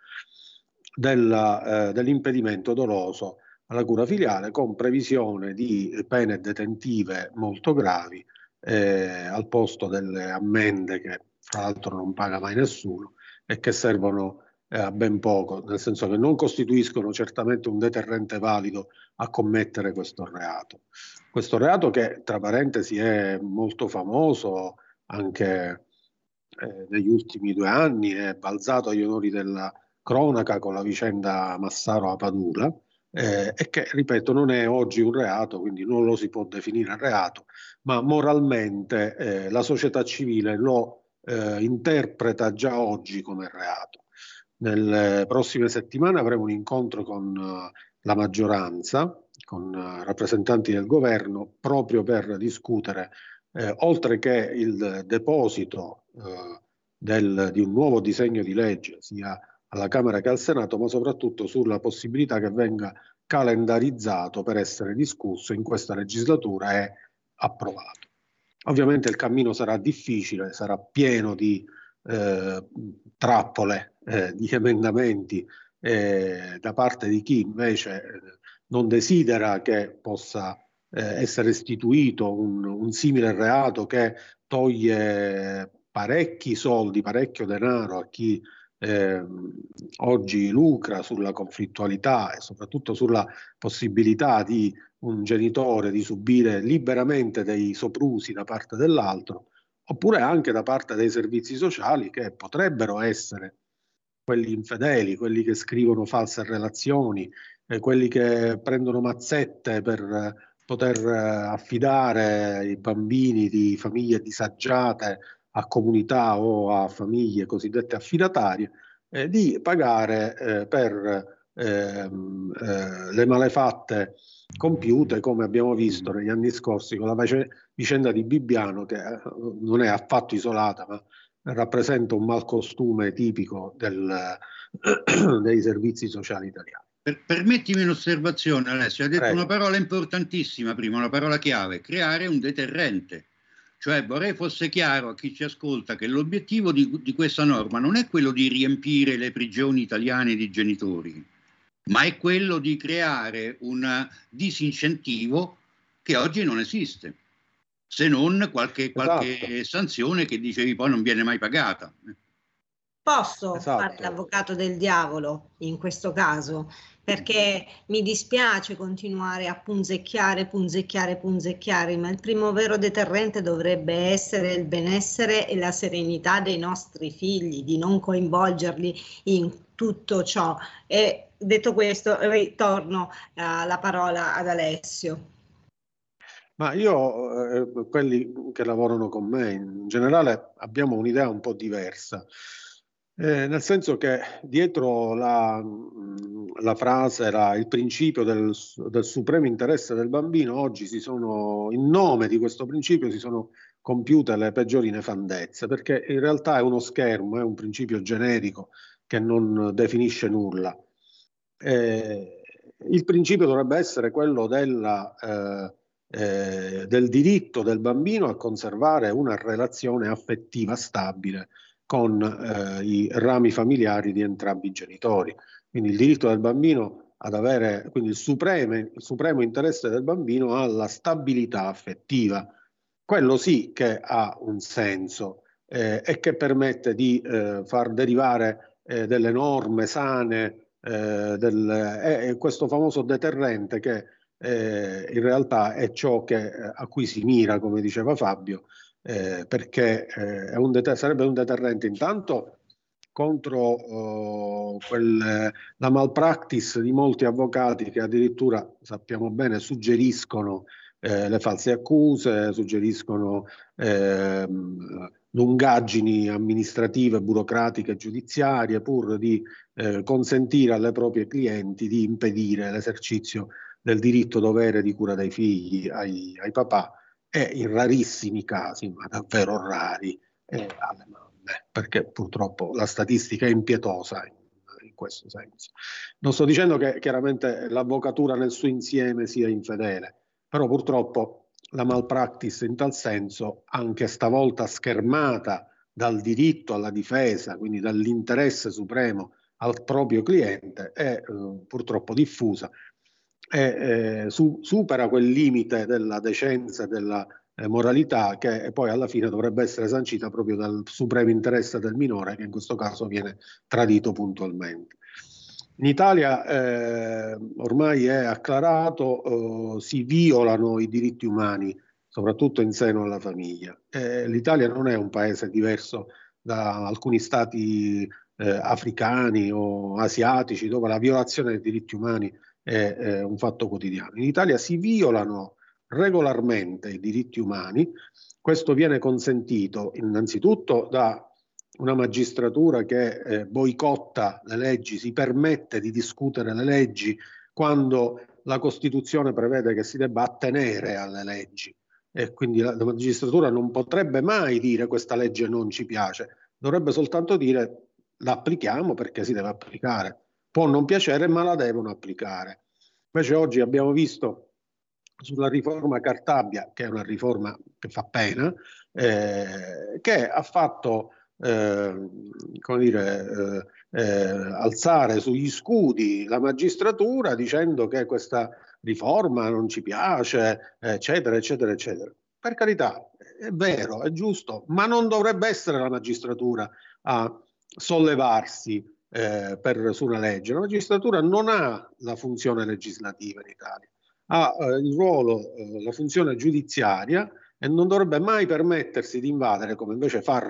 dell'impedimento doloso alla cura filiale, con previsione di pene detentive molto gravi, al posto delle ammende che fra l'altro non paga mai nessuno e che servono a ben poco, nel senso che non costituiscono certamente un deterrente valido a commettere questo reato. Questo reato, che tra parentesi è molto famoso anche negli ultimi 2 anni, è balzato agli onori della cronaca con la vicenda Massaro a Padula, e che, ripeto, non è oggi un reato, quindi non lo si può definire reato, ma moralmente la società civile lo interpreta già oggi come reato. Nelle prossime settimane avremo un incontro con la maggioranza, con rappresentanti del governo, proprio per discutere, oltre che il deposito di un nuovo disegno di legge, sia alla Camera che al Senato, ma soprattutto sulla possibilità che venga calendarizzato per essere discusso in questa legislatura e approvato. Ovviamente il cammino sarà difficile, sarà pieno di trappole, di emendamenti da parte di chi invece non desidera che possa essere istituito un simile reato che toglie parecchi soldi, parecchio denaro a chi oggi lucra sulla conflittualità e soprattutto sulla possibilità di un genitore di subire liberamente dei soprusi da parte dell'altro, oppure anche da parte dei servizi sociali, che potrebbero essere quelli infedeli, quelli che scrivono false relazioni, quelli che prendono mazzette per poter affidare i bambini di famiglie disagiate a comunità o a famiglie cosiddette affidatarie, di pagare per le malefatte compiute, come abbiamo visto negli anni scorsi con la vicenda di Bibbiano, che non è affatto isolata, ma rappresenta un malcostume tipico dei servizi sociali italiani. Permettimi un'osservazione, Alessio. Ha detto Prego. una parola importantissima prima, una parola chiave: creare un deterrente. Cioè vorrei fosse chiaro a chi ci ascolta che l'obiettivo di questa norma non è quello di riempire le prigioni italiane di genitori, ma è quello di creare un disincentivo che oggi non esiste, se non qualche sanzione che dicevi poi non viene mai pagata. Posso fare l'avvocato del diavolo in questo caso, perché mi dispiace continuare a punzecchiare, ma il primo vero deterrente dovrebbe essere il benessere e la serenità dei nostri figli, di non coinvolgerli in tutto ciò. E detto questo, ritorno la parola ad Alessio. Ma io, quelli che lavorano con me, in generale abbiamo un'idea un po' diversa. Nel senso che dietro la frase, il principio del supremo interesse del bambino, oggi in nome di questo principio si sono compiute le peggiori nefandezze, perché in realtà è uno schermo, è un principio generico che non definisce nulla. Il principio dovrebbe essere quello del diritto del bambino a conservare una relazione affettiva stabile con i rami familiari di entrambi i genitori. Quindi il diritto del bambino ad avere, quindi il supremo interesse del bambino alla stabilità affettiva. Quello sì che ha un senso e che permette di far derivare delle norme sane, questo famoso deterrente che in realtà è ciò a cui si mira, come diceva Fabio, perché sarebbe un deterrente intanto contro la malpractice di molti avvocati che addirittura, sappiamo bene, suggeriscono le false accuse, suggeriscono lungaggini amministrative, burocratiche, giudiziarie, pur di consentire alle proprie clienti di impedire l'esercizio del diritto dovere di cura dei figli ai papà, e in rarissimi casi, ma davvero rari, alle mamme, perché purtroppo la statistica è impietosa in questo senso. Non sto dicendo che chiaramente l'avvocatura nel suo insieme sia infedele, però purtroppo la malpractice in tal senso, anche stavolta schermata dal diritto alla difesa, quindi dall'interesse supremo al proprio cliente, è purtroppo diffusa. Supera quel limite della decenza e della moralità che poi alla fine dovrebbe essere sancita proprio dal supremo interesse del minore, che in questo caso viene tradito puntualmente. In Italia ormai è acclarato, si violano i diritti umani, soprattutto in seno alla famiglia. L'Italia non è un paese diverso da alcuni stati africani o asiatici, dove la violazione dei diritti umani è un fatto quotidiano. In Italia si violano regolarmente i diritti umani. Questo viene consentito innanzitutto da una magistratura che boicotta le leggi, si permette di discutere le leggi quando la Costituzione prevede che si debba attenere alle leggi, e quindi la magistratura non potrebbe mai dire questa legge non ci piace, dovrebbe soltanto dire l'applichiamo perché si deve applicare. Può non piacere, ma la devono applicare. Invece oggi abbiamo visto sulla riforma Cartabia, che è una riforma che fa pena, che ha fatto alzare sugli scudi la magistratura dicendo che questa riforma non ci piace, eccetera, eccetera, eccetera. Per carità, è vero, è giusto, ma non dovrebbe essere la magistratura a sollevarsi su una legge. La magistratura non ha la funzione legislativa in Italia, ha il ruolo, la funzione giudiziaria, e non dovrebbe mai permettersi di invadere, come invece fa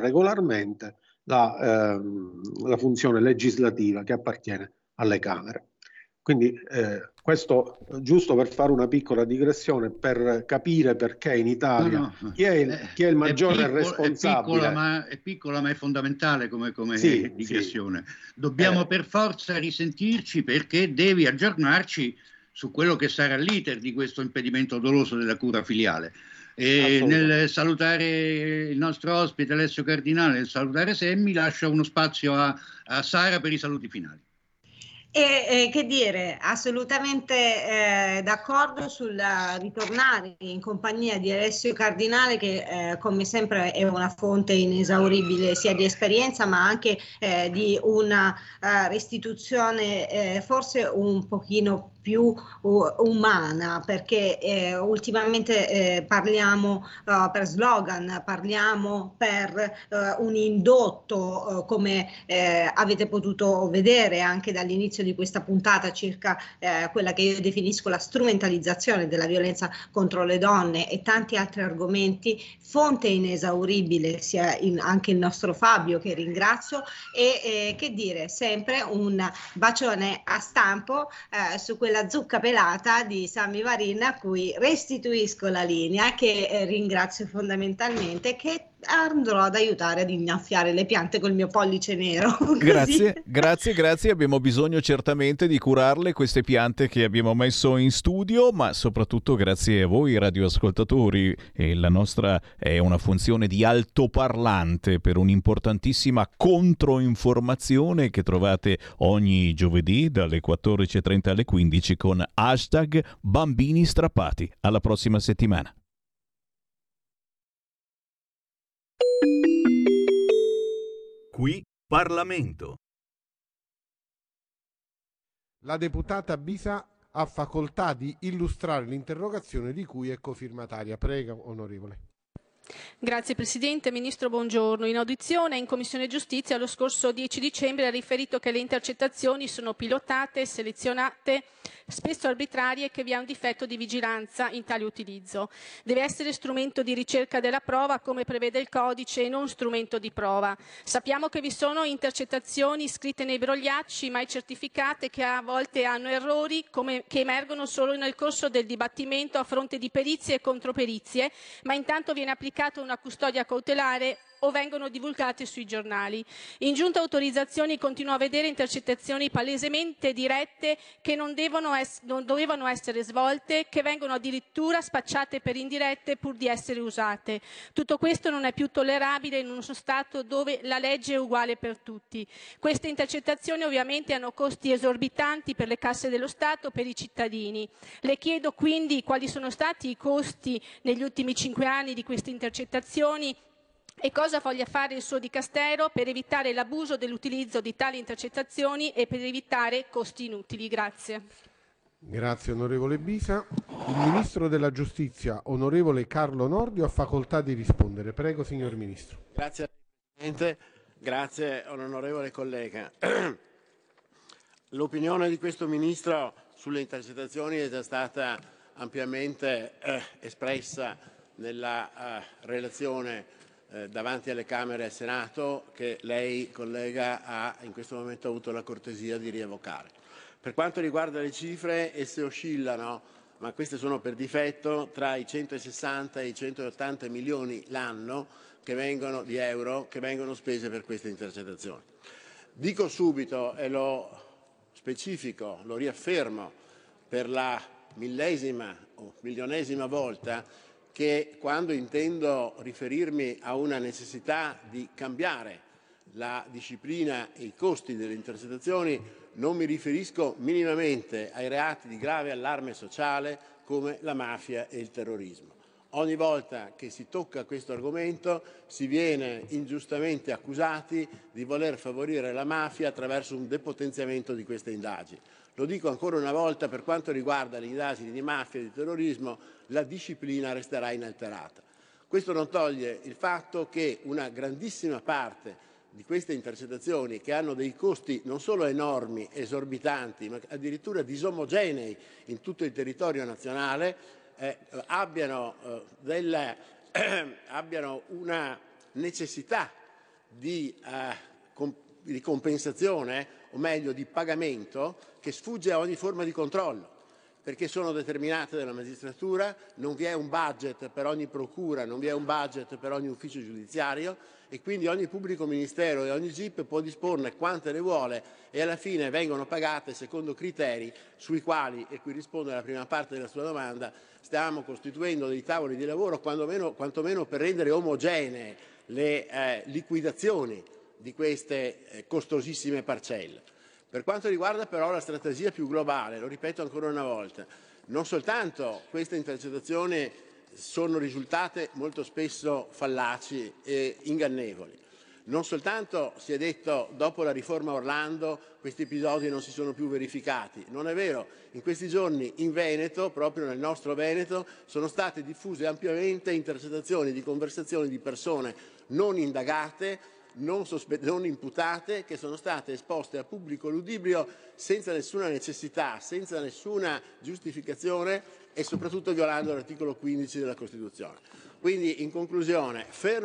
regolarmente, la funzione legislativa che appartiene alle Camere. Quindi questo giusto per fare una piccola digressione, per capire perché in Italia chi è il maggiore responsabile. È piccola ma è fondamentale come Sì, digressione. Dobbiamo per forza risentirci, perché devi aggiornarci su quello che sarà l'iter di questo impedimento doloso della cura filiale. E nel salutare il nostro ospite Alessio Cardinale, nel salutare Semmi, lascio uno spazio a Sara per i saluti finali. Che dire, assolutamente d'accordo sul ritornare in compagnia di Alessio Cardinale, che come sempre è una fonte inesauribile sia di esperienza ma anche di una restituzione forse un pochino più umana, perché ultimamente parliamo per slogan, parliamo per un indotto, come avete potuto vedere anche dall'inizio di questa puntata, circa quella che io definisco la strumentalizzazione della violenza contro le donne e tanti altri argomenti, fonte inesauribile sia anche il nostro Fabio, che ringrazio, e che dire, sempre un bacione a stampo su quella zucca pelata di Sammy Varin, a cui restituisco la linea, che ringrazio fondamentalmente, che andrò ad aiutare ad innaffiare le piante col mio pollice nero. Grazie, abbiamo bisogno certamente di curarle queste piante che abbiamo messo in studio, ma soprattutto grazie a voi radioascoltatori, e la nostra è una funzione di altoparlante per un'importantissima controinformazione che trovate ogni giovedì dalle 14:30 alle 15 con hashtag Bambini Strappati. Alla prossima settimana. Qui Parlamento. La deputata Bisa ha facoltà di illustrare l'interrogazione di cui è cofirmataria. Prego, onorevole. Grazie Presidente. Ministro, buongiorno. In audizione in Commissione Giustizia lo scorso 10 dicembre ha riferito che le intercettazioni sono pilotate, selezionate, spesso arbitrarie, e che vi è un difetto di vigilanza in tale utilizzo. Deve essere strumento di ricerca della prova, come prevede il codice, e non strumento di prova. Sappiamo che vi sono intercettazioni scritte nei brogliacci, mai certificate, che a volte hanno errori che emergono solo nel corso del dibattimento a fronte di perizie e controperizie, ma intanto viene applicata una custodia cautelare o vengono divulgate sui giornali. In giunta autorizzazioni continuo a vedere intercettazioni palesemente dirette che non dovevano essere svolte, che vengono addirittura spacciate per indirette pur di essere usate. Tutto questo non è più tollerabile in uno Stato dove la legge è uguale per tutti. Queste intercettazioni ovviamente hanno costi esorbitanti per le casse dello Stato, per i cittadini. Le chiedo quindi quali sono stati i costi negli ultimi 5 anni di queste intercettazioni e cosa voglia fare il suo Dicastero per evitare l'abuso dell'utilizzo di tali intercettazioni e per evitare costi inutili. Grazie. Grazie onorevole Bisa. Il Ministro della Giustizia, onorevole Carlo Nordio, ha facoltà di rispondere. Prego, signor Ministro. Grazie Presidente, grazie onorevole collega. L'opinione di questo Ministro sulle intercettazioni è già stata ampiamente espressa nella relazione davanti alle Camere e al Senato, che lei, collega, ha in questo momento avuto la cortesia di rievocare. Per quanto riguarda le cifre, esse oscillano, ma queste sono per difetto, tra i 160 e i 180 milioni l'anno di euro che vengono spese per queste intercettazioni. Dico subito, e lo specifico, lo riaffermo per la millesima o milionesima volta, che quando intendo riferirmi a una necessità di cambiare la disciplina e i costi delle intercettazioni non mi riferisco minimamente ai reati di grave allarme sociale come la mafia e il terrorismo. Ogni volta che si tocca questo argomento si viene ingiustamente accusati di voler favorire la mafia attraverso un depotenziamento di queste indagini. Lo dico ancora una volta, per quanto riguarda le indagini di mafia e di terrorismo, la disciplina resterà inalterata. Questo non toglie il fatto che una grandissima parte di queste intercettazioni, che hanno dei costi non solo enormi, esorbitanti, ma addirittura disomogenei in tutto il territorio nazionale, abbiano una necessità di di compensazione, o meglio di pagamento, che sfugge a ogni forma di controllo, perché sono determinate dalla magistratura, non vi è un budget per ogni procura, non vi è un budget per ogni ufficio giudiziario e quindi ogni pubblico ministero e ogni GIP può disporne quante ne vuole e alla fine vengono pagate secondo criteri sui quali, e qui rispondo alla prima parte della sua domanda, stiamo costituendo dei tavoli di lavoro quantomeno per rendere omogenee le liquidazioni di queste costosissime parcelle. Per quanto riguarda però la strategia più globale, lo ripeto ancora una volta, non soltanto queste intercettazioni sono risultate molto spesso fallaci e ingannevoli, non soltanto si è detto dopo la riforma Orlando questi episodi non si sono più verificati, non è vero, in questi giorni in Veneto, proprio nel nostro Veneto, sono state diffuse ampiamente intercettazioni di conversazioni di persone non indagate, non imputate, che sono state esposte a pubblico ludibrio senza nessuna necessità, senza nessuna giustificazione e soprattutto violando l'articolo 15 della Costituzione. Quindi, in conclusione, fermo